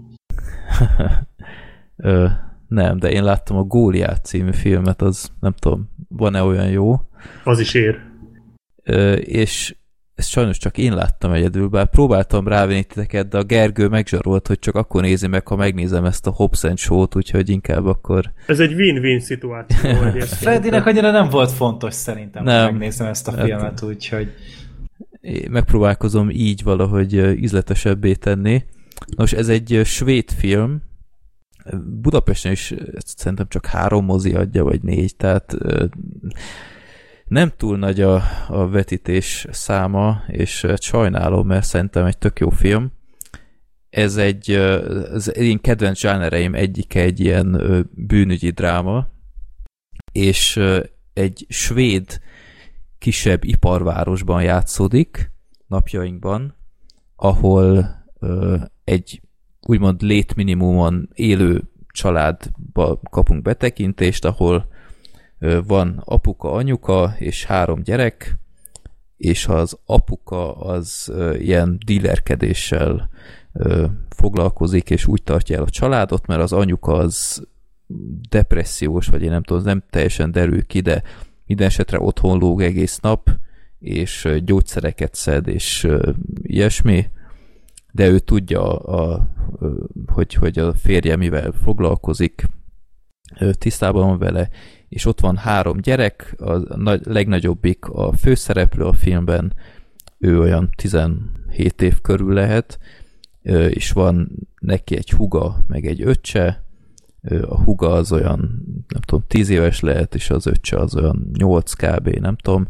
Ö, nem, de én láttam a Góliát című filmet, az nem tudom, van-e olyan jó. Az is ér. Ö, és ezt sajnos csak én láttam egyedül, bár próbáltam rávenni titeket, de a Gergő megzsarolt, hogy csak akkor nézi meg, ha megnézem ezt a Hobbs and Shaw-t, úgyhogy inkább akkor... Ez egy win-win szituáció. egyébként. Freddynek annyira nem volt fontos szerintem, Nem. hogy megnézem ezt a filmet, úgyhogy... Én megpróbálkozom így valahogy ö, ízletesebbé tenni. Nos, ez egy ö, svéd film. Budapesten is ö, szerintem csak három mozi adja, vagy négy, tehát ö, nem túl nagy a, a vetítés száma, és ö, sajnálom, mert szerintem egy tök jó film. Ez egy, ö, az én kedvenc zsánereim egyike egy ilyen ö, bűnügyi dráma, és ö, egy svéd kisebb iparvárosban játszódik napjainkban, ahol ö, egy úgymond létminimumon élő családba kapunk betekintést, ahol ö, van apuka, anyuka és három gyerek, és az apuka az ö, ilyen dílerkedéssel ö, foglalkozik, és úgy tartja el a családot, mert az anyuka az depressziós, vagy én nem tudom, nem teljesen derül ki, de minden esetre otthon lóg egész nap, és gyógyszereket szed, és ilyesmi, de ő tudja, a, a, hogy, hogy a férje mivel foglalkozik, tisztában van vele, és ott van három gyerek, a legnagyobbik a főszereplő a filmben, ő olyan tizenhét év körül lehet, és van neki egy húga, meg egy öccse, a húga az olyan, nem tudom, tíz éves lehet, és az öccse az olyan nyolc kb, nem tudom,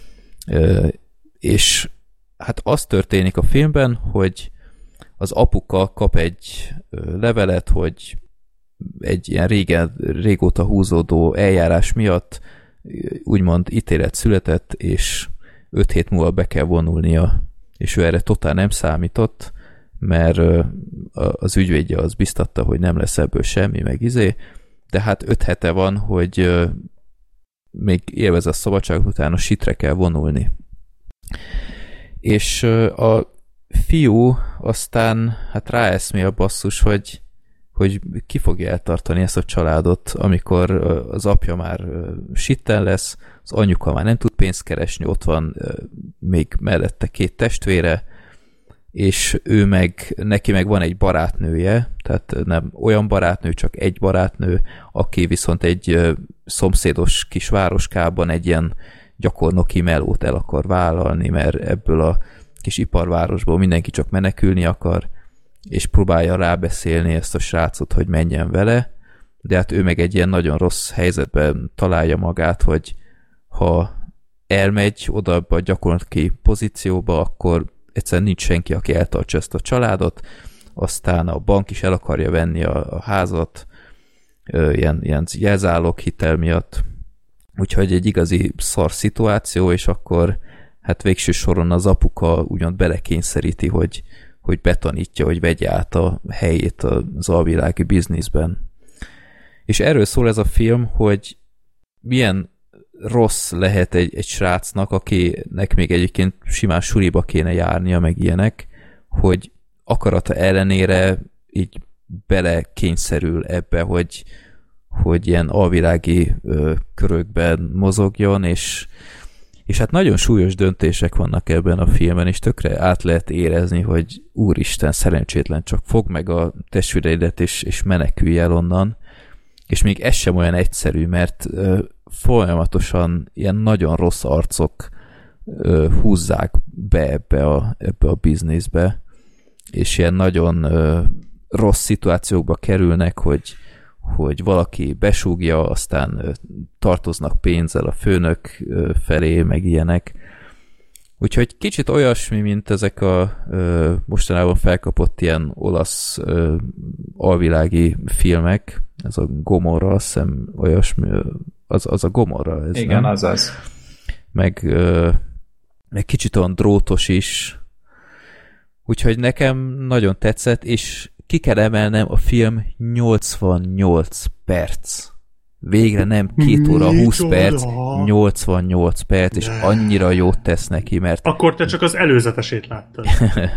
és hát az történik a filmben, hogy az apuka kap egy levelet, hogy egy ilyen régen, régóta húzódó eljárás miatt úgymond ítélet született, és öt hét múlva be kell vonulnia, és ő erre totál nem számított, mert az ügyvédje az biztatta, hogy nem lesz ebből semmi, meg izé, de hát öt hete van, hogy még élvez a szabadságot, utána sitre kell vonulni. És a fiú aztán hát ráeszmél a basszus, hogy, hogy ki fogja eltartani ezt a családot, amikor az apja már sitten lesz, az anyuka már nem tud pénzt keresni, ott van még mellette két testvére, és ő meg, neki meg van egy barátnője, tehát nem olyan barátnő, csak egy barátnő, aki viszont egy szomszédos kis városkában egy ilyen gyakornoki melót el akar vállalni, mert ebből a kis iparvárosból mindenki csak menekülni akar, és próbálja rábeszélni ezt a srácot, hogy menjen vele, de hát ő meg egy ilyen nagyon rossz helyzetben találja magát, hogy ha elmegy oda a gyakornoki pozícióba, akkor egyszerűen nincs senki, aki eltartsa ezt a családot, aztán a bank is el akarja venni a, a házat, ilyen, ilyen jelzálog hitel miatt, úgyhogy egy igazi szar szituáció, és akkor hát végső soron az apuka ugyan belekényszeríti, hogy, hogy betanítja, hogy vegye át a helyét az alvilági bizniszben. És erről szól ez a film, hogy milyen rossz lehet egy, egy srácnak, akinek még egyébként simán suliba kéne járnia, meg ilyenek, hogy akarata ellenére így belekényszerül ebbe, hogy, hogy ilyen alvilági ö, körökben mozogjon, és, és hát nagyon súlyos döntések vannak ebben a filmben, és tökre át lehet érezni, hogy úristen, szerencsétlen, csak fogd meg a testvéreidet, és, és menekülj el onnan, és még ez sem olyan egyszerű, mert ö, folyamatosan ilyen nagyon rossz arcok ö, húzzák be ebbe a, ebbe a bizniszbe, és ilyen nagyon ö, rossz szituációkba kerülnek, hogy, hogy valaki besúgja, aztán ö, tartoznak pénzzel a főnök ö, felé, meg ilyenek. Úgyhogy kicsit olyasmi, mint ezek a ö, mostanában felkapott ilyen olasz ö, alvilági filmek, ez a Gomorra, azt hiszem olyasmi, az, az a Gomorra. Ez, igen, nem? azaz. Meg, ö, meg kicsit olyan drótos is. Úgyhogy nekem nagyon tetszett, és ki kell emelnem, a film nyolcvannyolc perc. Végre nem két óra húsz perc, nyolcvannyolc perc, és annyira jót tesz neki, mert... Akkor te csak az előzetesét láttad.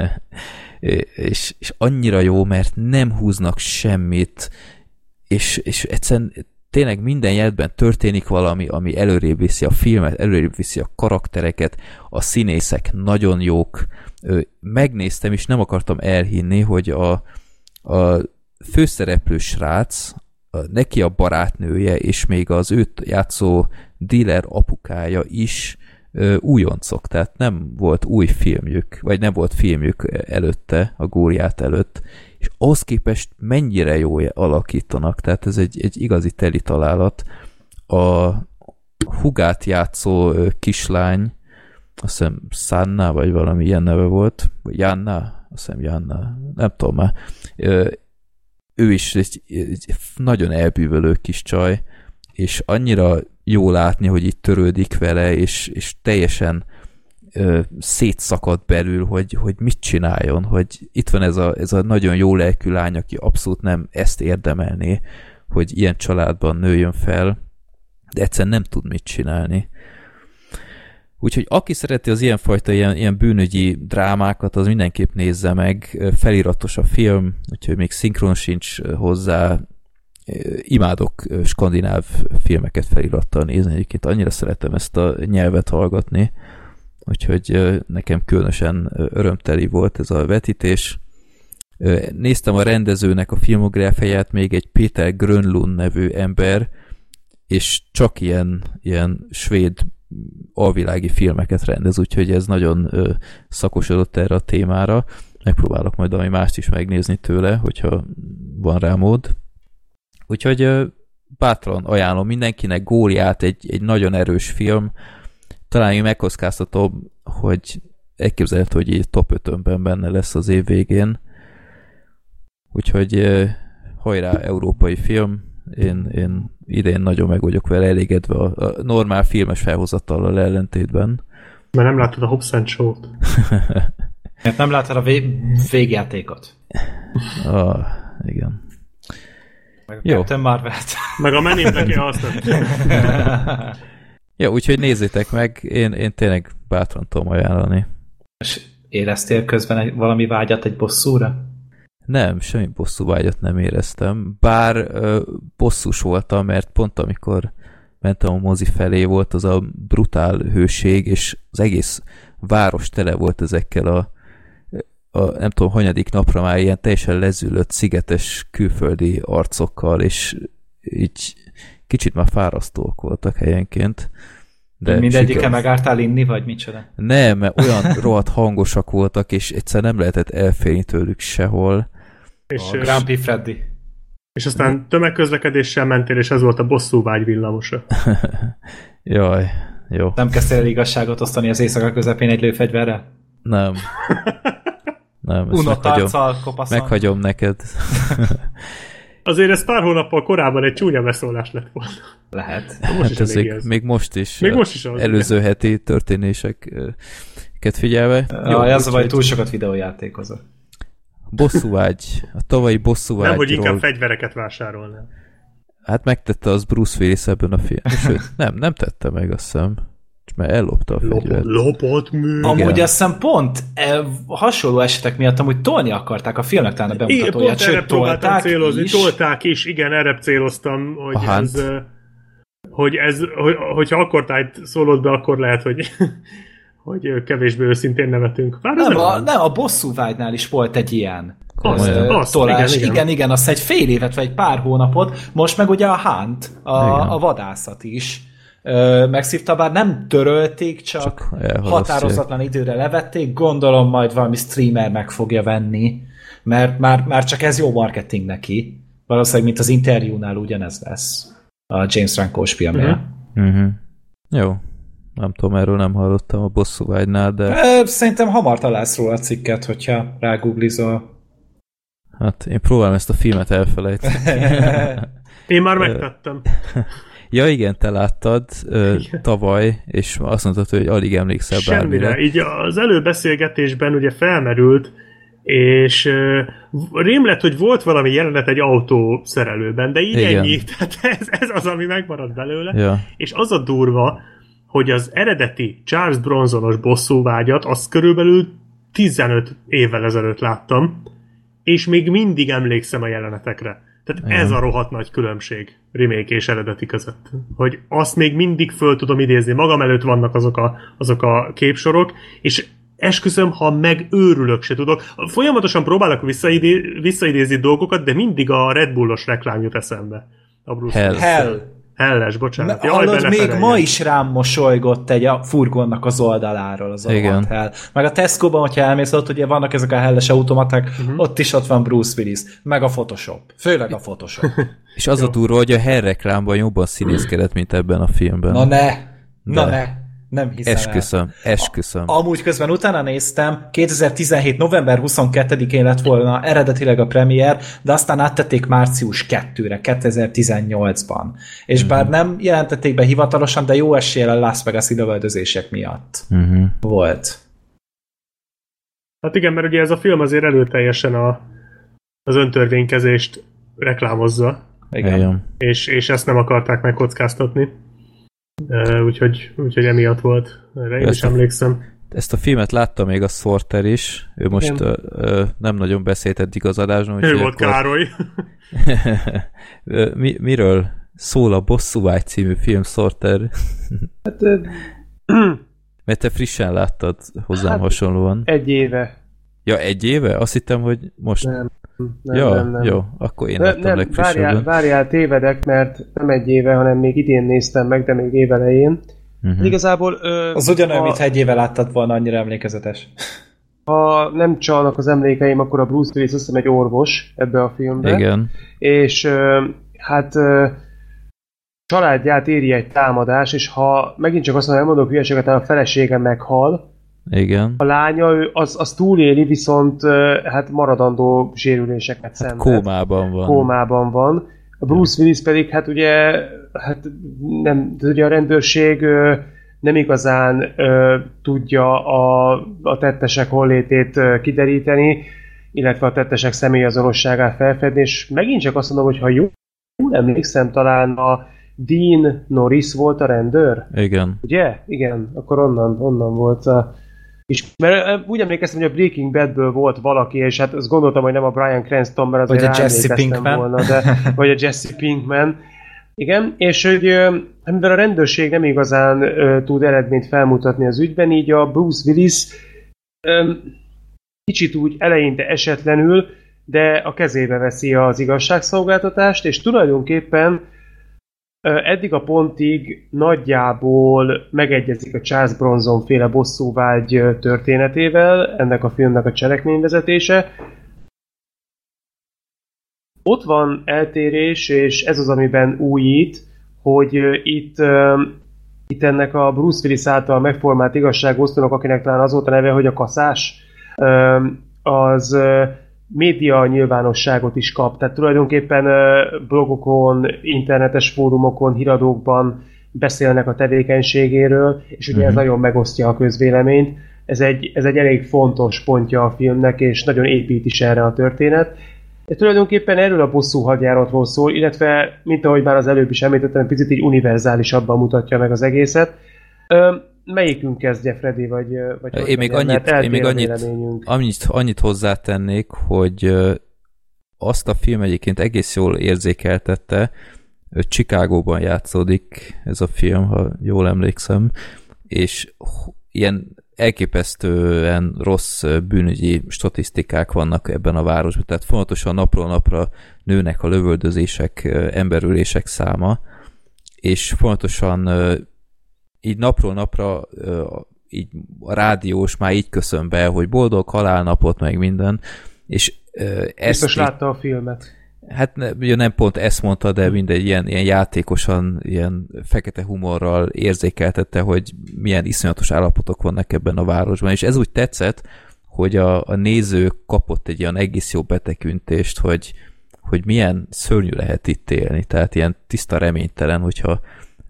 és, és annyira jó, mert nem húznak semmit, és, és egyszerűen tényleg minden jelentben történik valami, ami előrébb viszi a filmet, előrébb viszi a karaktereket, a színészek nagyon jók. Megnéztem, és nem akartam elhinni, hogy a, a főszereplő srác, neki a barátnője, és még az őt játszó dealer apukája is ö, újoncok, tehát nem volt új filmjük, vagy nem volt filmjük előtte, a Góriát előtt, és ahhoz képest mennyire jó alakítanak, tehát ez egy, egy igazi teli találat. A hugát játszó ö, kislány, azt hiszem Sanna, vagy valami ilyen neve volt, vagy Janna, azt hiszem Janna, nem tudom már, ö, ő is egy, egy nagyon elbűvölő kis csaj, és annyira jó látni, hogy itt törődik vele, és, és teljesen ö, szétszakad belül, hogy, hogy mit csináljon, hogy itt van ez a, ez a nagyon jó lelkű lány, aki abszolút nem ezt érdemelné, hogy ilyen családban nőjön fel, de egyszerűen nem tud mit csinálni. Úgyhogy aki szereti az ilyenfajta ilyen, ilyen bűnügyi drámákat, az mindenképp nézze meg. Feliratos a film, úgyhogy még szinkron sincs hozzá. Imádok skandináv filmeket felirattal nézni, egyébként annyira szeretem ezt a nyelvet hallgatni, úgyhogy nekem különösen örömteli volt ez a vetítés, Néztem a rendezőnek a filmográfiáját, még egy Peter Grönlund nevű ember, és csak ilyen, ilyen svéd alvilági filmeket rendez, úgyhogy ez nagyon ö, szakosodott erre a témára. Megpróbálok majd valami mást is megnézni tőle, hogyha van rá mód. Úgyhogy ö, bátran ajánlom mindenkinek. Góliát, egy, egy nagyon erős film. Talán én megkockáztatom, hogy elképzelhető, hogy így top ötönben benne lesz az év végén. Úgyhogy ö, hajrá, európai film. Én, én idén nagyon meg vagyok vele elégedve a, a normál filmes felhozatallal ellentétben. Mert nem láttad a Hobbs and Shaw-t. Mert nem láttad a vé- végjátékot. Ah, igen. Meg a Jó. Captain Marvel-t. Meg a Men in Black-e azt nem. Ja, úgyhogy nézzétek meg, én, én tényleg bátran tudom ajánlani. És éreztél közben egy, valami vágyat egy bosszúra? Nem, semmi bosszúvágyat nem éreztem, bár ö, bosszus voltam, mert pont amikor mentem a mozi felé, volt az a brutál hőség, és az egész város tele volt ezekkel a, a nem tudom, hanyadik napra már ilyen teljesen lezülött, szigetes külföldi arcokkal, és így kicsit már fárasztóak voltak helyenként. De mindegyike siker... megártál inni, vagy micsoda? Nem, mert olyan rohadt hangosak voltak, és egyszer nem lehetett elférni tőlük sehol. És, A Grumpy Freddy. és aztán tömegközlekedéssel mentél, és ez volt a bosszúvágy villamosa. Jaj, jó. Nem kezdtél el igazságot osztani az éjszaka közepén egy lőfegyverrel? Nem. Nem, ezt Unott meghagyom, arccal, kopaszon. meghagyom neked. Azért ez pár hónappal korábban egy csúnya beszólás lett volna. Lehet. Most Hát is ez elég még, ez. még most is. Még most is az, előző igen. heti történéseket figyelve. Ja, ez a baj, túl sokat videójátékozok. Bosszúvágy. A tavalyi bosszúvágyról. Nem, hogy inkább fegyvereket vásárolnál. Hát megtette az Bruce Willis ebben a filmben. Sőt, nem, nem tette meg, azt hiszem. Mert ellopta a fegyvert. Lopott mű. Amúgy azt hiszem pont e, hasonló esetek miatt amúgy tolni akarták a filmnek talán a bemutatóját. Sőt, tolták célozni. is. Tolták is, igen, erre céloztam, hogy a ez, hogy ez, hogy, hogyha akkor tájt szólod be, akkor lehet, hogy hogy kevésbé őszintén nevetünk. Bár nem, nem, a, nem, a bosszúvágynál is volt egy ilyen azt, ö, azt, tolás. igen, Igen, igen. igen, igen, azt egy fél évet vagy egy pár hónapot. Most meg ugye a Hunt, a, a vadászat is ö, megszívta, bár nem törölték, csak, Csak határozatlan időre levették. Gondolom majd valami streamer meg fogja venni, mert már, már csak ez jó marketing neki. Valószínűleg, mint az interjúnál ugyanez lesz a James Franco-s filmnél. Uh-huh. Uh-huh. Jó. Nem tudom, erről nem hallottam a bosszúvágynál, de... Ö, szerintem hamar találsz róla a cikket, hogyha rágooglizol. Hát én próbálom ezt a filmet elfelejteni. Én már megtettem. Ja igen, te láttad ö, tavaly, és azt mondtad, hogy alig emlékszel Semmire. bármire. Így az előbeszélgetésben ugye felmerült, és uh, rém lett, hogy volt valami jelenet egy autó szerelőben, de így igen. ennyi. Tehát ez, ez az, ami megmaradt belőle. Ja. És az a durva, hogy az eredeti Charles Bronsonos bosszúvágyat azt körülbelül tizenöt évvel ezelőtt láttam, és még mindig emlékszem a jelenetekre. Tehát igen. ez a rohadt nagy különbség remake és eredeti között. Hogy azt még mindig föl tudom idézni. Magam előtt vannak azok a, azok a képsorok, és esküszöm, ha megőrülök, se tudok. Folyamatosan próbálok visszaidé, visszaidézni dolgokat, de mindig a Red Bullos reklám jut eszembe. A Bruce Hell. Hell. Helles, bocsánat. Jaj, hallod, még ma is rám mosolygott egy a furgonnak az oldaláról az a Hell. Meg a Tesco-ban, hogyha elmész ott, ugye vannak ezek a helles automaták, uh-huh. ott is ott van Bruce Willis. Meg a Photoshop. Főleg a Photoshop. És az a durva, hogy a Hell reklámban jobban színészkedett, mint ebben a filmben. Na ne! Na De. ne! Nem hiszem Esküszöm, el. esküszöm. A, amúgy közben utána néztem, kétezer-tizenhét november huszonkettedikén lett volna eredetileg a premier, de aztán áttették március kettőre, kétezer-tizennyolcban. És uh-huh. bár nem jelentették be hivatalosan, de jó eséllyel a Las Vegas-i lövöldözések miatt uh-huh. volt. Hát igen, mert ugye ez a film azért előteljesen a, az öntörvénykezést reklámozza. Igen. Igen. És, és ezt nem akarták megkockáztatni. Uh, úgyhogy, úgyhogy emiatt volt. Erre én ezt is emlékszem. A, ezt a filmet látta még a Sorter is. Ő most ö, ö, nem nagyon beszélt eddig az adásban. Ő volt akkor... Károly. Mi, miről szól a Bosszúvágy című film, Sorter? Hát, ö... Mert te frissen láttad hozzám hát hasonlóan. Egy éve. Ja, egy éve? Azt hittem, hogy most... Nem, nem, ja, nem, nem. Jó, akkor én ne, láttam nem, legfrissebben. várjál, várjál, tévedek, mert nem egy éve, hanem még idén néztem meg, de még évelején. Uh-huh. Igazából... Ö, az ugyanolyan, ha, mintha egy éve láttad volna, annyira emlékezetes. Ha nem csalnak az emlékeim, akkor a Bruce Willis azt hiszem egy orvos ebbe a filmbe. Igen. És ö, hát... Ö, családját éri egy támadás, és ha megint csak azt mondom, elmondok hülyeséget, a felesége meghal, igen. A lánya, ő az, az túléli, viszont hát maradandó sérüléseket szenved. Kómában van. Kómában van. A Bruce Willis pedig hát ugye, hát nem, ugye a rendőrség nem igazán tudja a, a tettesek hollétét kideríteni, illetve a tettesek személyazonosságát felfedni, és megint csak azt mondom, hogy ha jól emlékszem, talán a Dean Norris volt a rendőr. Igen. Ugye? Igen, akkor onnan, onnan volt a... És, mert úgy emlékeztem, hogy a Breaking Badből volt valaki, és hát azt gondoltam, hogy nem a Bryan Cranston, mert azért vagy a Jesse Pinkman. volna, de, vagy a Jesse Pinkman. Igen, és hogy mivel a rendőrség nem igazán uh, tud eredményt felmutatni az ügyben, így a Bruce Willis um, kicsit úgy eleinte esetlenül, de a kezébe veszi az igazságszolgáltatást, és tulajdonképpen eddig a pontig nagyjából megegyezik a Charles Bronson féle bosszúvágy történetével, ennek a filmnek a cselekményvezetése. Ott van eltérés, és ez az, amiben újít, hogy itt, itt ennek a Bruce Willis által megformált igazságosztónak, akinek talán az volt a neve, hogy a kaszás, az média nyilvánosságot is kap. Tehát tulajdonképpen blogokon, internetes fórumokon, híradókban beszélnek a tevékenységéről, és ugye uh-huh. ez nagyon megosztja a közvéleményt. Ez egy, ez egy elég fontos pontja a filmnek, és nagyon épít is erre a történet. Ez tulajdonképpen erről a bosszú hadjáratról szól, illetve, mint ahogy már az előbb is említettem, picit így univerzálisabban mutatja meg az egészet. Ö, melyikünk kezdje, Freddy, vagy, vagy én még annyit, én még annyit, annyit, annyit hozzátennék, hogy azt a film egyébként egész jól érzékeltette, Chicagóban játszódik ez a film, ha jól emlékszem, és ilyen elképesztően rossz bűnügyi statisztikák vannak ebben a városban, tehát fontosan napról napra nőnek a lövöldözések, emberülések száma, és fontosan így napról napra így a rádiós már így köszön be, hogy boldog halálnapot, meg minden, és ezt... Biztos látta a filmet. Hát ne, nem pont ezt mondta, de mindegy, ilyen, ilyen játékosan, ilyen fekete humorral érzékeltette, hogy milyen iszonyatos állapotok vannak ebben a városban, és ez úgy tetszett, hogy a, a néző kapott egy ilyen egész jó betekintést, hogy, hogy milyen szörnyű lehet itt élni, tehát ilyen tiszta reménytelen, hogyha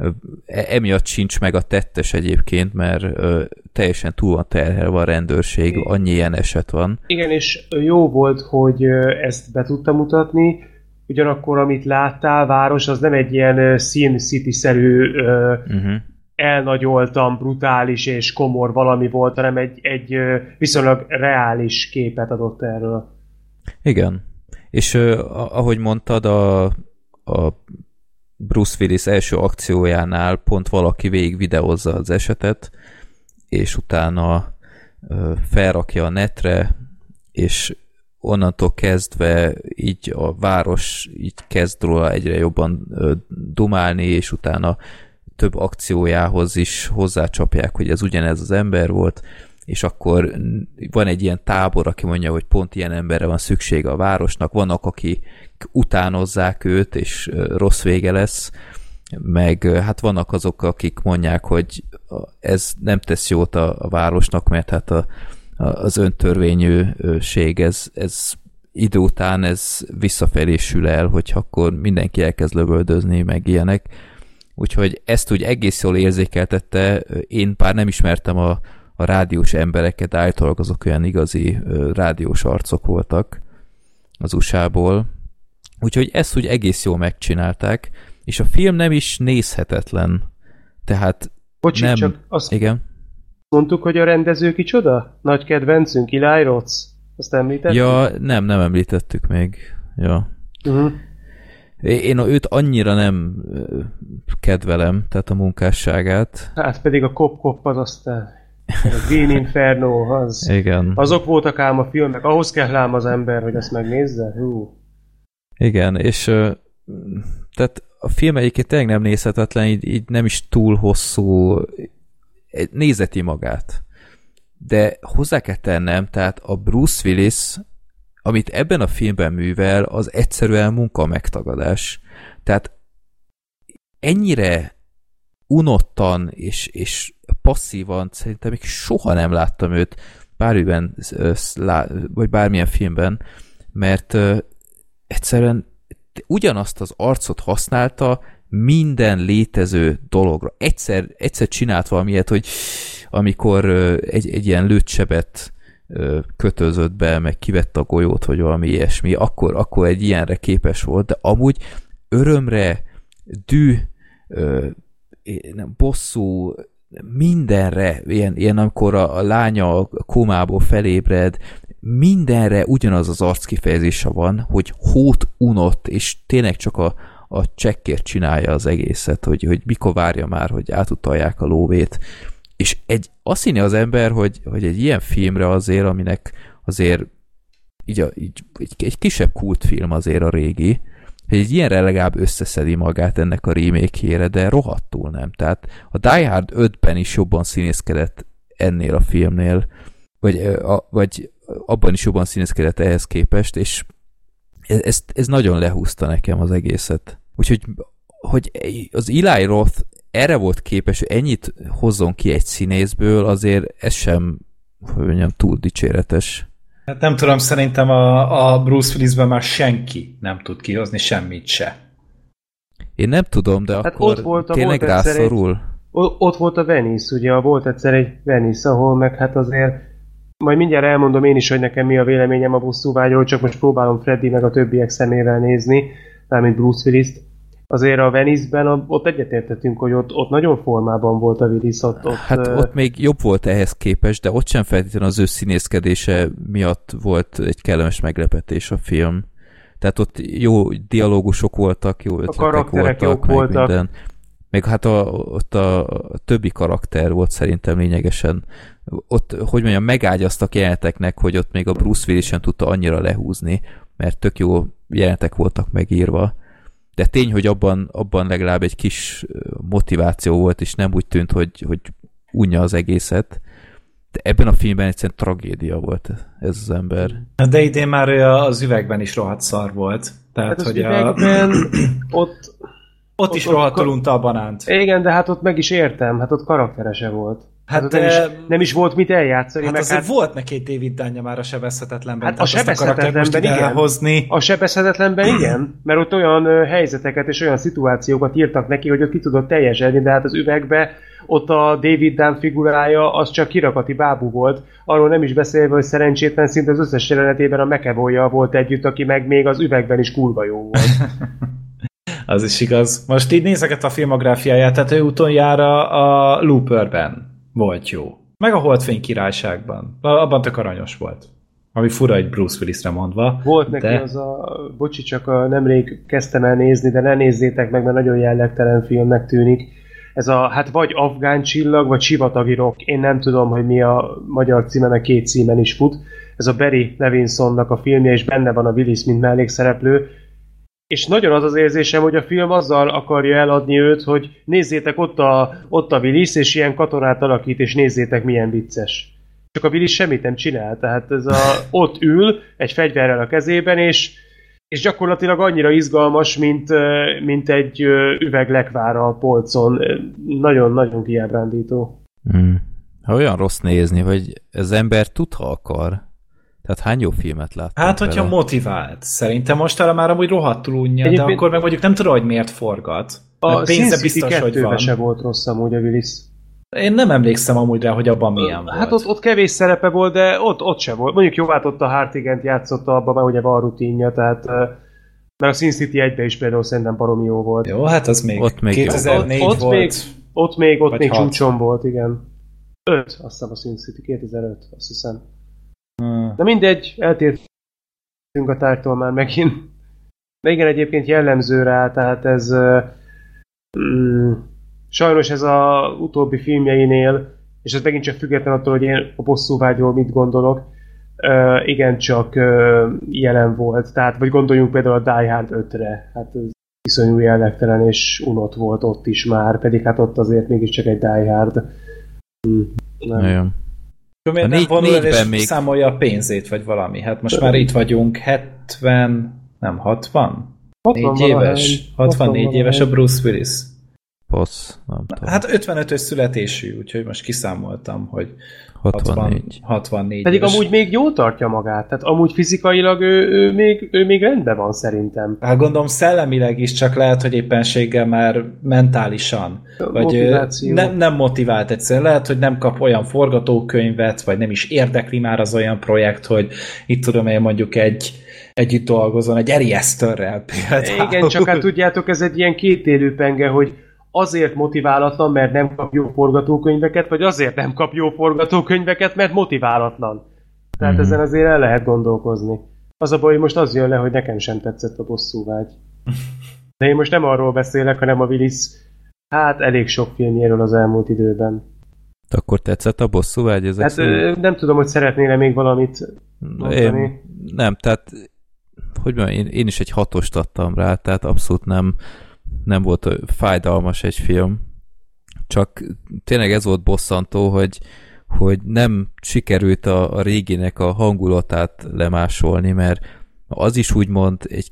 emiatt sincs meg a tettes egyébként, mert ö, teljesen túl van terhelve a rendőrség, annyi ilyen eset van. Igen, és jó volt, hogy ezt be tudta mutatni, ugyanakkor amit láttál, város, az nem egy ilyen Sin City-szerű ö, uh-huh. elnagyoltan, brutális és komor valami volt, hanem egy, egy viszonylag reális képet adott erről. Igen. És ö, ahogy mondtad, a, a Bruce Willis első akciójánál pont valaki végig videózza az esetet, és utána ö, felrakja a netre, és onnantól kezdve így a város így kezd róla egyre jobban ö, dumálni, és utána több akciójához is hozzácsapják, hogy ez ugyanez az ember volt, és akkor van egy ilyen tábor, aki mondja, hogy pont ilyen emberre van szüksége a városnak, vannak, akik utánozzák őt, és rossz vége lesz, meg hát vannak azok, akik mondják, hogy ez nem tesz jót a, a városnak, mert hát a, a, az öntörvényűség, ez, ez idő után ez visszafelé sül el, hogy akkor mindenki elkezd lövöldözni, meg ilyenek. Úgyhogy ezt úgy egész jól érzékeltette, én pár nem ismertem a a rádiós embereket, állítólag azok olyan igazi ö, rádiós arcok voltak az u es á-ból. Úgyhogy ezt úgy egész jól megcsinálták, és a film nem is nézhetetlen. Tehát Bocsi, nem... csak azt Igen? mondtuk, hogy a rendező kicsoda? Nagy kedvencünk, Eli Roth? Azt említettük? Ja, nem, nem említettük még. Ja. Uh-huh. Én őt annyira nem kedvelem, tehát a munkásságát. Hát pedig a kop-kop az aztán... A Green Inferno, az, Igen. azok voltak ám a filmek, ahhoz kell ám az ember, hogy azt megnézze. Hú. Igen, és tehát a film egyébként tényleg nem nézhetetlen, így, így nem is túl hosszú, nézeti magát. De hozzá kell tennem, tehát a Bruce Willis, amit ebben a filmben művel, az egyszerűen munka megtagadás. Tehát ennyire unottan és, és passzívan szerintem még soha nem láttam őt bármiben, vagy bármilyen filmben, mert egyszerűen ugyanazt az arcot használta minden létező dologra. Egyszer, egyszer csinált valamilyet, hogy amikor egy, egy ilyen lőtsebet kötözött be, meg kivette a golyót, vagy valami ilyesmi, akkor, akkor egy ilyenre képes volt, de amúgy örömre, dű, nem, bosszú, mindenre, ilyen, ilyen amikor a, a lánya a komából felébred, mindenre ugyanaz az arckifejezése van, hogy hót unott, és tényleg csak a, a csekkért csinálja az egészet, hogy, hogy mikor várja már, hogy átutalják a lóvét. És egy, azt hinni az ember, hogy, hogy egy ilyen filmre azért, aminek azért így, a, így egy, egy kisebb kultfilm azért a régi, hogy egy ilyenre legalább összeszedi magát ennek a remake-jére, de rohadtul nem. Tehát a Die Hard ötben is jobban színészkedett ennél a filmnél, vagy, a, vagy abban is jobban színészkedett ehhez képest, és ez, ez, ez nagyon lehúzta nekem az egészet. Úgyhogy hogy az Eli Roth erre volt képes, hogy ennyit hozzon ki egy színészből, azért ez sem, hogy mondjam, túl dicséretes. Hát nem tudom, szerintem a, a Bruce Willisben már senki nem tud kihozni semmit se. Én nem tudom, de hát akkor ott volt a, tényleg volt rászorul? Egy, ott volt a Venice, ugye volt egyszer egy Venice, ahol meg hát azért majd mindjárt elmondom én is, hogy nekem mi a véleményem a bosszúvágyról, csak most próbálom Freddy meg a többiek szemével nézni, mármint Bruce Willis-t. Azért a Venice-ben ott egyetértettünk, hogy ott, ott nagyon formában volt a Willis. Ott, ott, hát ott még jobb volt ehhez képest, de ott sem feltétlenül az ő színészkedése miatt volt egy kellemes meglepetés a film. Tehát ott jó dialógusok voltak, jó ötletek voltak, jók meg voltak. minden. Meg hát a, ott a, a többi karakter volt szerintem lényegesen. Ott, hogy mondjam, megágyaztak jeleneteknek, hogy ott még a Bruce Willis sem tudta annyira lehúzni, mert tök jó jelenetek voltak megírva. De tény, hogy abban, abban legalább egy kis motiváció volt, és nem úgy tűnt, hogy, hogy unja az egészet. De ebben a filmben egyszerűen tragédia volt ez az ember. De idén már az üvegben is rohadt szar volt. Tehát, hát az hogy üvegben a... ott... Ott is rohadtul unta a banánt. Igen, de hát ott meg is értem, hát ott karakterese volt. Hát, hát de... nem, is, nem is volt mit eljátszani. Hát meg azért hát... volt neki egy David Dunja már a Sebezhetetlenben. Hát a Sebezhetetlenben igen. Elhozni. A Sebezhetetlenben igen, mert ott olyan uh, helyzeteket és olyan szituációkat írtak neki, hogy ott ki tudott teljesedni, de hát az üvegbe ott a David Dunn figurája az csak kirakati bábú volt. Arról nem is beszélve, hogy szerencsétlen szinte az összes jelenetében a McAvoy-jal volt együtt, aki meg még az üvegben is kurva jó volt. Az is igaz. Most így nézeket a filmográfiáját, tehát ő utoljára a Looperben volt jó. Meg a Holdfény királyságban. Abban tök aranyos volt. Ami fura egy Bruce Willisre mondva. Volt neki de... az a... Bocsi, csak a, nemrég kezdtem el nézni, de ne nézzétek meg, mert nagyon jellegtelen filmnek tűnik. Ez a, hát vagy Afgán csillag, vagy Sivatagi Rock. Én nem tudom, hogy mi a magyar címe, mert két címen is fut. Ez a Barry Levinsonnak a filmje, és benne van a Willis, mint mellékszereplő. És nagyon az az érzésem, hogy a film azzal akarja eladni őt, hogy nézzétek, ott a, ott a Willis, és ilyen katonát alakít, és nézzétek, milyen vicces. Csak a Willis semmit nem csinál, tehát ez a, ott ül, egy fegyverrel a kezében, és, és gyakorlatilag annyira izgalmas, mint, mint egy üveglekvára a polcon. Nagyon-nagyon kiábrándító. Hmm. Ha olyan rossz nézni, hogy az ember tud, ha akar. Tehát hány jó filmet láttam? Hát, hogyha vele? Motivált. Szerintem most már amúgy rohadtul unja, egyébként... de akkor meg mondjuk nem tudom, hogy miért forgat. A Sin City kettőben se volt rossz amúgy a Willis. Én nem emlékszem amúgy rá, hogy abban milyen volt. Hát ott, ott kevés szerepe volt, de ott, ott se volt. Mondjuk jó, hát ott a Hartigant játszotta abban, mert ugye van rutinja, tehát mert a Sin City egyben is például szerintem baromi jó volt. Jó, hát az még, ott még kétezer-négy ott, ott volt. Még, ott még, ott még hat. csúcson volt, igen. öt, azt hiszem a Sin City, kétezer-öt, azt hiszem. Hmm. Na mindegy, eltértünk a tárgytól már megint. De igen, egyébként jellemző rá, tehát ez mm, sajnos ez a utóbbi filmjeinél és ez megint csak független attól, hogy én a bosszúvágyról mit gondolok, uh, igencsak uh, jelen volt. Tehát, vagy gondoljunk például a Die Hard ötre, hát ez iszonyú jellegtelen és unott volt ott is már, pedig hát ott azért mégiscsak egy Die Hard. Hm, nem. A négy, négyben még számolja a pénzét, vagy valami. Hát most már itt vagyunk, hetven, nem, hatvan? négy éves. hatvannégy éves a Bruce Willis. Passz, nem tudom. Hát ötvenötös születésű, úgyhogy most kiszámoltam, hogy hatvannégy. hatvannégy Pedig éves. amúgy még jól tartja magát, tehát amúgy fizikailag ő, ő, még, ő még rendben van szerintem. Hát gondolom szellemileg is, csak lehet, hogy éppenséggel már mentálisan. Vagy nem, nem motivált egyszerűen. Lehet, hogy nem kap olyan forgatókönyvet, vagy nem is érdekli már az olyan projekt, hogy itt tudom én mondjuk egy együtt dolgozom, egy Ari Asterrel például. Igen, csak hát tudjátok, ez egy ilyen kétélű penge, hogy azért motiválatlan, mert nem kap jó forgatókönyveket, vagy azért nem kap jó forgatókönyveket, mert motiválatlan. Tehát mm-hmm. ezen azért el lehet gondolkozni. Az a baj, hogy most az jön le, hogy nekem sem tetszett a bosszúvágy. De én most nem arról beszélek, hanem a Willis hát elég sok filmjéről az elmúlt időben. De akkor tetszett a bosszúvágy? Ezek hát szerint? Nem tudom, hogy szeretnél még valamit mondani. Én, nem, tehát hogy mondjam, én, én is egy hatost adtam rá, tehát abszolút nem nem volt fájdalmas egy film, csak tényleg ez volt bosszantó, hogy, hogy nem sikerült a, a réginek a hangulatát lemásolni, mert az is úgymond egy,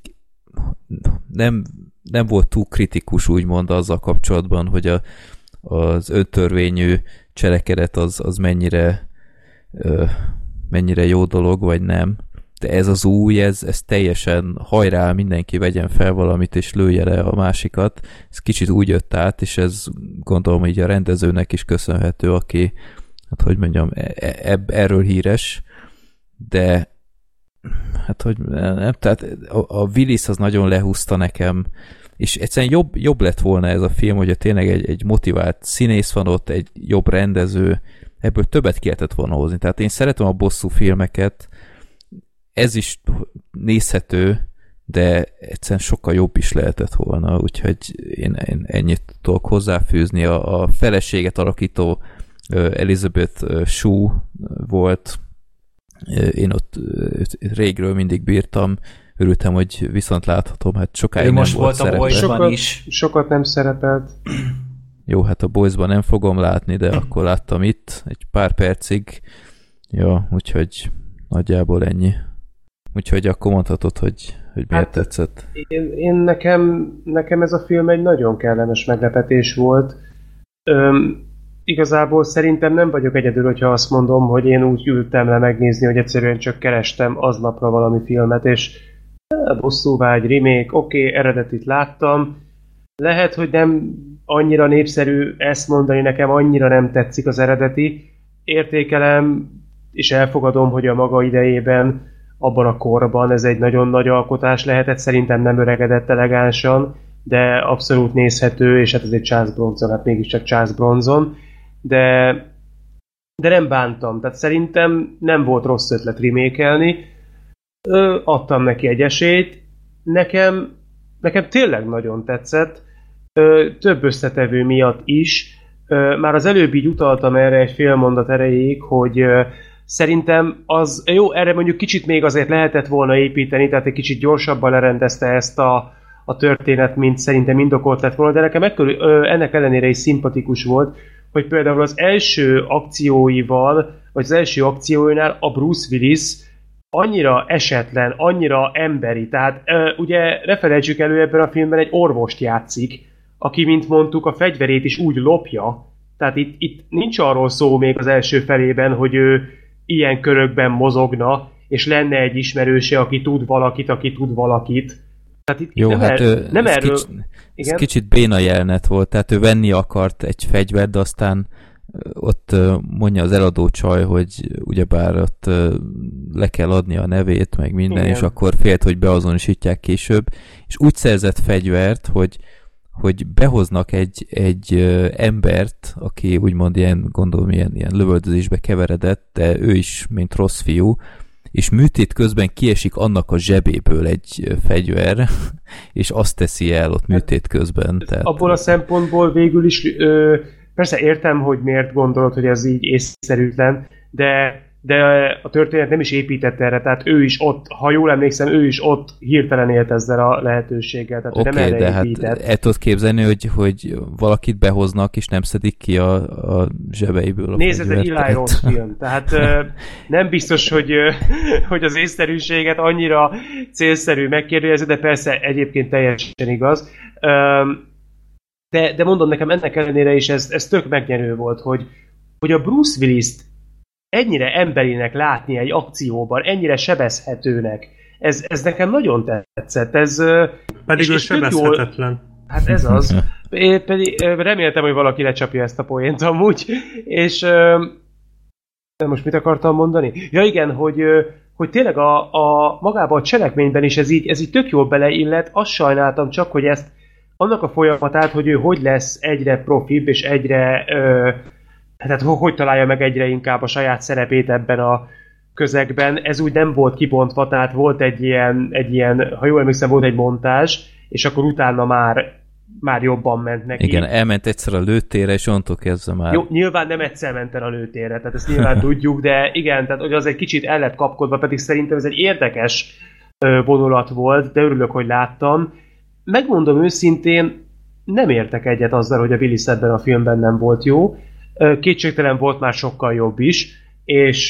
nem, nem volt túl kritikus úgymond azzal kapcsolatban, hogy a, az öntörvényű cselekedet az, az mennyire, ö, mennyire jó dolog, vagy nem. De ez az új, ez, ez teljesen hajrá, mindenki vegyen fel valamit, és lője le a másikat. Ez kicsit úgy jött át, és ez gondolom így a rendezőnek is köszönhető, aki, hát hogy mondjam, e- erről híres, de hát hogy nem, tehát a, a Willis az nagyon lehúzta nekem, és egyszerűen jobb, jobb lett volna ez a film, hogyha tényleg egy, egy motivált színész van ott, egy jobb rendező, ebből többet kellett volna hozni. Tehát én szeretem a bosszú filmeket, ez is nézhető, de egyszerűen sokkal jobb is lehetett volna, úgyhogy én, én ennyit tudok hozzáfűzni. A, a feleséget alakító Elizabeth Shue volt, én ott régről mindig bírtam, örültem, hogy viszont láthatom, hát sokáig ő nem most volt volt a Boysban sokat, is. Sokat nem szerepelt. Jó, hát a Boysban nem fogom látni, de akkor láttam itt egy pár percig. Ja, úgyhogy nagyjából ennyi. Úgyhogy akkor mondhatod, hogy, hogy miért hát, tetszett. Én, én nekem, nekem ez a film egy nagyon kellemes meglepetés volt. Öm, igazából szerintem nem vagyok egyedül, hogyha azt mondom, hogy én úgy ültem le megnézni, hogy egyszerűen csak kerestem aznapra valami filmet, és bosszúvágy, remake, oké, okay, eredetit láttam. Lehet, hogy nem annyira népszerű ezt mondani, nekem annyira nem tetszik az eredeti. Értékelem, és elfogadom, hogy a maga idejében abban a korban ez egy nagyon nagy alkotás lehetett, szerintem nem öregedett elegánsan, de abszolút nézhető, és hát ez egy Charles Bronson, hát mégiscsak Charles Bronson, de, de nem bántam, tehát szerintem nem volt rossz ötlet remékelni, adtam neki egy esélyt, nekem, nekem tényleg nagyon tetszett, Ö, több összetevő miatt is, Ö, már az előbb így utaltam erre egy fél mondat erejéig, hogy ö, szerintem az, jó, erre mondjuk kicsit még azért lehetett volna építeni, tehát egy kicsit gyorsabban lerendezte ezt a, a történet, mint szerintem indokolt lett volna, de nekem ekkor, ö, ennek ellenére is szimpatikus volt, hogy például az első akcióival, vagy az első akcióinál a Bruce Willis annyira esetlen, annyira emberi, tehát ö, ugye ne felejtsük elő, ebben a filmben egy orvost játszik, aki, mint mondtuk, a fegyverét is úgy lopja, tehát itt, itt nincs arról szó még az első felében, hogy ő ilyen körökben mozogna, és lenne egy ismerőse, aki tud valakit, aki tud valakit. Tehát itt, Jó, nem, hát er, ő, nem ez erről... Kicsit, ez kicsit béna jelenet volt, tehát ő venni akart egy fegyvert, de aztán ott mondja az eladó csaj, hogy ugyebár ott le kell adni a nevét, meg minden, igen. És akkor félt, hogy beazonosítják később, és úgy szerzett fegyvert, hogy hogy behoznak egy, egy ö, embert, aki úgymond ilyen, gondolom, ilyen, ilyen lövöldözésbe keveredett, de ő is, mint rossz fiú, és műtét közben kiesik annak a zsebéből egy fegyver, és azt teszi el ott műtét közben. Tehát... Abból a szempontból végül is ö, persze értem, hogy miért gondolod, hogy ez így észszerűtlen, de, de a történet nem is épített erre, tehát ő is ott, ha jól emlékszem, ő is ott hirtelen élt ezzel a lehetőséggel, tehát Oké, nem erre de épített. hát el tudod képzelni, hogy, hogy valakit behoznak, és nem szedik ki a, a zsebeiből a Nézd, ez egy Eli Roth film, tehát ö, nem biztos, hogy, ö, hogy az észszerűséget annyira célszerű megkérdőjelezni, de persze egyébként teljesen igaz. Ö, de, de mondom nekem ennek ellenére is ez, ez tök megnyerő volt, hogy, hogy a Bruce Willis-t ennyire emberinek látni egy akcióban, ennyire sebezhetőnek, ez, ez nekem nagyon tetszett. Ez, pedig ő sebezhetetlen. Jól, hát ez az. Én pedig reméltem, hogy valaki lecsapja ezt a poént amúgy, és most mit akartam mondani? Ja igen, hogy, hogy tényleg a, a magában a cselekményben is ez így, ez így tök jól beleillett, azt sajnáltam csak, hogy ezt annak a folyamatát, hogy ő hogy lesz egyre profibb, és egyre ö, tehát hogy találja meg egyre inkább a saját szerepét ebben a közegben, ez úgy nem volt kibontva, tehát volt egy ilyen, egy ilyen, ha jól emlékszem, volt egy montázs, és akkor utána már, már jobban ment neki. Igen, elment egyszer a lőtérre, és onnantól kezdve már... Jó, nyilván nem egyszer ment el a lőtérre, tehát ezt nyilván tudjuk, de igen, tehát hogy az egy kicsit el lett kapkodva, pedig szerintem ez egy érdekes vonulat volt, de örülök, hogy láttam. Megmondom őszintén, nem értek egyet azzal, hogy a Willis ebben a filmben nem volt jó. Kétségtelen volt már sokkal jobb is, és,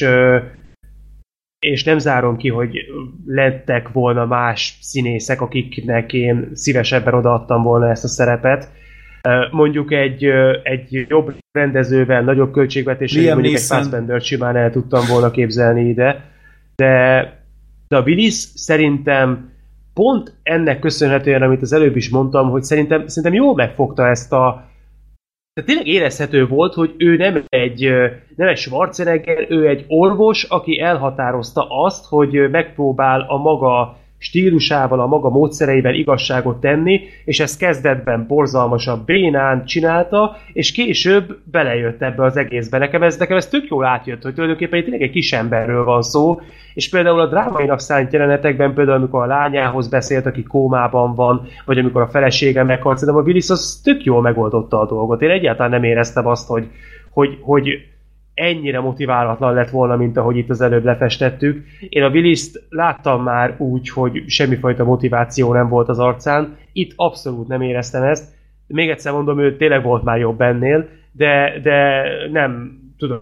és nem zárom ki, hogy lettek volna más színészek, akiknek én szívesebben odaadtam volna ezt a szerepet. Mondjuk egy, egy jobb rendezővel, nagyobb költségvetéssel, mondjuk egy Fassbendert simán el tudtam volna képzelni ide, de, de a Willis szerintem pont ennek köszönhetően, amit az előbb is mondtam, hogy szerintem, szerintem jól megfogta ezt a... Tehát tényleg érezhető volt, hogy ő nem egy, nem egy Schwarzenegger, ő egy orvos, aki elhatározta azt, hogy megpróbál a maga stílusával, a maga módszereivel igazságot tenni, és ezt kezdetben borzalmasan bénán csinálta, és később belejött ebbe az egészbe. Nekem ez, nekem ez tök jól átjött, hogy tulajdonképpen tényleg egy kis emberről van szó, és például a drámainak szánt jelenetekben, például amikor a lányához beszélt, aki kómában van, vagy amikor a felesége meghalt, szerintem a Willis az tök jól megoldotta a dolgot. Én egyáltalán nem éreztem azt, hogy, hogy, hogy ennyire motiválatlan lett volna, mint ahogy itt az előbb lefestettük. Én a Willist láttam már úgy, hogy semmifajta motiváció nem volt az arcán. Itt abszolút nem éreztem ezt. Még egyszer mondom, ő tényleg volt már jobb ennél, de, de nem tudom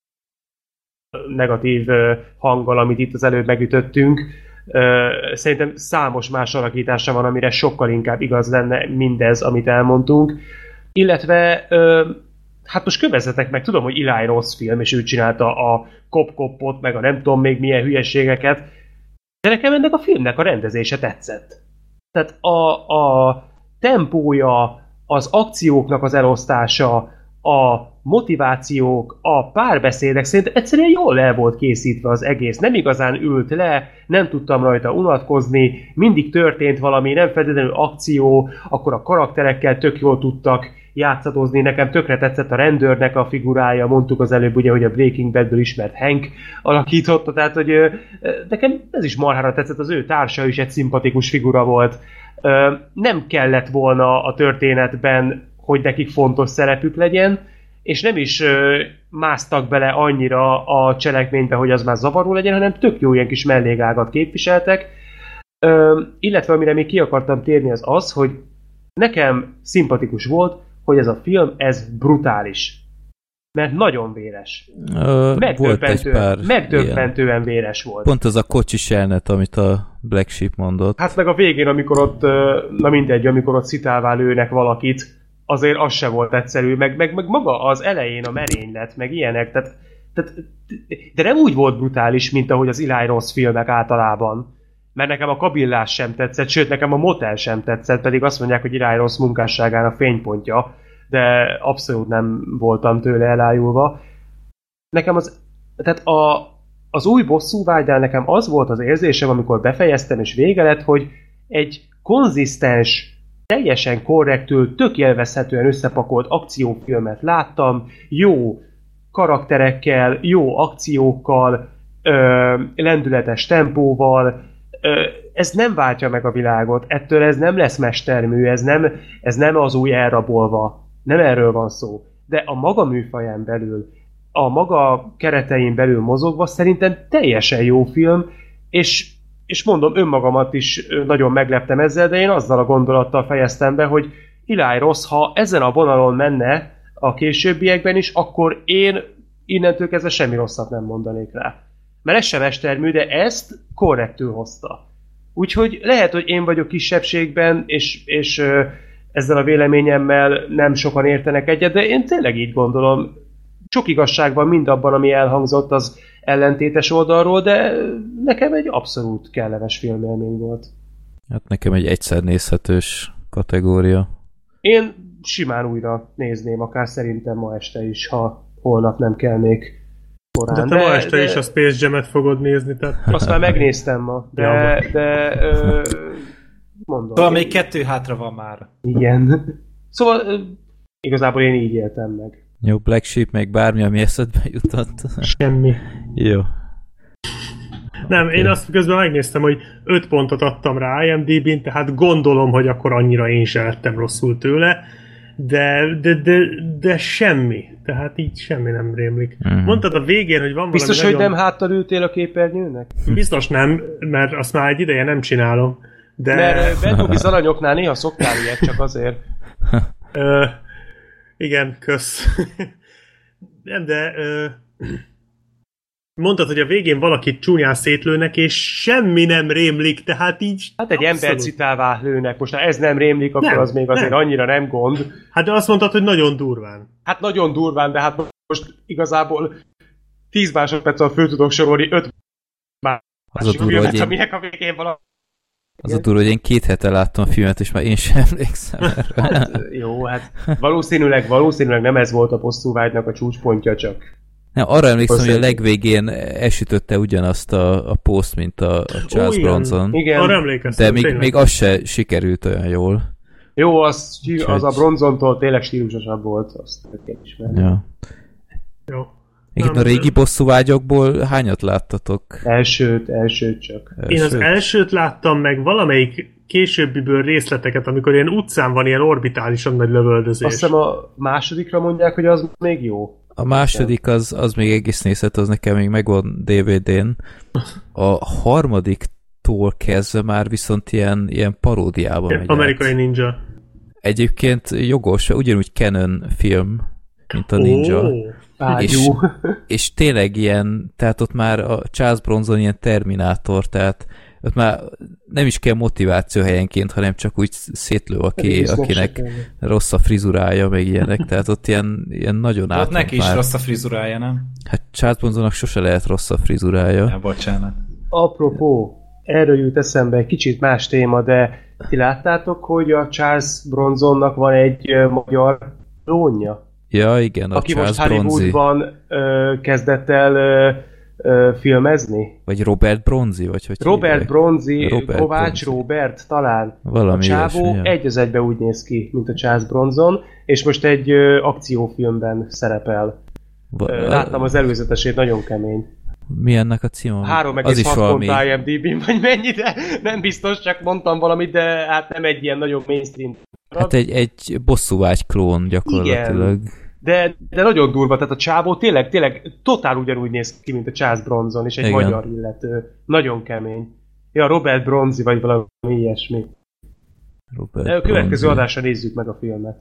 negatív hanggal, amit itt az előbb megütöttünk. Szerintem számos más alakítása van, amire sokkal inkább igaz lenne mindez, amit elmondtunk. Illetve hát most kövezzetek meg, tudom, hogy Eli Roth film, és ő csinálta a Kop-Kopot, meg a nem tudom még milyen hülyeségeket, de nekem ennek a filmnek a rendezése tetszett. Tehát a, a tempója, az akcióknak az elosztása, a motivációk, a párbeszédek szerintem egyszerűen jól el volt készítve az egész. Nem igazán ült le, nem tudtam rajta unatkozni, mindig történt valami, nem feltétlenül akció, akkor a karakterekkel tök jól tudtak játszadozni. Nekem tökre tetszett a rendőrnek a figurája, mondtuk az előbb ugye, hogy a Breaking Badből ismert Hank alakította, tehát hogy nekem ez is marhára tetszett, az ő társa is egy szimpatikus figura volt. Nem kellett volna a történetben, hogy nekik fontos szerepük legyen, és nem is másztak bele annyira a cselekménybe, hogy az már zavaró legyen, hanem tök jó ilyen kis mellégágat képviseltek. Illetve amire még ki akartam térni az az, hogy nekem szimpatikus volt, hogy ez a film, ez brutális. Mert nagyon véres. Ö, megdöbbentően, megdöbbentően véres volt. Pont az a kocsis elnet, amit a Black Sheep mondott. Hát meg a végén, amikor ott, na mindegy, amikor ott szitálvá lőnek valakit, azért az se volt egyszerű, meg, meg, meg maga az elején a merénylet, meg ilyenek, tehát, tehát, de nem úgy volt brutális, mint ahogy az Eli Roth filmek általában. Mert nekem a kabillás sem tetszett, sőt, nekem a motel sem tetszett, pedig azt mondják, hogy Eli Roth munkásságának fénypontja, de abszolút nem voltam tőle elájulva. Nekem az, tehát a, az új bosszúvágynál nekem az volt az érzésem, amikor befejeztem és vége lett, hogy egy konzisztens, teljesen korrektül, tök élvezhetően összepakolt akciófilmet láttam, jó karakterekkel, jó akciókkal, ö, lendületes tempóval. Ö, ez nem váltja meg a világot, ettől ez nem lesz mestermű, ez nem, ez nem az új elrabolva, nem erről van szó. de a maga műfaján belül, a maga keretein belül mozogva szerintem teljesen jó film, és, és mondom, önmagamat is nagyon megleptem ezzel, de én azzal a gondolattal fejeztem be, hogy Eli Roth, ha ezen a vonalon menne a későbbiekben is, akkor én innentől kezdve semmi rosszat nem mondanék rá. Mert ez sem mestermű, de ezt korrektül hozta. Úgyhogy lehet, hogy én vagyok kisebbségben, és, és ö, ezzel a véleményemmel nem sokan értenek egyet, de én tényleg így gondolom. Sok igazság van mindabban, ami elhangzott az ellentétes oldalról, de nekem egy abszolút kellemes filmélmény volt. Hát nekem egy egyszer nézhetős kategória. Én simán újra nézném, akár szerintem ma este is, ha holnap nem kelnék korán. De te de, ma este de... is a Space Jam-et fogod nézni, tehát... Azt már megnéztem ma, de... Ja, de ö, mondom. Szóval még kettő hátra van már. Igen. Szóval ö, igazából én így éltem meg. Jó, Black Sheep, még bármi, ami eszedbe jutott. Semmi. Jó. Nem, okay. Én azt közben megnéztem, hogy öt pontot adtam rá I M D B-n, tehát gondolom, hogy akkor annyira én sem lettem rosszul tőle, de, de, de, de semmi. Tehát így semmi nem rémlik. Mm. Mondtad a végén, hogy van Biztos, valami hogy nagyon... nem háttal ültél a képernyőnek? Biztos nem, mert azt már egy ideje nem csinálom. De... Mert Bentobi alanyoknál néha szoktál ilyet, csak azért. Ö, igen, kösz. Nem, de... Ö... Mondtad, hogy a végén valakit csúnyán szétlőnek, és semmi nem rémlik, tehát így... Hát egy ember citálvá lőnek. Most ha ez nem rémlik, akkor nem, az még azért nem. Annyira nem gond. Hát de azt mondtad, hogy nagyon durván. Hát nagyon durván, de hát most igazából tíz másodperccel föl tudok sorolni öt másik filmet, én... aminek a végén valami... Az a durva, hogy én két hete láttam a filmet, és már én sem emlékszem erre. Hát, jó, hát valószínűleg, valószínűleg nem ez volt a bosszúvágynak a csúcspontja, csak... Nem, arra emlékszem, hogy a legvégén esütötte ugyanazt a, a post, mint a, a Charles oh, Bronson. Igen. Arra emlékeztem. De még, még az se sikerült olyan jól. Jó, az, az a Bronsontól tényleg stílusosabb volt, azt kell ismerni. Ja. Jó. Igen, a régi bosszúvágyokból hányat láttatok? Elsőt, elsőt csak. Elsőt. Én az elsőt láttam meg, valamelyik későbbiből részleteket, amikor ilyen utcán van ilyen orbitálisan nagy lövöldözés. Azt hiszem a másodikra mondják, hogy az még jó. A második az, az még egész nézhető, az nekem még megvan dé vé dén. A harmadiktól kezdve már viszont ilyen, ilyen paródiában megy Amerikai át. Ninja. Egyébként jogos, ugyanúgy Canon film, mint a Ninja. Oh, és, és tényleg ilyen, tehát ott már a Charles Bronson ilyen Terminátor, tehát ott már nem is kell motiváció helyenként, hanem csak úgy szétlő, aki, akinek rossz a frizurája, meg ilyenek, tehát ott ilyen, ilyen nagyon át. Ott neki is már. Rossz a frizurája, nem? Hát Charles Bronsonnak sose lehet rossz a frizurája. Ja, bocsánat. Apropó, erről jut eszembe egy kicsit más téma, de ti láttátok, hogy a Charles Bronsonnak van egy uh, magyar klónja? Ja, igen, a aki Charles most Hollywoodban uh, kezdett el uh, uh, filmezni. Vagy Robert Bronzi, vagy hogy Robert hívják? Bronzi, Robert Kovács Bronzi. Robert, talán. Valami a csávó ilyesmi, ja. egy az egybe úgy néz ki, mint a Charles Bronson, és most egy uh, akciófilmben szerepel. Va- uh, láttam az előzetesét, nagyon kemény. Mi ennek a címa? három egész hat pont I M D B-n, vagy mennyi, de nem biztos, csak mondtam valamit, de hát nem egy ilyen nagyon mainstream. Hát egy, egy bosszúvágy klón gyakorlatilag. Igen. De, de nagyon durva, tehát a csávó tényleg, tényleg totál ugyanúgy néz ki, mint a Charles Bronson, és egy igen. magyar illető. Nagyon kemény. Ja, Robert Bronzi, vagy valami ilyesmi. Robert de a következő Bronzi. adásra nézzük meg a filmet.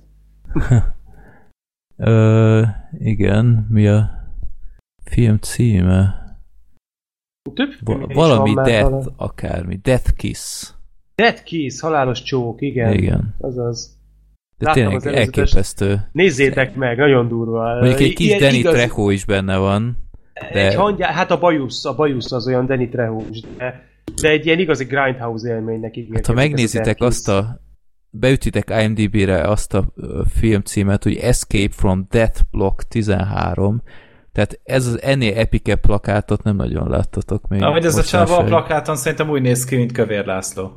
Ö, igen, mi a film címe? Több Va- valami Death, talán. Akármi. Death Kiss. Death Kiss, halálos csók, igen. Igen. Azaz. De láttam tényleg elképesztő. Nézzétek meg, nagyon durva. Mondjuk egy kis ilyen Danny igaz... Trejo is benne van. De... Egy hangyá... Hát a bajusz, a bajusz az olyan Danny Trejo is, de, de egy ilyen igazi Grindhouse élménynek ígérkezik. Hát ha megnézitek azt a beütitek I M D B-re azt a filmcímet, hogy Escape from Death Block tizenhárom, tehát ez az ennél epikebb plakátot nem nagyon láttatok még. Ahogy ez a csáva a plakáton szerintem úgy néz ki, mint Kövér László.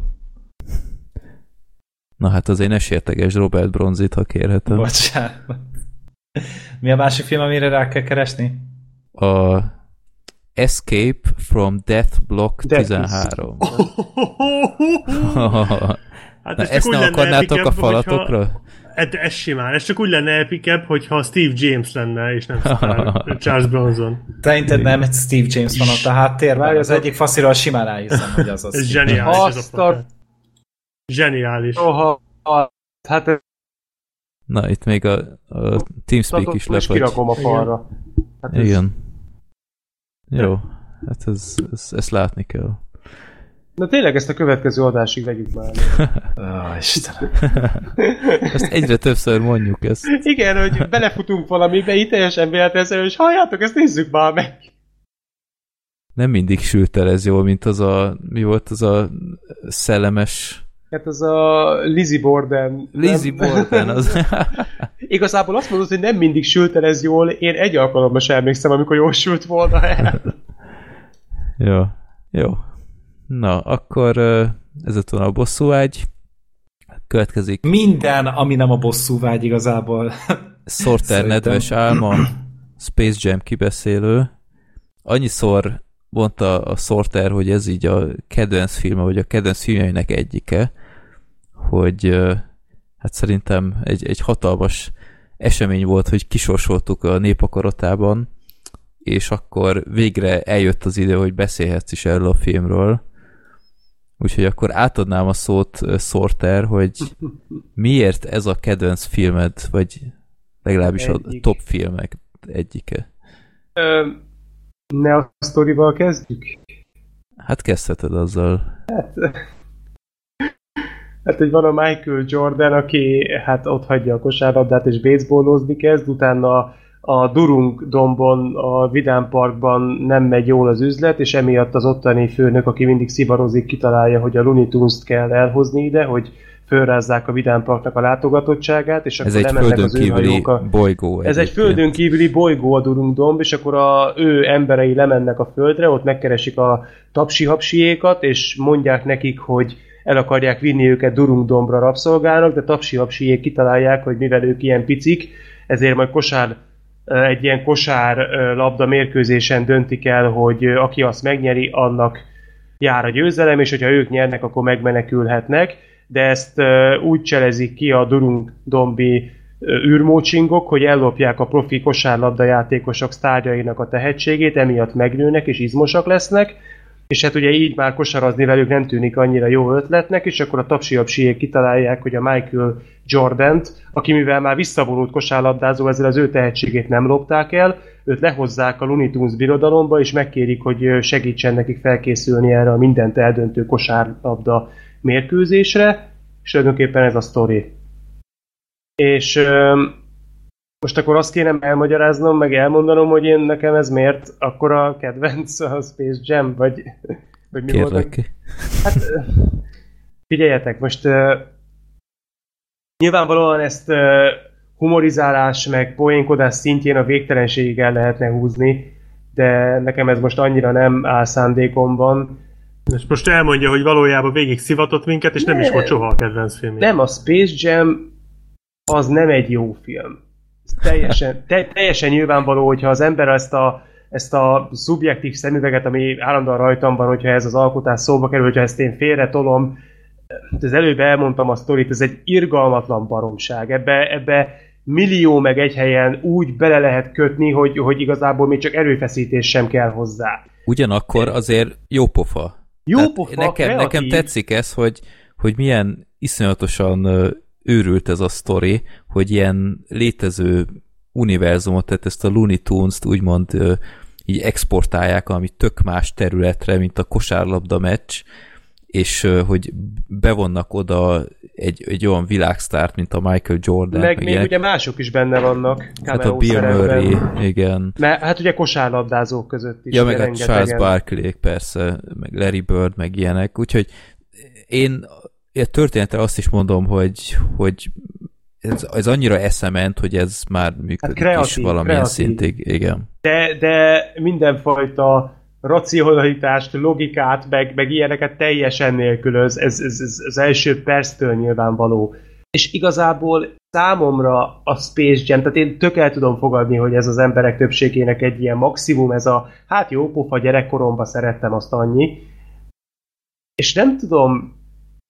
Na hát azért ne sérteges Robert Bronzit, ha kérhetem. Bocsánat. Mi a másik film, amire rá kell keresni? A Escape from Death Block Death tizenhárom. Hát na, ezt nem akarnátok a falatokra? Ez, ez simán. Ez csak úgy lenne epikebb, hogyha Steve James lenne, és nem Charles Bronson. Szerinted nem egy Steve James van ott a háttérben? Az egyik fasziról simán elhiszem, hogy az az. Ez zseniális. Ez a zseniális. Oha, hát na, itt még a, a TeamSpeak is lefagy. Kirakom a falra. Hát ez... Igen. Jó, hát ez, ez, ezt látni kell. Na tényleg ezt a következő adásig vegyük már. Ó, Istenem. Ezt egyre többször mondjuk ezt. Igen, hogy belefutunk valamibe, így teljesen véletlenül, és halljátok, ezt nézzük már meg. Nem mindig sült el ez jól, mint az a, mi volt az a szellemes... Hát az a Lizzie Borden. Lizzie Borden, az... Igazából azt mondod, hogy nem mindig sült el ez jól, én egy alkalommal sem emlékszem, amikor jól sült volna el. Jó, jó. Na, akkor ez lett volna a bosszúágy. Következik. Minden, ami nem a bosszúvágy igazából. Sorter nedves álma, Space Jam kibeszélő. Annyiszor mondta a Sorter, hogy ez így a kedvenc filme, vagy a kedvenc filmjeinek egyike, hogy hát szerintem egy, egy hatalmas esemény volt, hogy kisorsoltuk a népakaratában, és akkor végre eljött az idő, hogy beszélhetsz is erről a filmről. Úgyhogy akkor átadnám a szót Sorter, hogy miért ez a kedvenc filmed, vagy legalábbis Egyik. a top filmek egyike. Ö, ne a sztorival kezdjük? Hát kezdheted azzal. Hát, hát hogy van a Michael Jordan, aki hát ott hagyja a kosárlabdát és baseballozni kezd, utána a Durung dombon, a Vidám Parkban nem megy jól az üzlet, és emiatt az ottani főnök, aki mindig szivarozik, kitalálja, hogy a Looney Tunes-t kell elhozni ide, hogy fölrázzák a Vidám Parknak a látogatottságát, és ez akkor egy lemennek földön az űrhajók. A... bolygó. Ez egy földön kívüli bolygó a Durung domb, és akkor a ő emberei lemennek a földre, ott megkeresik a tapsi-hapsiékat, és mondják nekik, hogy el akarják vinni őket Durung dombra rabszolgának, de tapsi-hapsiék kitalálják, hogy mivel ők ilyen picik, ezért majd kosár egy ilyen kosárlabda mérkőzésen döntik el, hogy aki azt megnyeri, annak jár a győzelem, és hogyha ők nyernek, akkor megmenekülhetnek, de ezt úgy cselezik ki a Durung dombi űrmócsingok, hogy ellopják a profi kosárlabda játékosok sztárjainak a tehetségét, emiatt megnőnek és izmosak lesznek, és hát ugye így már kosarazni velük nem tűnik annyira jó ötletnek, és akkor a tapsi-hapsiék kitalálják, hogy a Michael Jordant, aki mivel már visszavonult kosárlabdázó, ezzel az ő tehetségét nem lopták el, őt lehozzák a Looney Tunes birodalomba, és megkérik, hogy segítsen nekik felkészülni erre a mindent eldöntő kosárlabda mérkőzésre, és tulajdonképpen ez a sztori. És öm, most akkor azt kéne elmagyaráznom, meg elmondanom, hogy én nekem ez miért akkor a kedvenc a Space Jam, vagy, vagy mi volt? Hát figyeljetek, most uh, nyilvánvalóan ezt uh, humorizálás meg poénkodás szintjén a végtelenségig el lehetne húzni, de nekem ez most annyira nem áll szándékomban. És most elmondja, hogy valójában végig szivatott minket, és nem, nem is volt soha a kedvenc filmje. Nem, a Space Jam az nem egy jó film. Teljesen, te, teljesen nyilvánvaló, hogyha az ember ezt a, ezt a szubjektív szemüveget, ami állandóan rajtam van, hogyha ez az alkotás szóba kerül, hogyha ezt én félretolom, az előbb elmondtam a sztorit, ez egy irgalmatlan baromság. Ebbe, ebbe millió meg egy helyen úgy bele lehet kötni, hogy, hogy igazából még csak erőfeszítés sem kell hozzá. Ugyanakkor azért jó pofa. Jó pofa, nekem, nekem tetszik ez, hogy, hogy milyen iszonyatosan őrült ez a sztori, hogy ilyen létező univerzumot, tehát ezt a Looney Tunes-t úgymond így exportálják, ami tök más területre, mint a kosárlabda meccs, és hogy bevonnak oda egy, egy olyan világsztárt, mint a Michael Jordan. Meg, meg még ilyen... ugye mások is benne vannak. Hát a Bill Murray, igen. Mert hát ugye kosárlabdázók között is. Ja, meg a Charles Barkley, persze, meg Larry Bird, meg ilyenek. Úgyhogy én a történetre azt is mondom, hogy, hogy ez, ez annyira eszement, hogy ez már működik hát kreatív, is valamilyen kreatív. szintig. Igen. De, de mindenfajta racionalitást, logikát, meg, meg ilyeneket teljesen nélkülöz. Ez, ez, ez az első perctől nyilvánvaló. És igazából számomra a Space Jam, tehát én tök el tudom fogadni, hogy ez az emberek többségének egy ilyen maximum, ez a hát jó pofa, gyerekkoromban szerettem azt annyi. És nem tudom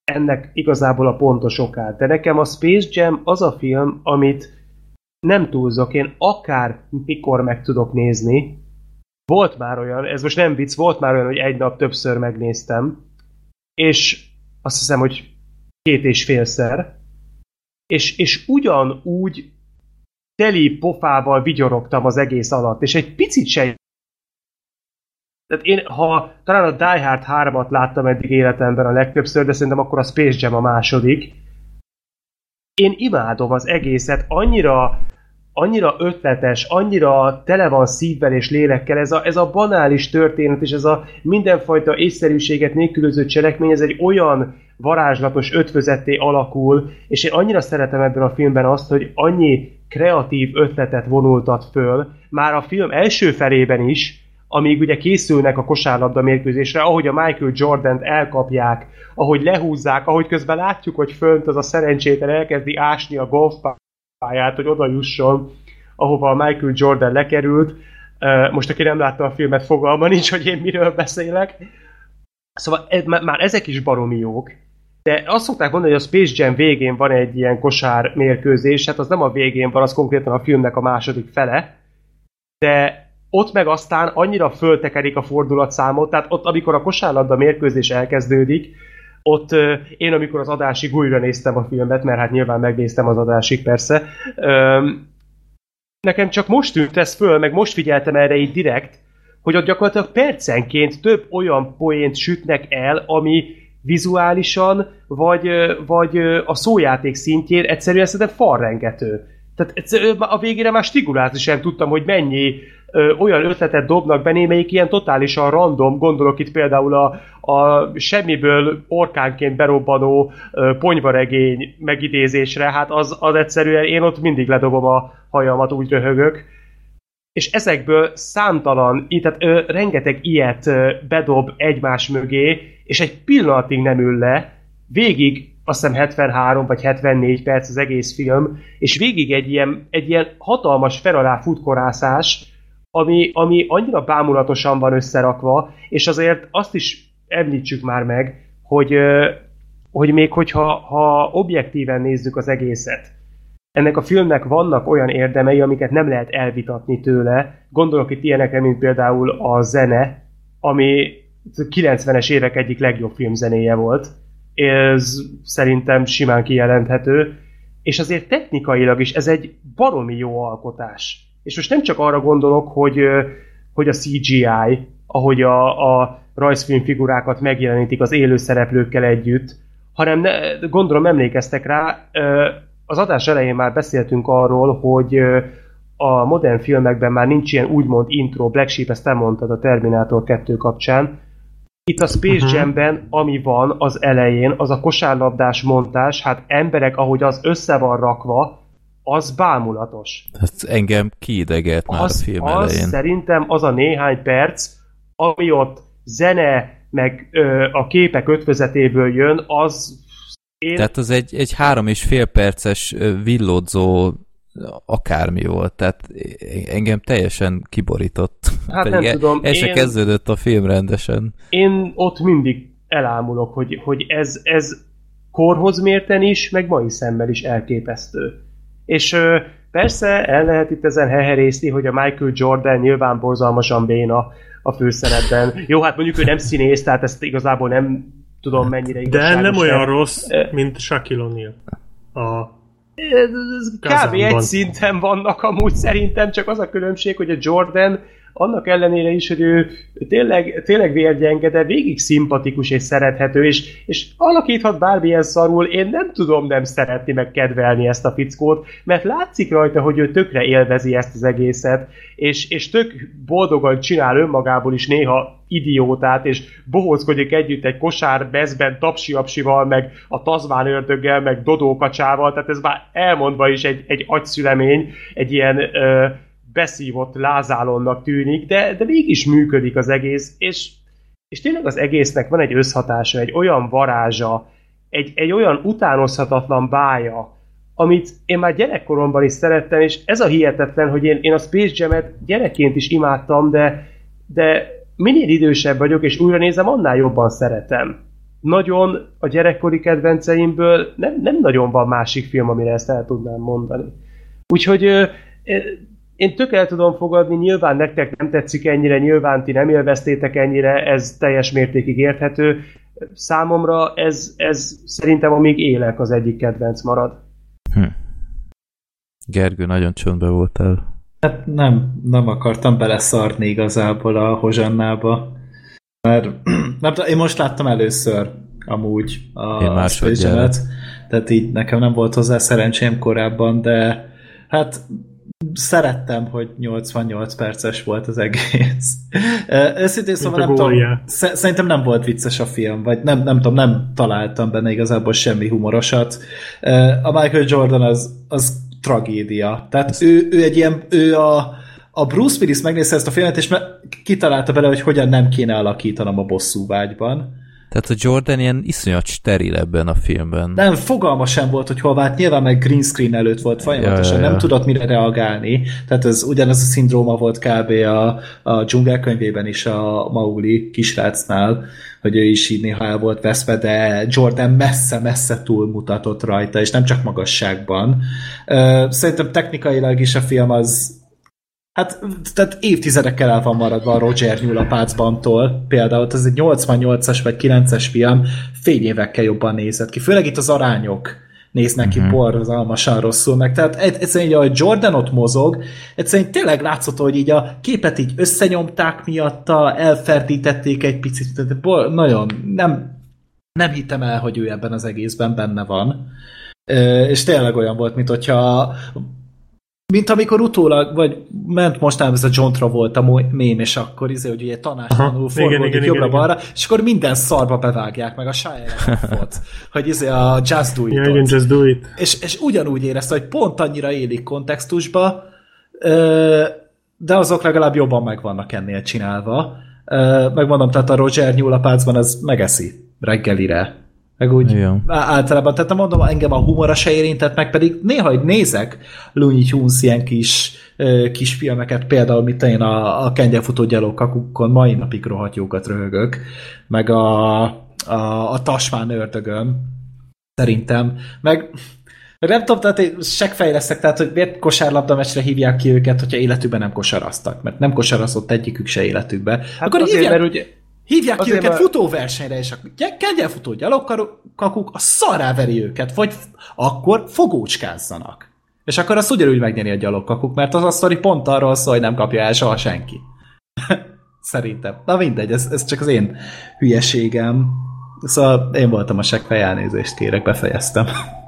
ennek igazából a pontos okát. De nekem a Space Jam az a film, amit nem túlzok, én akár mikor meg tudok nézni. Volt már olyan, ez most nem vicc, volt már olyan, hogy egy nap többször megnéztem, és azt hiszem, hogy két és félszer, és, és ugyanúgy teli pofával vigyorogtam az egész alatt, és egy picit se... Tehát én, ha talán a Die Hard hármat láttam eddig életemben a legtöbbször, de szerintem akkor a Space Jam a második. Én imádom az egészet, annyira, annyira ötletes, annyira tele van szívvel és lélekkel, ez a, ez a banális történet, és ez a mindenfajta észszerűséget nélkülöző cselekmény, ez egy olyan varázslatos ötvözetté alakul, és én annyira szeretem ebben a filmben azt, hogy annyi kreatív ötletet vonultat föl, már a film első felében is, amíg ugye készülnek a kosárlabda mérkőzésre, ahogy a Michael Jordant elkapják, ahogy lehúzzák, ahogy közben látjuk, hogy fönt az a szerencsétlen elkezdi ásni a golfpályát, hogy oda jusson, ahova a Michael Jordan lekerült. Most aki nem látta a filmet, fogalma nincs, hogy én miről beszélek. Szóval ez, már ezek is baromi jók. De azt szokták mondani, hogy a Space Jam végén van egy ilyen kosár mérkőzés, hát az nem a végén van, az konkrétan a filmnek a második fele, de ott meg aztán annyira föltekerik a fordulatszámot, tehát ott, amikor a kosárlabda mérkőzés elkezdődik, ott én, amikor az adásig újra néztem a filmet, mert hát nyilván megnéztem az adásig persze, nekem csak most tűnt ez föl, meg most figyeltem erre így direkt, hogy ott gyakorlatilag percenként több olyan poént sütnek el, ami vizuálisan, vagy, vagy a szójáték szintjén egyszerűen szerintem falrengető. Tehát a végére már stigulázni sem tudtam, hogy mennyi ö, olyan ötletet dobnak be, némelyik ilyen totálisan random, gondolok itt például a, a semmiből orkánként berobbanó ö, ponyvaregény megidézésre, hát az, az egyszerűen én ott mindig ledobom a hajamat, úgy röhögök. És ezekből számtalan, tehát ö, rengeteg ilyet ö, bedob egymás mögé, és egy pillanatig nem ül le, végig azt hiszem hetvenhárom vagy hetvennégy perc az egész film, és végig egy ilyen, egy ilyen hatalmas fel alá futkorászás, ami, ami annyira bámulatosan van összerakva, és azért azt is említsük már meg, hogy, hogy még hogyha ha objektíven nézzük az egészet, ennek a filmnek vannak olyan érdemei, amiket nem lehet elvitatni tőle. Gondolok itt ilyenekre, mint például a zene, ami kilencvenes évek egyik legjobb filmzenéje volt. Ez szerintem simán kijelenthető, és azért technikailag is ez egy baromi jó alkotás. És most nem csak arra gondolok, hogy, hogy a cé gé í, ahogy a, a rajzfilmfigurákat megjelenítik az élő szereplőkkel együtt, hanem ne, gondolom emlékeztek rá, az adás elején már beszéltünk arról, hogy a modern filmekben már nincs ilyen úgymond intro, Black Sheep, ezt te mondtad a Terminátor kettő kapcsán. Itt a Space uh-huh. Jamben, ami van az elején, az a kosárlabdás montás, hát emberek, ahogy az össze van rakva, az bámulatos. Ez engem kiidegelt már az, a film az elején. Szerintem az a néhány perc, ami ott zene, meg ö, a képek ötvözetéből jön, az... Én... Tehát az egy, egy három és fél perces villódzó akármi volt, tehát engem teljesen kiborított. Hát Pedig nem tudom. El se én, kezdődött a film rendesen. Én ott mindig elámulok, hogy, hogy ez, ez korhoz mérten is, meg mai szemmel is elképesztő. És ö, persze el lehet itt ezen heherészni, hogy a Michael Jordan nyilván borzalmasan béna a főszerepben. Jó, hát mondjuk ő nem színész, tehát ezt igazából nem tudom mennyire igazságos. De nem olyan rossz, mint Shaquille O'Neal. A kb. Egy szinten vannak amúgy szerintem, csak az a különbség, hogy a Jordan annak ellenére is, hogy ő tényleg, tényleg vérgyenge, de végig szimpatikus és szerethető, és, és alakíthat bármilyen szarul, én nem tudom nem szeretni meg kedvelni ezt a fickót, mert látszik rajta, hogy ő tökre élvezi ezt az egészet, és, és tök boldogan csinál önmagából is néha idiótát, és bohóckodik együtt egy kosár bezben tapsi-apsival, meg a tazmán ördöggel, meg dodókacsával, tehát ez már elmondva is egy, egy agyszülemény, egy ilyen ö, beszívott lázálonnak tűnik, de, de mégis működik az egész, és, és tényleg az egésznek van egy összhatása, egy olyan varázsa, egy, egy olyan utánozhatatlan bája, amit én már gyerekkoromban is szerettem, és ez a hihetetlen, hogy én, én a Space Jam-et gyerekként is imádtam, de, de minél idősebb vagyok, és újra nézem, annál jobban szeretem. nagyon a gyerekkori kedvenceimből nem, nem nagyon van másik film, amire ezt el tudnám mondani. Úgyhogy én tök el tudom fogadni, nyilván nektek nem tetszik ennyire, nyilván ti nem élveztétek ennyire, ez teljes mértékig érthető. Számomra ez, ez szerintem amíg élek az egyik kedvenc marad. Hm. Gergő, nagyon csöndbe voltál. Hát nem, nem akartam beleszarni igazából a Hozsannába. Mert nem, én most láttam először amúgy a Space Jam-et, tehát így nekem nem volt hozzá szerencsém korábban, de hát szerettem, hogy nyolcvannyolc perces volt az egész. Őszintén szóval nem tudom, szerintem nem volt vicces a film, vagy nem, nem tudom, nem találtam benne igazából semmi humorosat. A Michael Jordan az, az tragédia. Tehát ő, ő egy ilyen, ő a, a Bruce Willis megnézte ezt a filmet, és kitalálta bele, hogy hogyan nem kéne alakítanom a bosszúvágyban. Tehát a Jordan ilyen iszonyat steril ebben a filmben. Nem, fogalma sem volt, hogy hol vált. Nyilván meg green screen előtt volt folyamatosan, ja, ja, ja. Nem tudott mire reagálni. Tehát ez ugyanaz a szindróma volt kb. a, a dzsungelkönyvében is a Mowgli kisrácnál, hogy ő is így néha el volt veszve, de Jordan messze-messze túlmutatott rajta, és nem csak magasságban. Szerintem technikailag is a film az hát, tehát évtizedekkel el van maradva a Roger nyúl a pácbantól. Például ez egy nyolcvannyolcas vagy kilences film, fél évekkel jobban nézett ki. Főleg itt az arányok néznek ki mm-hmm. borzalmasan rosszul meg. Tehát egyszerűen, ahogy Jordan ott mozog, egyszerűen tényleg látszott, hogy így a képet így összenyomták miatta, elferdítették egy picit. Tehát nagyon nem, nem hittem el, hogy ő ebben az egészben benne van. És tényleg olyan volt, mint hogyha mint amikor utólag, vagy ment mostanában ez a John Travolta mém, és akkor izé, hogy ugye tanástalanul forgódik jobbra-balra, és akkor minden szarba bevágják meg a Shia LaBeoufot, hogy izé a Just Do It-ot. Yeah, just do it. És, és ugyanúgy érezte, hogy pont annyira élik kontextusba, de azok legalább jobban meg vannak ennél csinálva. Megmondom, tehát a Roger nyúl a pácban az megeszi reggelire. Meg úgy igen. Általában, tehát mondom, engem a humora se érintett meg, pedig néha így nézek Looney Tunes ilyen kis, kis filmeket, például mit én a, a kengyelfutó gyalogkakukon mai napig rohadt jókat röhögök, meg a, a, a Tasmán ördögöm, szerintem, meg nem tudom, tehát én seggfej leszek, tehát hogy miért kosárlabda meccsre hívják ki őket, hogyha életükben nem kosaraztak, mert nem kosarazott egyikük se életükbe. Hát akkor azért, hívják... mert ugye hívják ki őket már futóversenyre, és a kengyelfutó gyalogkakuk a szarrá veri őket, vagy akkor fogócskázzanak. És akkor azt ugyanúgy megnyeri a gyalogkakuk, mert az a sztori pont arról szól, hogy nem kapja el soha senki. Szerintem. Na mindegy, ez, ez csak az én hülyeségem. Szóval én voltam a seggfej, elnézést kérek, befejeztem.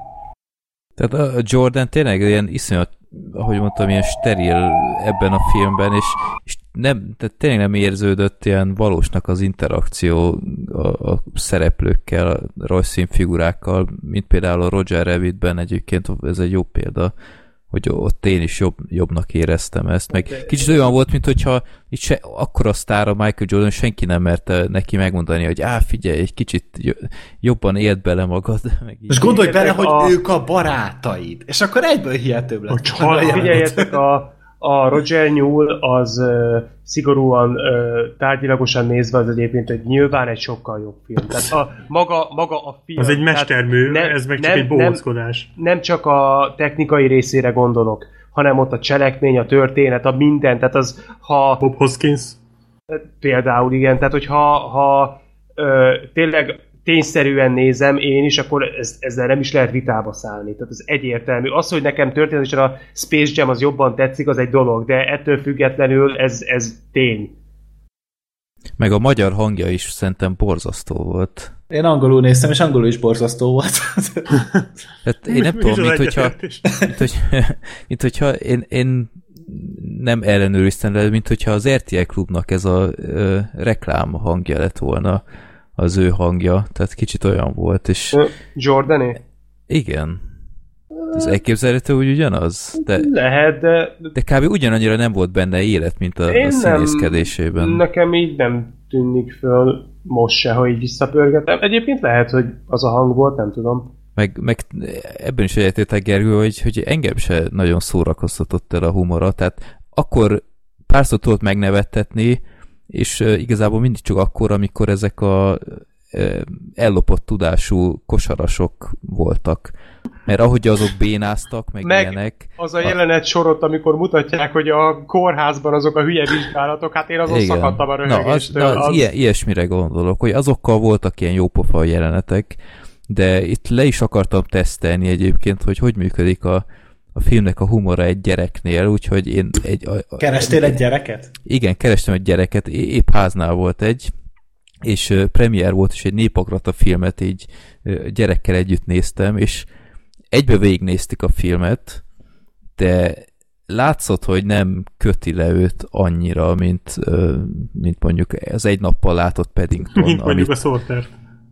Tehát a Jordan tényleg ilyen iszonyat, ahogy mondtam, ilyen steril ebben a filmben, és, és nem, tehát tényleg nem érződött ilyen valósnak az interakció a, a szereplőkkel, a rajzszínfigurákkal, mint például a Roger Rabbitben egyébként, ez egy jó példa, hogy ott én is jobb, jobbnak éreztem ezt. Meg kicsit olyan volt, mint hogyha itt se, akkora sztár a Michael Jordan, senki nem merte neki megmondani, hogy á, figyelj, egy kicsit jobban éld bele magad. Meg és gondolj bele, a... hogy ők a barátaid. És akkor egyből hihetőbb lett. Figyeljetek, a, a Roger nyúl az uh, szigorúan uh, tárgyilagosan nézve az egyébként egy nyilván egy sokkal jobb film. Tehát a, maga, maga a film. Az egy mestermű, nem, ez meg csak nem, egy bohóckodás. Nem, nem csak a technikai részére gondolok, hanem ott a cselekmény, a történet, a minden, tehát az, ha... Bob Hoskins? Például, igen, tehát hogyha ha, ö, tényleg tényszerűen nézem én is, akkor ez, ezzel nem is lehet vitába szállni. Tehát ez egyértelmű. Az, hogy nekem történetesen a Space Jam az jobban tetszik, az egy dolog, de ettől függetlenül ez, ez tény. Meg a magyar hangja is szerintem borzasztó volt. Én angolul néztem, és angolul is borzasztó volt. Hát én nem tudom, mint hogyha, mint, hogy, mint hogyha én, én nem ellenőriztem le, mint hogyha az er té el Klubnak ez a ö, reklám hangja lett volna az ő hangja, tehát kicsit olyan volt, és... Jordané? Igen. Ez elképzelhető, hogy ugyanaz? De, lehet, de... De kb. Ugyanannyira nem volt benne élet, mint a, a színészkedésében. Nem, nekem így nem tűnik föl most se, ha így visszapörgetem. Egyébként lehet, hogy az a hang volt, nem tudom. Meg, meg ebben is egyetértek, Gergő, hogy, hogy engem se nagyon szórakoztatott el a humora, tehát akkor párszor tudott megnevettetni, és uh, igazából mindig csak akkor, amikor ezek a ellopott tudású kosarasok voltak. Mert ahogy azok bénáztak, meg, meg ilyenek... az a jelenet sorot, amikor mutatják, hogy a kórházban azok a hülye vizsgálatok, hát én azon igen. szakadtam a röhögéstől. Na, az, na, az, az... Ilyen, ilyesmire gondolok, hogy azokkal voltak ilyen jópofa jelenetek, de itt le is akartam tesztelni egyébként, hogy hogy működik a, a filmnek a humora egy gyereknél, úgyhogy én... Egy, a, a, Kerestél egy gyereket? Igen, kerestem egy gyereket, épp háznál volt egy, és uh, premier volt, és egy Népagrata filmet így uh, gyerekkel együtt néztem, és egybe végignéztük a filmet, de látszott, hogy nem köti le őt annyira, mint, uh, mint mondjuk az egy nappal látott Paddington. Mint mondjuk amit... a Sorter.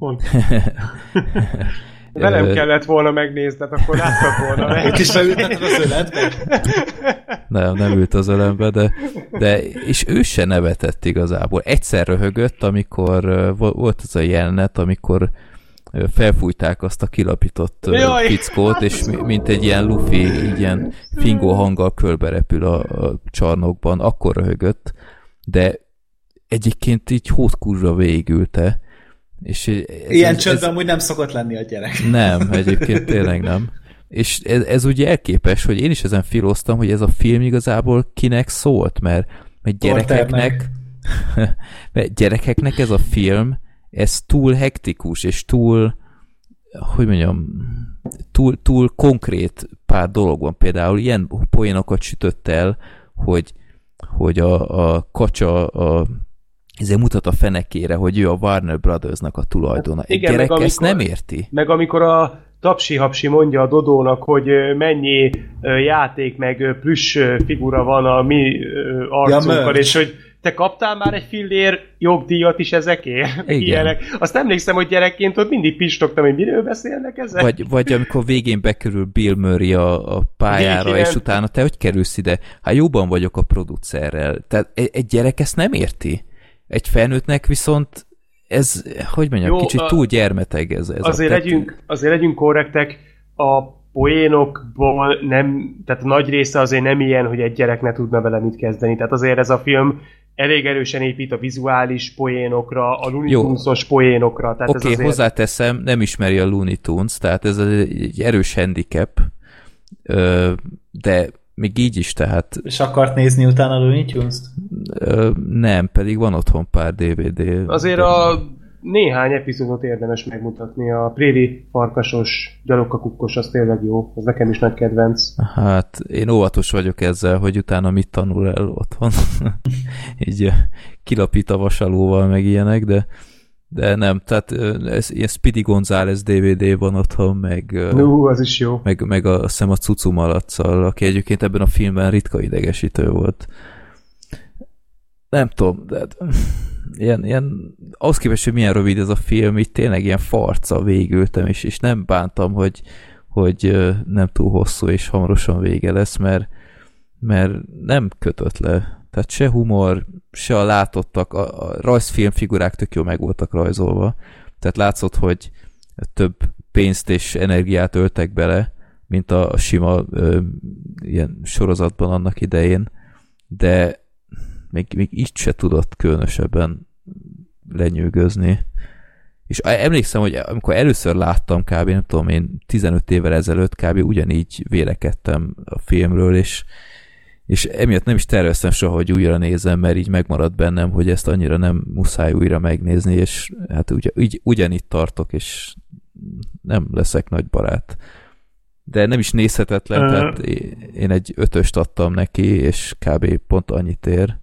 Velem kellett volna megnézned, akkor láttad volna meg. Ők is leültetted az öletbe? Nem, nem ült az ölembe, de, de és ő se nevetett igazából. Egyszer röhögött, amikor volt az a jelenet, amikor felfújták azt a kilapított Jaj, fickót, hát és mint egy ilyen lufi, így ilyen fingó hanggal körbe repül a, a csarnokban, akkor röhögött, de egyébként így hótkurra végülte. És ez, ilyen csöndben amúgy nem szokott lenni a gyerek. Nem, egyébként tényleg nem. És ez, ez ugye elképes, hogy én is ezen filoztam, hogy ez a film igazából kinek szólt, mert, mert gyerekeknek mert gyerekeknek ez a film, ez túl hektikus, és túl, hogy mondjam, túl, túl konkrét pár dolog van. Például ilyen poénokat sütött el, hogy, hogy a, a kacsa a ezért mutat a fenekére, hogy ő a Warner Brothersnak a tulajdona. Egy igen, gyerek amikor, ezt nem érti. Meg amikor a Tapsi-hapsi mondja a Dodónak, hogy mennyi játék meg plüss figura van a mi arcunkkal, ja, és hogy te kaptál már egy fillér jogdíjat is ezekért? Ilyenek. Azt emlékszem, hogy gyerekként ott mindig pistogtam, hogy miről beszélnek ezek. Vagy, vagy amikor végén bekerül Bill Murray a, a pályára, igen. És utána te hogy kerülsz ide? Hát jóban vagyok a producerrel. Tehát egy, egy gyerek ezt nem érti. Egy felnőttnek viszont ez, hogy mondjam, jó, kicsit túl gyermeteg ez. ez azért, a legyünk, azért legyünk korrektek, a poénokból nem, tehát a nagy része azért nem ilyen, hogy egy gyerek ne tudna vele mit kezdeni. Tehát azért ez a film elég erősen épít a vizuális poénokra, a Looney Tunes-os poénokra. Oké, okay, azért... hozzáteszem, nem ismeri a Looney Tunes, tehát ez egy erős handicap, de még így is, tehát... És akart nézni utána a Looney Tunes-t? Nem, pedig van otthon pár dé vé dé. Azért de... a néhány epizódot érdemes megmutatni. A préri farkasos, gyalogkakukkos, az tényleg jó. Az nekem is nagy kedvenc. Hát, én óvatos vagyok ezzel, hogy utána mit tanul el otthon. Így kilapít a vasalóval, meg ilyenek, de de nem, tehát ez, ilyen Speedy González dé vé dé van otthon, meg, no, az is jó. meg, meg a, azt hiszem a Cucu Malacsal, aki egyébként ebben a filmben ritka idegesítő volt. Nem tudom, de ilyen, ilyen, ahhoz képest, hogy milyen rövid ez a film, így tényleg ilyen farca végültem, és, és nem bántam, hogy, hogy nem túl hosszú, és hamarosan vége lesz, mert, mert nem kötött le. Tehát se humor, se a látottak, a, a rajzfilmfigurák tök jól meg voltak rajzolva. Tehát látszott, hogy több pénzt és energiát öltek bele, mint a sima ö, ilyen sorozatban annak idején, de még, még így se tudott különösebben lenyűgözni. És emlékszem, hogy amikor először láttam kb. Nem tudom én, tizenöt évvel ezelőtt kb. Ugyanígy vélekedtem a filmről, és és emiatt nem is terveztem soha, hogy újra nézem, mert így megmaradt bennem, hogy ezt annyira nem muszáj újra megnézni, és hát ugy, ugy, ugyanitt tartok, és nem leszek nagy barát. De nem is nézhetetlen, uh, tehát én egy ötöst adtam neki, és kb. Pont annyit ér.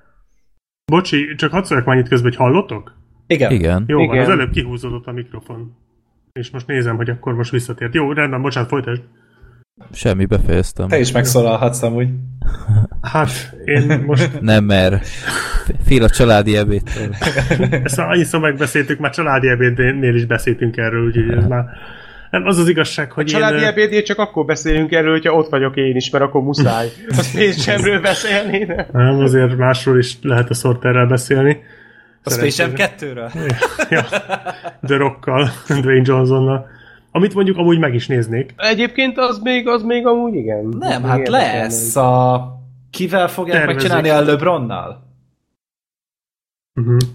Bocsi, csak hadd szóljak már annyit közben, hogy hallottok? Igen. Igen. Jó, Igen. Van, az előbb kihúzódott a mikrofon. És most nézem, hogy akkor most visszatért. Jó, rendben, bocsánat, folytasd. Semmi, befejeztem. Te is megszólalhatsz amúgy. Hát, én most... Nem, mert fél a családi ebédtől. Ezt már annyiszor megbeszéltük, már családi ebédnél is beszéltünk erről, úgyhogy ez már... Nem, az az igazság, hogy a családi én... ebédnél csak akkor beszélünk erről, hogyha ott vagyok én is, mert akkor muszáj. A Space Jamről beszélni. De... Nem, azért másról is lehet a Sorterrel beszélni. A Space Jam kettőről? Ja, The Rockkal, Dwayne Johnsonnal. Amit mondjuk amúgy meg is néznék. Egyébként az még, az még amúgy igen. Nem, hát lesz a... Kivel fogják tervezik. Megcsinálni a LeBronnal? Uh-huh.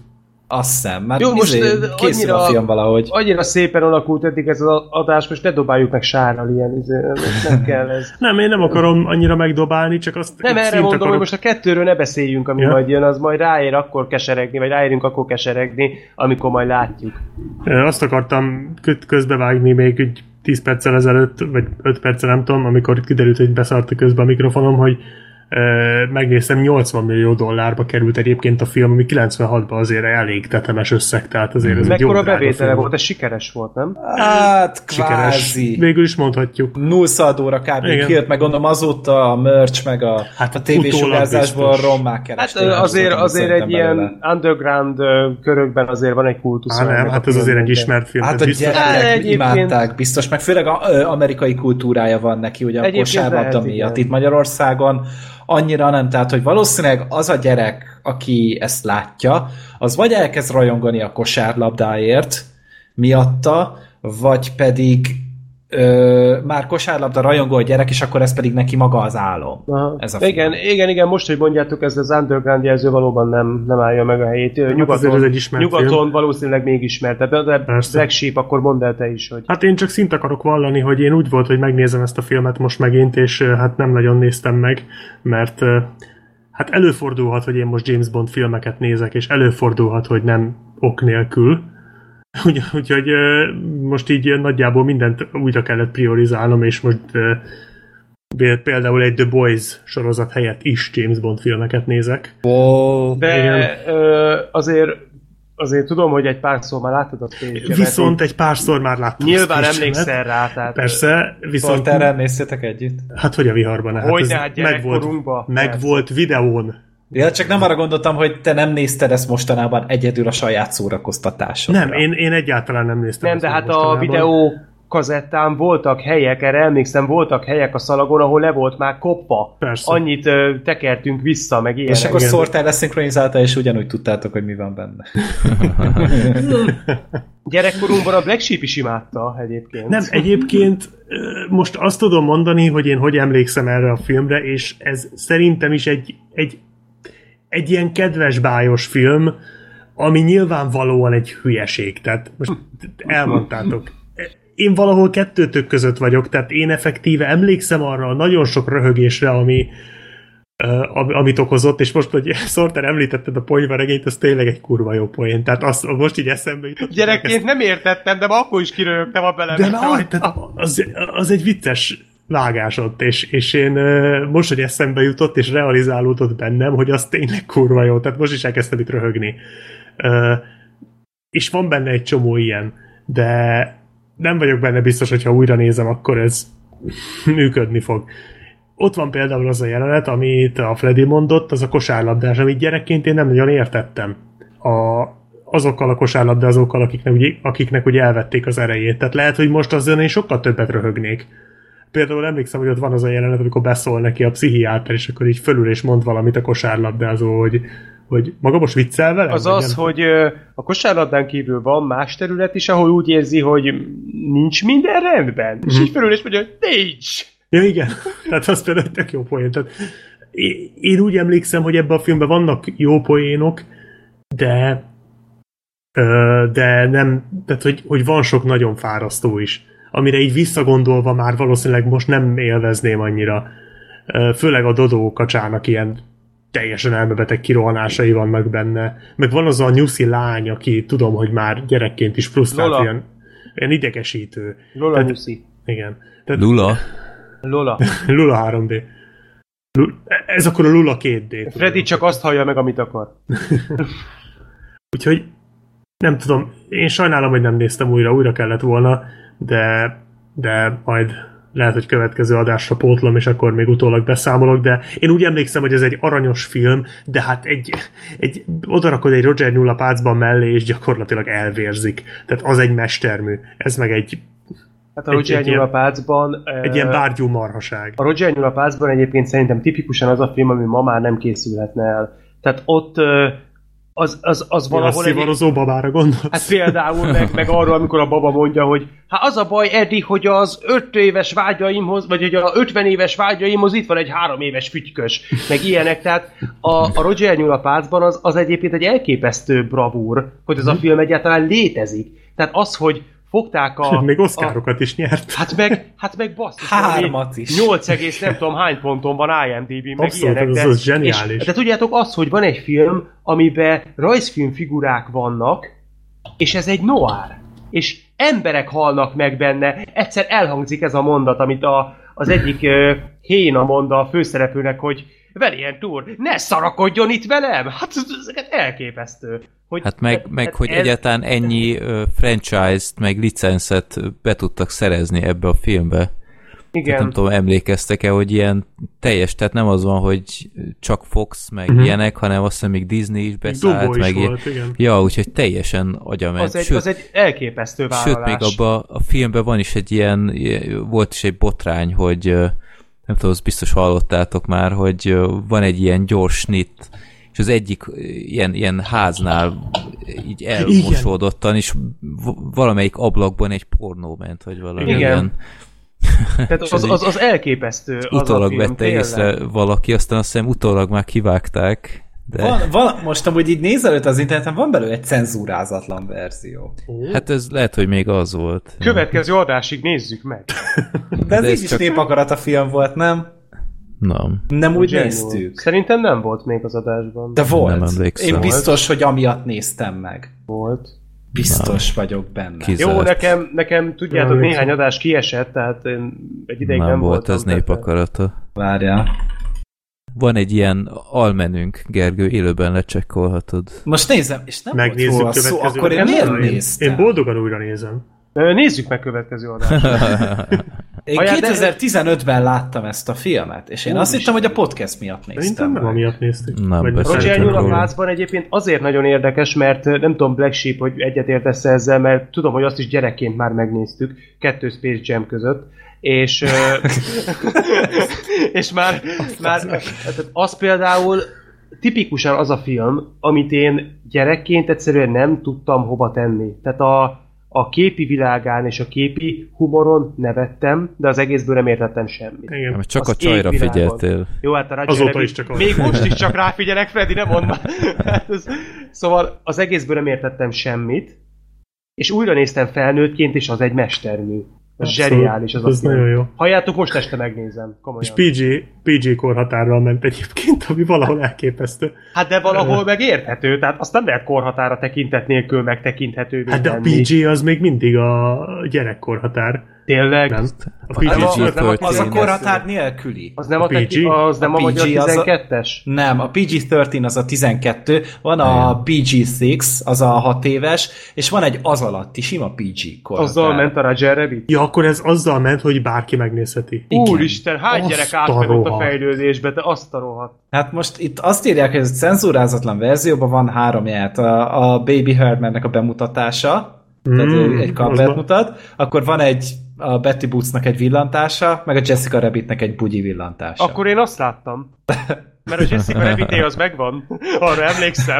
Azt hiszem, már jó, most készül annyira, a film valahogy. Annyira szépen alakult eddig ez az adás, most ne dobáljuk meg sárral ilyen, nem kell ez. Nem, én nem akarom annyira megdobálni, csak azt... Nem, erre mondom, akarok... hogy most a kettőről ne beszéljünk, ami ja. majd jön, az majd ráér akkor keseregni, vagy ráérünk akkor keseregni, amikor majd látjuk. Azt akartam közbevágni még egy tíz perccel ezelőtt, vagy öt perccel nem tudom, amikor kiderült, hogy beszart közben a mikrofonom, hogy megnéztem, nyolcvan millió dollárba került egyébként a film, ami kilencvenhatban azért elég tetemes összeg, tehát azért ez egy jó mekkora bevétele volt, ez sikeres volt, nem? Hát, kvázi. Sikeres. Végül is mondhatjuk. Nullszaldóra kb. Kijött, meg gondolom azóta a merch, meg a, hát a tévésugárzásból rommá keresték. Hát azért, azért egy ilyen belőle. Underground körökben azért van egy kultusz. Hát nem, hát ez azért egy ismert film. Hát a gyerekek imádták biztos, meg főleg a, amerikai kultúrája van neki, ugye a kosárlabda miatt. Itt Magyarországon annyira nem, tehát, hogy valószínűleg az a gyerek, aki ezt látja, az vagy elkezd rajongani a kosárlabdáért miatta, vagy pedig ö, már kosárlabda rajongó a gyerek, és akkor ez pedig neki maga az álom. Ez a igen, igen, igen, most, hogy mondjátok, ez az underground jelző valóban nem, nem állja meg a helyét. Hát nyugaton, nyugaton valószínűleg még ismert, de, de Black Sheep, akkor mondd el te is, hogy... Hát én csak szint akarok vallani, hogy én úgy volt, hogy megnézem ezt a filmet most megint, és hát nem nagyon néztem meg, mert hát előfordulhat, hogy én most James Bond filmeket nézek, és előfordulhat, hogy nem ok nélkül. Úgyhogy most így nagyjából mindent újra kellett priorizálnom, és most például egy The Boys sorozat helyett is James Bond filmeket nézek. Oh, de igen. azért, azért tudom, hogy egy párszor már láttad a Space Viszont egy párszor már láttam. Nyilván emlékszel rá. Tehát persze, viszont... Porterrel néztétek együtt? Hát hogy a viharban? Hát hogy hát meg volt, meg volt videón. Ja, csak nem arra gondoltam, hogy te nem nézted ezt mostanában egyedül a saját szórakoztatásodra. Nem, én, én egyáltalán nem néztem. Nem, de hát a videó kazettán voltak helyek, erre emlékszem, voltak helyek a szalagon, ahol le volt már kopva. Persze. Annyit ö, tekertünk vissza, meg ilyenek. És akkor Sorter leszinkronizálta, és ugyanúgy tudtátok, hogy mi van benne. Gyerekkorunkban a Black Sheep is imádta egyébként. Nem, egyébként most azt tudom mondani, hogy én hogy emlékszem erre a filmre, és ez szerintem is egy, egy egy ilyen kedves, bájos film, ami nyilvánvalóan egy hülyeség. Tehát most elmondtátok. Én valahol kettőtök között vagyok, tehát én effektíve emlékszem arra a nagyon sok röhögésre, ami, uh, amit okozott, és most, hogy Sorter említetted a ponyvaregényt, az tényleg egy kurva jó poén. Tehát azt most így eszembe jutott. Gyerekként ezt... nem értettem, de akkor is kiröhögtem a bele. De na, tehát az, az egy vicces vágás ott, és, és én most, hogy eszembe jutott, és realizálódott bennem, hogy az tényleg kurva jó, tehát most is elkezdtem itt röhögni. És van benne egy csomó ilyen, de nem vagyok benne biztos, hogyha újra nézem, akkor ez működni fog. Ott van például az a jelenet, amit a Freddy mondott, az a kosárlabdás, amit gyerekként én nem nagyon értettem. A, azokkal a kosárlabdázókkal, akiknek, ugye, akiknek ugye elvették az erejét. Tehát lehet, hogy most azon én sokkal többet röhögnék. Például emlékszem, hogy ott van az a jelenet, amikor beszól neki a pszichiáter, és akkor így fölül és mond valamit a kosárlabdázó, hogy, hogy maga most viccel vele? Az az, nem? Hogy a kosárlabdán kívül van más terület is, ahol úgy érzi, hogy nincs minden rendben. Mm-hmm. És így fölül és mondja, hogy nincs! Ja, igen. Tehát az például tök jó poén. Tehát én úgy emlékszem, hogy ebben a filmben vannak jó poénok, de de nem, tehát hogy, hogy van sok nagyon fárasztó is, amire így visszagondolva már valószínűleg most nem élvezném annyira. Főleg a Dodó kacsának ilyen teljesen elmebeteg kirohanásai vannak benne. Meg van az a nyuszi lány, aki tudom, hogy már gyerekként is frusztrált, ilyen, ilyen idegesítő. Lola Tehát, nyuszi. Igen. Tehát, Lula. Lola. Lula három dé. Lula. Ez akkor a Lula két dé. Freddy csak azt hallja meg, amit akar. Úgyhogy nem tudom, én sajnálom, hogy nem néztem újra, újra kellett volna, de, de majd lehet, hogy következő adásra pótlom, és akkor még utólag beszámolok, de én úgy emlékszem, hogy ez egy aranyos film, de hát egy, egy odarakod egy Roger Nyúl a pácban mellé, és gyakorlatilag elvérzik. Tehát az egy mestermű. Ez meg egy Hát a Roger Nyúl a pácban... Egy ilyen bárgyú marhaság. A Roger Nyúl a pácban egyébként szerintem tipikusan az a film, ami ma már nem készülhetne el. Tehát ott az, az, az valahol... A szivarozó babára gondolsz? Hát például meg, meg arról, amikor a baba mondja, hogy hát az a baj, Eddie, hogy az öt éves vágyaimhoz, vagy hogy a ötven éves vágyaimhoz itt van egy három éves fütykös, meg ilyenek, tehát a, a Roger nyúl a pácban az, az egyébként egy elképesztő bravúr, hogy ez a film egyáltalán létezik. Tehát az, hogy fogták a... Még oszkárokat a, is nyert. Hát meg, hát meg basszus. Hármat is. nyolc egész nem tudom hány ponton van I M D B, meg Abszolút, ilyenek. ez De, az zseniális. És, de tudjátok azt, hogy van egy film, amiben rajzfilm figurák vannak, és ez egy noir. És emberek halnak meg benne. Egyszer elhangzik ez a mondat, amit a, az egyik uh, héna mond a főszereplőnek, hogy Valiant Tour, ne szarakodjon itt velem! Hát ez elképesztő. Hogy hát meg, meg hát hogy ez... egyáltalán ennyi uh, franchise-t, meg licenszet be tudtak szerezni ebbe a filmbe. Igen. Tehát nem tudom, emlékeztek-e, hogy ilyen teljes, tehát nem az van, hogy csak Fox, meg uh-huh. ilyenek, hanem azt hiszem még Disney is beszállt. Dubó is meg volt, igen. Ja, úgyhogy teljesen agyament. Az egy, sőt, az egy elképesztő vállalás. Sőt, még abban a filmben van is egy ilyen, volt is egy botrány, hogy nem tudom, azt biztos hallottátok már, hogy van egy ilyen gyors snit, és az egyik ilyen, ilyen háznál így elmosódottan, és valamelyik ablakban egy pornó ment, vagy valami. Igen. Ilyen. Tehát az, az, az elképesztő. Az utólag film, vette tényleg. észre valaki, aztán azt hiszem utólag már kivágták. De... Van, van, most amúgy így nézelőtt az interneten, van belőle egy cenzúrázatlan verzió. Hát ez lehet, hogy még az volt. Következő adásig nézzük meg. De ez, De ez így is csak... népakarat a film volt, nem? Nem. Nem úgy Genuine. néztük. Szerintem nem volt még az adásban. De volt. Nem emlékszem. Én biztos, hogy amiatt néztem meg. Volt. Biztos Na. vagyok benne. Kizárt. Jó, nekem, nekem tudjátok, Nem, néhány adás kiesett, tehát én egy ideig nem, nem volt voltam. ez népakarata. Várjál. Van egy ilyen almenünk, Gergő, élőben lecsekkolhatod. Most nézem, és nem Megnézzük volt róla szó, következő akkor én adásra. miért Én- néztem? Én boldogan újra nézem. Nézzük meg következő adást. Én Ajá, de- kétezer-tizenötben láttam ezt a filmet, és én Ó, azt hittem, Isten. hogy a podcast miatt Szerintem néztem nem meg. amiatt néztük. Nem, Vagy beszéltünk Roger szerintem- Nyúl a róla. házban egyébként azért nagyon érdekes, mert nem tudom, Black Sheep, hogy egyetértesz ezzel, mert tudom, hogy azt is gyerekként már megnéztük, kettő Space Jam között, és, ö, és már, már tehát az például tipikusan az a film, amit én gyerekként egyszerűen nem tudtam hova tenni. Tehát a, a képi világán és a képi humoron nevettem, de az egészből nem értettem semmit. Igen. Nem, csak Az a csajra égvilágon. figyeltél. Jó, hát a Roger Azóta Rabbit- is csak arra. Még most is csak ráfigyelek, Freddy, nem mondd már. Hát ez- Szóval az egészből nem értettem semmit, és újra néztem felnőttként, és az egy mestermű. Az Abszolút. zseniális az a Ez film. nagyon jó. Halljátok, most este megnézem. És Komolyan. pé gé, pé gé korhatárral ment egyébként, ami valahol elképesztő. Hát de valahol meg érthető, tehát azt nem lehet korhatára tekintet nélkül megtekinthetővé Hát de a tenni. pé gé az még mindig a gyerekkorhatár. Tényleg? Nem? A A pé gé nem, pé gé az nem a- Az a tizenkettő. korhatár nélküli. Az nem A a, teki- pé gé? az nem A a, magyar pé gé az a- tizenkettes? Nem, a pé gé tizenhárom az a tizenkettő, van a pé gé hat, az a hat éves, és van egy az alatti, sima pé gé korhatár. Azzal ment a Roger Rabbit? Ja, akkor ez azzal ment, hogy bárki megnézheti. Igen. Úristen, hány Azt gyerek a átment a rohadt. fejlődésbe, te azt a rohadt. Hát most itt azt írják, hogy ez cenzúrázatlan verzióban van három jelenet. A, a Baby Heardmannek a bemutatása, mm, tehát ő egy kampert az mutat, akkor van egy a Betty Bootsnak egy villantása, meg a Jessica Rabbitnek egy bugyi villantása. Akkor én azt láttam. Mert a Jessica Rabbité az megvan. Arra emlékszem.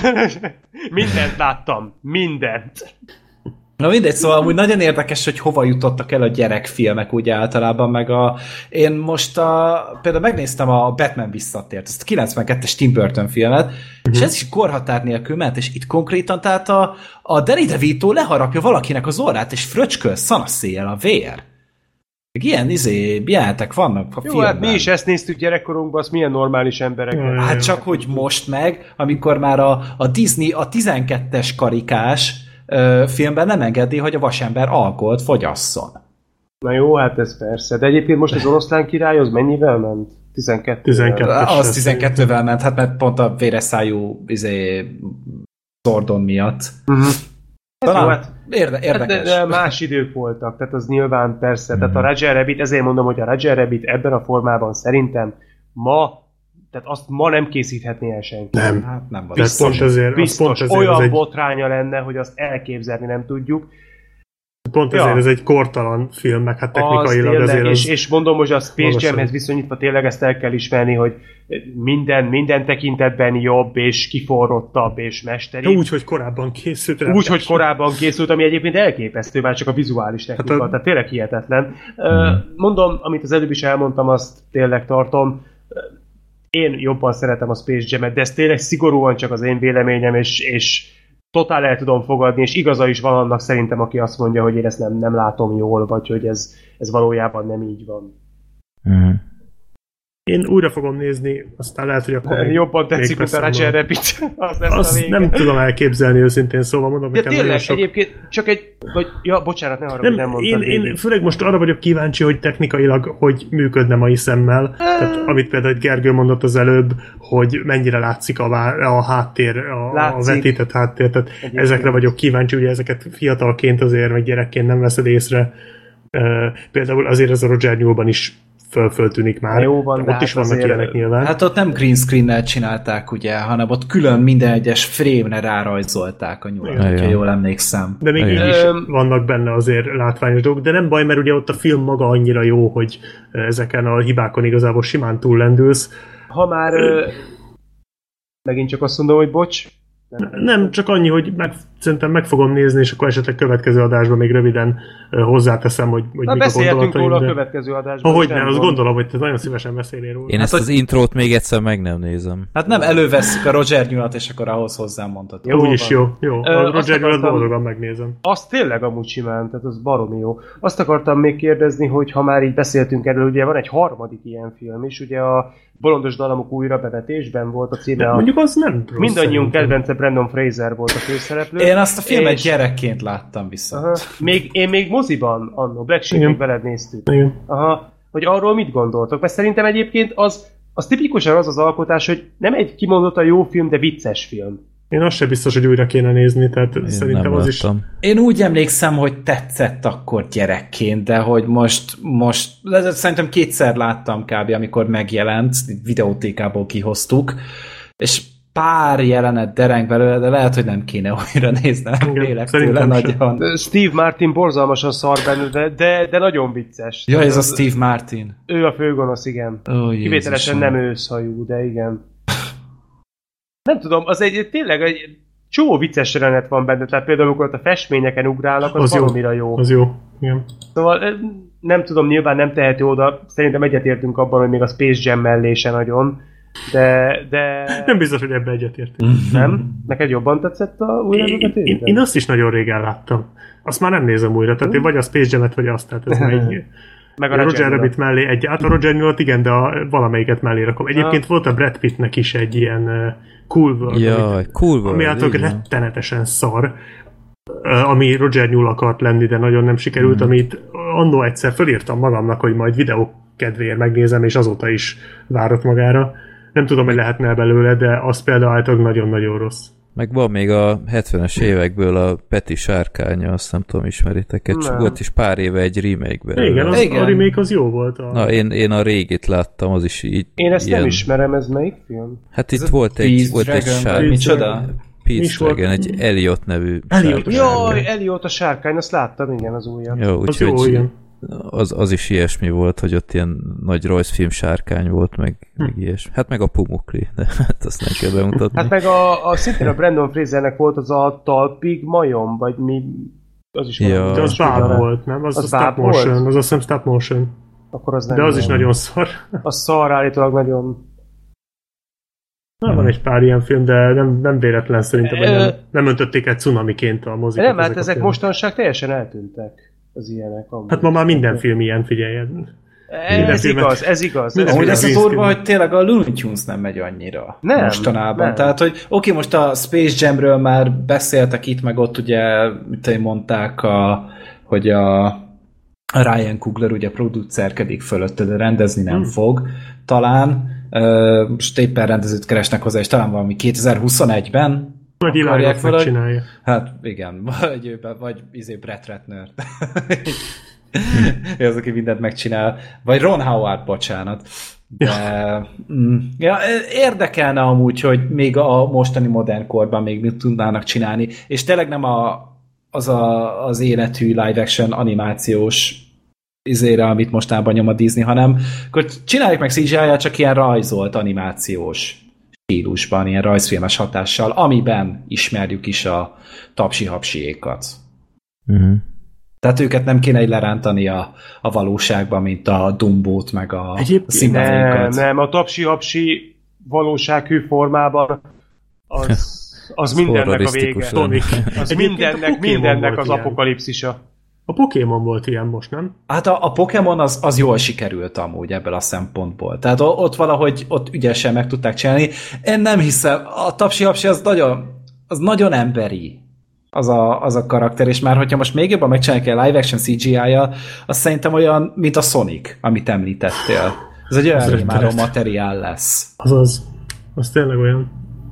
Mindent láttam. Mindent. Na mindegy, szóval amúgy nagyon érdekes, hogy hova jutottak el a gyerekfilmek úgy általában, meg a... Én most a... például megnéztem a Batman visszatért, ezt a kilencvenkettes Tim Burton filmet, uh-huh. és ez is korhatár nélkül ment, és itt konkrétan tehát a, a Danny DeVito leharapja valakinek az orrát, és fröcsköl szanaszéjjel a vér. Ilyen izé, jelentek vannak a Jó, filmben. hát mi is ezt néztük gyerekkorunkban, azt milyen normális emberek. Jaj. Hát csak, hogy most meg, amikor már a, a Disney a tizenkettes karikás ö, filmben nem engedi, hogy a vasember alkoholt fogyasszon. Na jó, hát ez persze. De egyébként most az Oroszlán király az mennyivel ment? tizenkettő. tizenkettő. Az tizenkettővel ment, hát mert pont a véres szájú izé, Zordon miatt. Uh-huh. Talán Jó, hát- érde, Hát érdekes. de, de más idők voltak, tehát az nyilván persze. Tehát a Roger Rabbit, ezért mondom, hogy a Roger Rabbit ebben a formában szerintem ma, tehát azt ma nem készíthetné el senki. Nem. Hát nem volt. De pont ezért, az Biztos, pont ezért olyan az egy... botránya lenne, hogy azt elképzelni nem tudjuk. Pont ezért ja. ez egy kortalan film, meg hát technikailag az azért és, az... és mondom, hogy a Space Jamhez viszonyítva tényleg ezt el kell ismerni, hogy minden, minden tekintetben jobb, és kiforrottabb, és mesteri. Úgy, hogy korábban készült. Úgy, hogy korábban készült, ami egyébként elképesztő, már csak a vizuális technika, hát a... tehát tényleg hihetetlen. Mondom, amit az előbb is elmondtam, azt tényleg tartom. Én jobban szeretem a Space Jam-et, de ez tényleg szigorúan csak az én véleményem, és, és totál el tudom fogadni, és igaza is van annak szerintem, aki azt mondja, hogy én ezt nem, nem látom jól, vagy hogy ez, ez valójában nem így van. Mm. Én újra fogom nézni, aztán lehet, hogy akkor jobban tetszik a Ratchet Rabbit. Az lesz azt a vége. nem tudom elképzelni őszintén, szóval mondom, de tényleg, sok... egyébként csak egy, vagy, ja, bocsánat, ne arra, nem, nem mondtad. Én, én főleg most arra vagyok kíváncsi, hogy technikailag hogy működne mai szemmel. Tehát, amit például Gergő mondott az előbb, hogy mennyire látszik a, vá- a háttér, a, a vetített háttér. Tehát egyébként. Ezekre vagyok kíváncsi, ugye ezeket fiatalként azért, vagy gyerekként nem veszed észre. Uh, például azért az a Roger Newell-ban is föl-föltűnik már. Jó van, ott hát is vannak ilyenek nyilván. Hát ott nem green screen-nel csinálták, ugye, hanem ott külön minden egyes frame-re rárajzolták a nyulat, hogyha jól emlékszem. De még így is vannak benne azért látványos dolgok, de nem baj, mert ugye ott a film maga annyira jó, hogy ezeken a hibákon igazából simán túllendülsz. Ha már ö... megint csak azt mondom, hogy bocs. Nem, nem csak annyi, hogy meg, szerintem meg fogom nézni, és akkor esetleg következő adásban még röviden uh, hozzáteszem, hogy, hogy na, mik a gondolataim. róla de... a következő adásban. Ahogy nem, azt gondolom, hogy te nagyon szívesen beszélél róla. Én hát, ezt az hogy... intrót még egyszer meg nem nézem. Hát nem elővesszük a Roger Newell-t, és akkor ahhoz hozzám mondhatod. Jó, úgyis jó. jó. A Ö, Roger Newell-t boldogan megnézem. Azt tényleg amúgy simán, tehát az baromi jó. Azt akartam még kérdezni, hogy ha már így beszéltünk erről, ugye van egy harmadik ilyen film is, ugye a Bolondos Dalamok újra bevetésben volt a címe. A... Mondjuk az nem rossz. Mindannyiunk kedvence Brandon Fraser volt a főszereplő. Én azt a filmet és... gyerekként láttam viszont. Aha. Még, én még moziban annó, Black Sheep, még veled néztük. Igen. Aha. Hogy arról mit gondoltok? Mert szerintem egyébként az, az tipikusan az az alkotás, hogy nem egy kimondottan jó film, de vicces film. Én azt sem biztos, hogy újra kéne nézni, tehát én szerintem az láttam. is... Én úgy emlékszem, hogy tetszett akkor gyerekként, de hogy most, most szerintem kétszer láttam kb. Amikor megjelent, videótékából kihoztuk, és pár jelenet dereng belőle, de lehet, hogy nem kéne újra néznem, félek tőle nagyon. Steve Martin borzalmasan szar benne, de, de, de nagyon vicces. Ja, ez a Steve Martin. Ő a főgonosz, igen. Ó, kivételesen nem őszhajú, de igen. Nem tudom, az egy tényleg egy csomó vicces jelenet van benne, tehát például amikor ott a festményeken ugrálnak, az, az valamira jó. jó. Az jó, igen. Szóval nem tudom, nyilván nem tehető oda, szerintem egyetértünk abban, hogy még a Space Jam mellé se nagyon, de... de... Nem biztos, hogy ebbe egyetértünk. Nem? Neked jobban tetszett a újra én, én, én azt is nagyon régen láttam. Azt már nem nézem újra, tehát én vagy a Space Jam-et, vagy azt, tehát ez egy... Meg a, a Roger Rabbit mellé egy, hát a Roger Newell-t igen, de a, valamelyiket mellé rakom. Egyébként volt a Brad Pittnek is egy ilyen uh, Cool World, Jaj, amit, Cool World, ami által rettenetesen szar, uh, ami Roger Newell akart lenni, de nagyon nem sikerült, mm. amit annó egyszer fölírtam magamnak, hogy majd videó kedvéért megnézem, és azóta is várott magára. Nem tudom, hogy lehetne belőle, de az például általában nagyon-nagyon rossz. Meg van még a hetvenes évekből a Peti sárkánya, azt nem tudom, ismeritek. Volt is pár éve egy remake-ben. Igen, az, Igen, a remake az jó volt. A... Na, én, én a régit láttam, az is így. Én ezt ilyen... nem ismerem, ez melyik film? Hát itt volt egy, volt egy sárkány. Micsoda? Peace Dragon, egy Elliot nevű Elliot. Jaj, Elliot a sárkány, azt láttam, igen, az újat. Jó, úgy, az jó, hogy igen. Az, az is ilyesmi volt, hogy ott ilyen nagy rajzfilm sárkány volt, meg, hm. meg ilyesmi. Hát meg a Pumukli, de hát azt nem kell bemutatni. Hát meg a, a szintén a Brandon Frasernek volt az a Talpig majom, vagy mi, az is ja. valami. De az báb volt, nem? Az, az a stop motion, volt? Az azt hiszem stop motion. Akkor az nem de az nem. is nagyon szar. Az szar állítólag nagyon... Na, van egy pár ilyen film, de nem, nem véletlen szerintem, hogy nem, nem öntötték egy cunamiként a mozikat. Nem, hát ezek, ezek mostanság teljesen eltűntek. Az ilyenek. Hát ma már minden film ilyen, figyeljed. Ez igaz, ez igaz. Ahogy ez a durva, hogy tényleg a Looney Tunes nem megy annyira nem, mostanában. Nem. Tehát, hogy oké, okay, most a Space Jamről már beszéltek itt, meg ott ugye, mit mondták, a, hogy a Ryan Coogler ugye producerkedik fölötte, de rendezni nem hmm. fog. Talán uh, most éppen rendezőt keresnek hozzá, és talán valami kétezer-huszonegyben vagy Iláját megcsinálja. Hát igen, vagy, vagy izé Brett Ratner. Ő az, aki mindent megcsinál. Vagy Ron Howard, bocsánat. De mm, ja, érdekelne amúgy, hogy még a mostani modern korban még mit tudnának csinálni. És tényleg nem a az a, az életű live action animációs izére, amit mostában nyom a Disney, hanem akkor csináljuk meg cé gé í-jel csak ilyen rajzolt animációs stílusban, ilyen rajzfilmes hatással, amiben ismerjük is a tapsi-hapsiékat. Uh-huh. Tehát őket nem kéne így lerántani a, a valóságban, mint a Dumbót, meg a nem, nem, a tapsi-hapsi valósághű formában az, az mindennek a vége. Tonic. Az mindennek, mindennek az apokalipszisa. A Pokémon volt ilyen most, nem? Hát a, a Pokémon az, az jól sikerült amúgy ebből a szempontból. Tehát ott valahogy ott ügyesen meg tudták csinálni. Én nem hiszem, a tapsi-hapsi az nagyon, az nagyon emberi. Az a, az a karakter, és már hogyha most még jobban megcsinálják egy live action cé gé í-jal, az szerintem olyan, mint a Sonic, amit említettél. Ez egy olyan imádó materiál lesz. Azaz. Az tényleg olyan.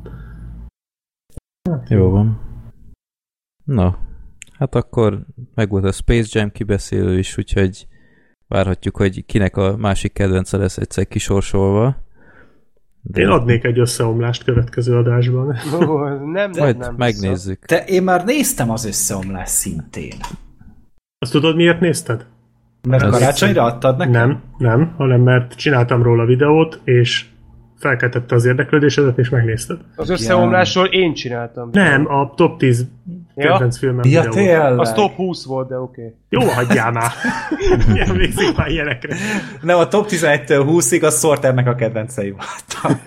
Hát, jó van. Na, hát akkor megvolt a Space Jam kibeszélő is, úgyhogy várhatjuk, hogy kinek a másik kedvence lesz egyszer kisorsolva. De... Én adnék egy összeomlást következő adásban. Oh, nem, nem, Majd nem megnézzük. De én már néztem az összeomlást szintén. Azt tudod, miért nézted? Mert az karácsonyra adtad nekem? Nem, nem, hanem mert csináltam róla videót, és felkeltette az érdeklődésedet, és megnézted. Az összeomlásról én csináltam. Nem, a top tíz kedvenc ja? filmem ja, videó. Tényleg? Az top húsz volt, de oké. Okay. Jó, hagyjál már! Emlékszik már ilyenekre. Nem, a top tizenegytől húszig a Sorternek a kedvencei voltak.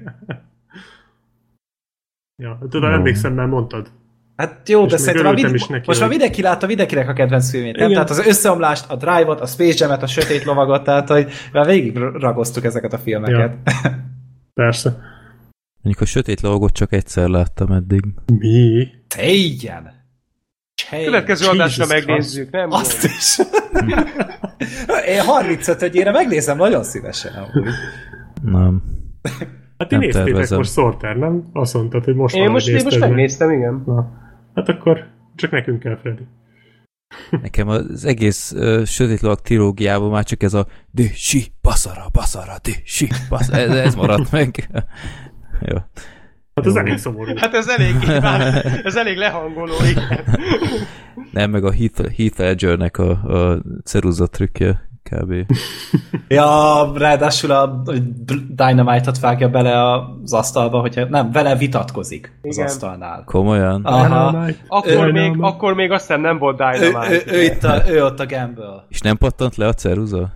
Ja, tudom, emlékszem, mert mondtad. Hát jó, és de szerintem a vid- is neki, most hogy... már mindenki látta mindenkinek a kedvenc filmét, nem? Igen. Tehát az összeomlást, a Drive-ot, a Space Jam-et, a Sötét Lovagot, tehát hogy már végig ragoztuk ezeket a filmeket. Ja. Persze. Mondjuk a Sötét Lovagot csak egyszer láttam eddig. Mi? Te igen! Következő adásra megnézzük, nem? Azt is. Én harmincötödjére megnézem nagyon szívesen. Amúgy. Nem. Hát ti nem néztétek tervezem. most Sorter, nem? Azt mondtad, hogy most Én most, én most meg. megnéztem, igen. Na, hát akkor csak nekünk kell, Freddy. Nekem az egész uh, Sötét Lovag trilógiában már csak ez a de si, baszara, baszara, de si, baszara, ez, ez maradt meg. Jó. Hát ez elég szomorú. Hát ez elég, ez elég lehangoló, igen. Nem, meg a Heath, Heath Ledgernek a, a ceruza trükkje kb. Ja, ráadásul a Dynamite-ot vágja bele az asztalba, hogyha nem, vele vitatkozik az igen. asztalnál. Komolyan? Aha. Akkor, Ő, még, akkor még azt hiszem nem volt Dynamite. Ő, ő, ő, itt a, ő ott a Gamble. És nem pattant le a ceruza?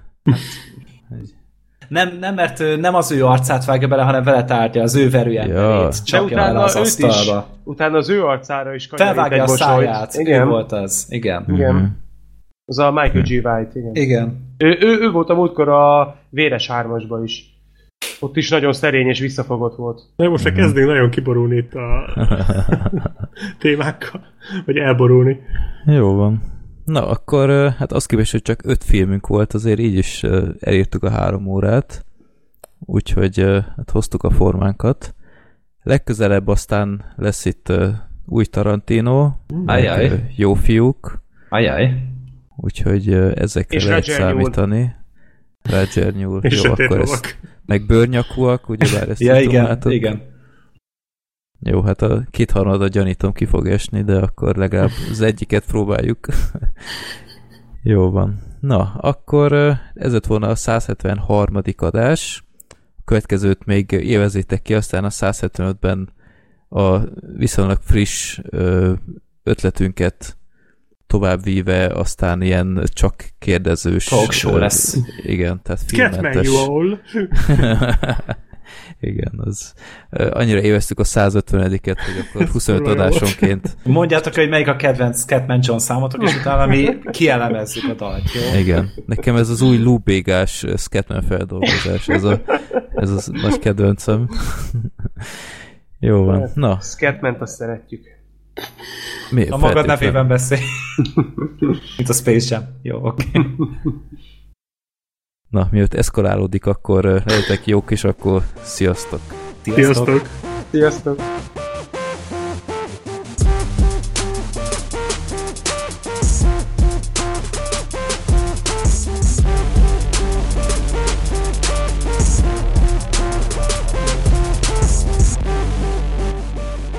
Nem, nem, mert ő nem az ő arcát vágja bele, hanem vele tárgya az ő verőemberét. Ja. Csapja bele az asztalba. Is, utána az ő arcára is kanyarít felvágja egy a mosolyt. száját. Igen. Ő volt az. Igen. Igen. Mm-hmm. Az a Michael G. White, igen. Igen. Ő, ő, ő volt a múltkor a Véres hármasban is. Ott is nagyon szerény és visszafogott volt. Na most már kezdünk nagyon kiborulni itt a témákkal, vagy elborulni. Jó van. Na, akkor hát azt képest, hogy csak öt filmünk volt, azért így is elértük a három órát, úgyhogy hát hoztuk a formánkat. Legközelebb aztán lesz itt új Tarantino, Ajaj. Jó fiúk, Ajaj. úgyhogy ezekre és lehet Roger számítani. Roger nyúl. És Jó, Sötét akkor Lovag. ezt meg bőrnyakúak, ugyebár ezt Ja, is igen, dumáltuk. igen. Jó, hát a kétharmadat gyanítom ki fog esni, de akkor legalább az egyiket próbáljuk. Jó van. Na, akkor ez lett volna a száz hetvenharmadik adás. A következőt még évezzétek ki, aztán a száz hetvenötben a viszonylag friss ötletünket továbbvíve, aztán ilyen csak kérdezős... Talk show lesz. Igen, tehát filmmentes. Manual. Igen, az annyira éveztük a száz ötvennediket, hogy akkor huszonöt adásonként... Mondjátok, hogy melyik a kedvenc Scatman John számotok, és utána mi kielemezzük a dalt, jó? Igen. Nekem ez az új Lou Bégás Scatman feldolgozás, ez a, ez a nagy kedvencem. Jó van. Na. Scatman-t azt szeretjük. Mi? A magad nevében beszélj. Mint a Space Jam. Jó, oké. Okay. Na, miatt eszkalálódik, akkor legyetek jók, és akkor sziasztok! Sziasztok! Sziasztok!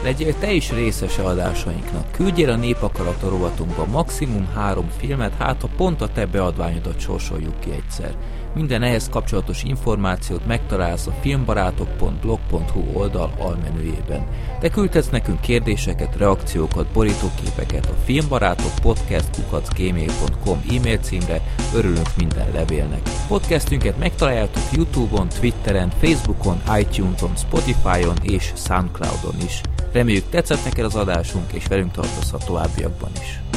Legyél te is részese adásainknak. Küldjél a Népakarat rovatunkba maximum három filmet, hát ha pont a te beadványodat sorsoljuk ki egyszer. Minden ehhez kapcsolatos információt megtalálsz a filmbarátok pont blog pont hu oldal almenüjében. Te küldhetsz nekünk kérdéseket, reakciókat, borítóképeket a filmbarátok podcast kukac gmail pont com e-mail címre, örülünk minden levélnek. Podcastünket megtaláljátok YouTube-on, Twitteren, Facebookon, iTunes-on, Spotify-on és Soundcloud-on is. Reméljük tetszett neked az adásunk, és velünk tartozhat továbbiakban is.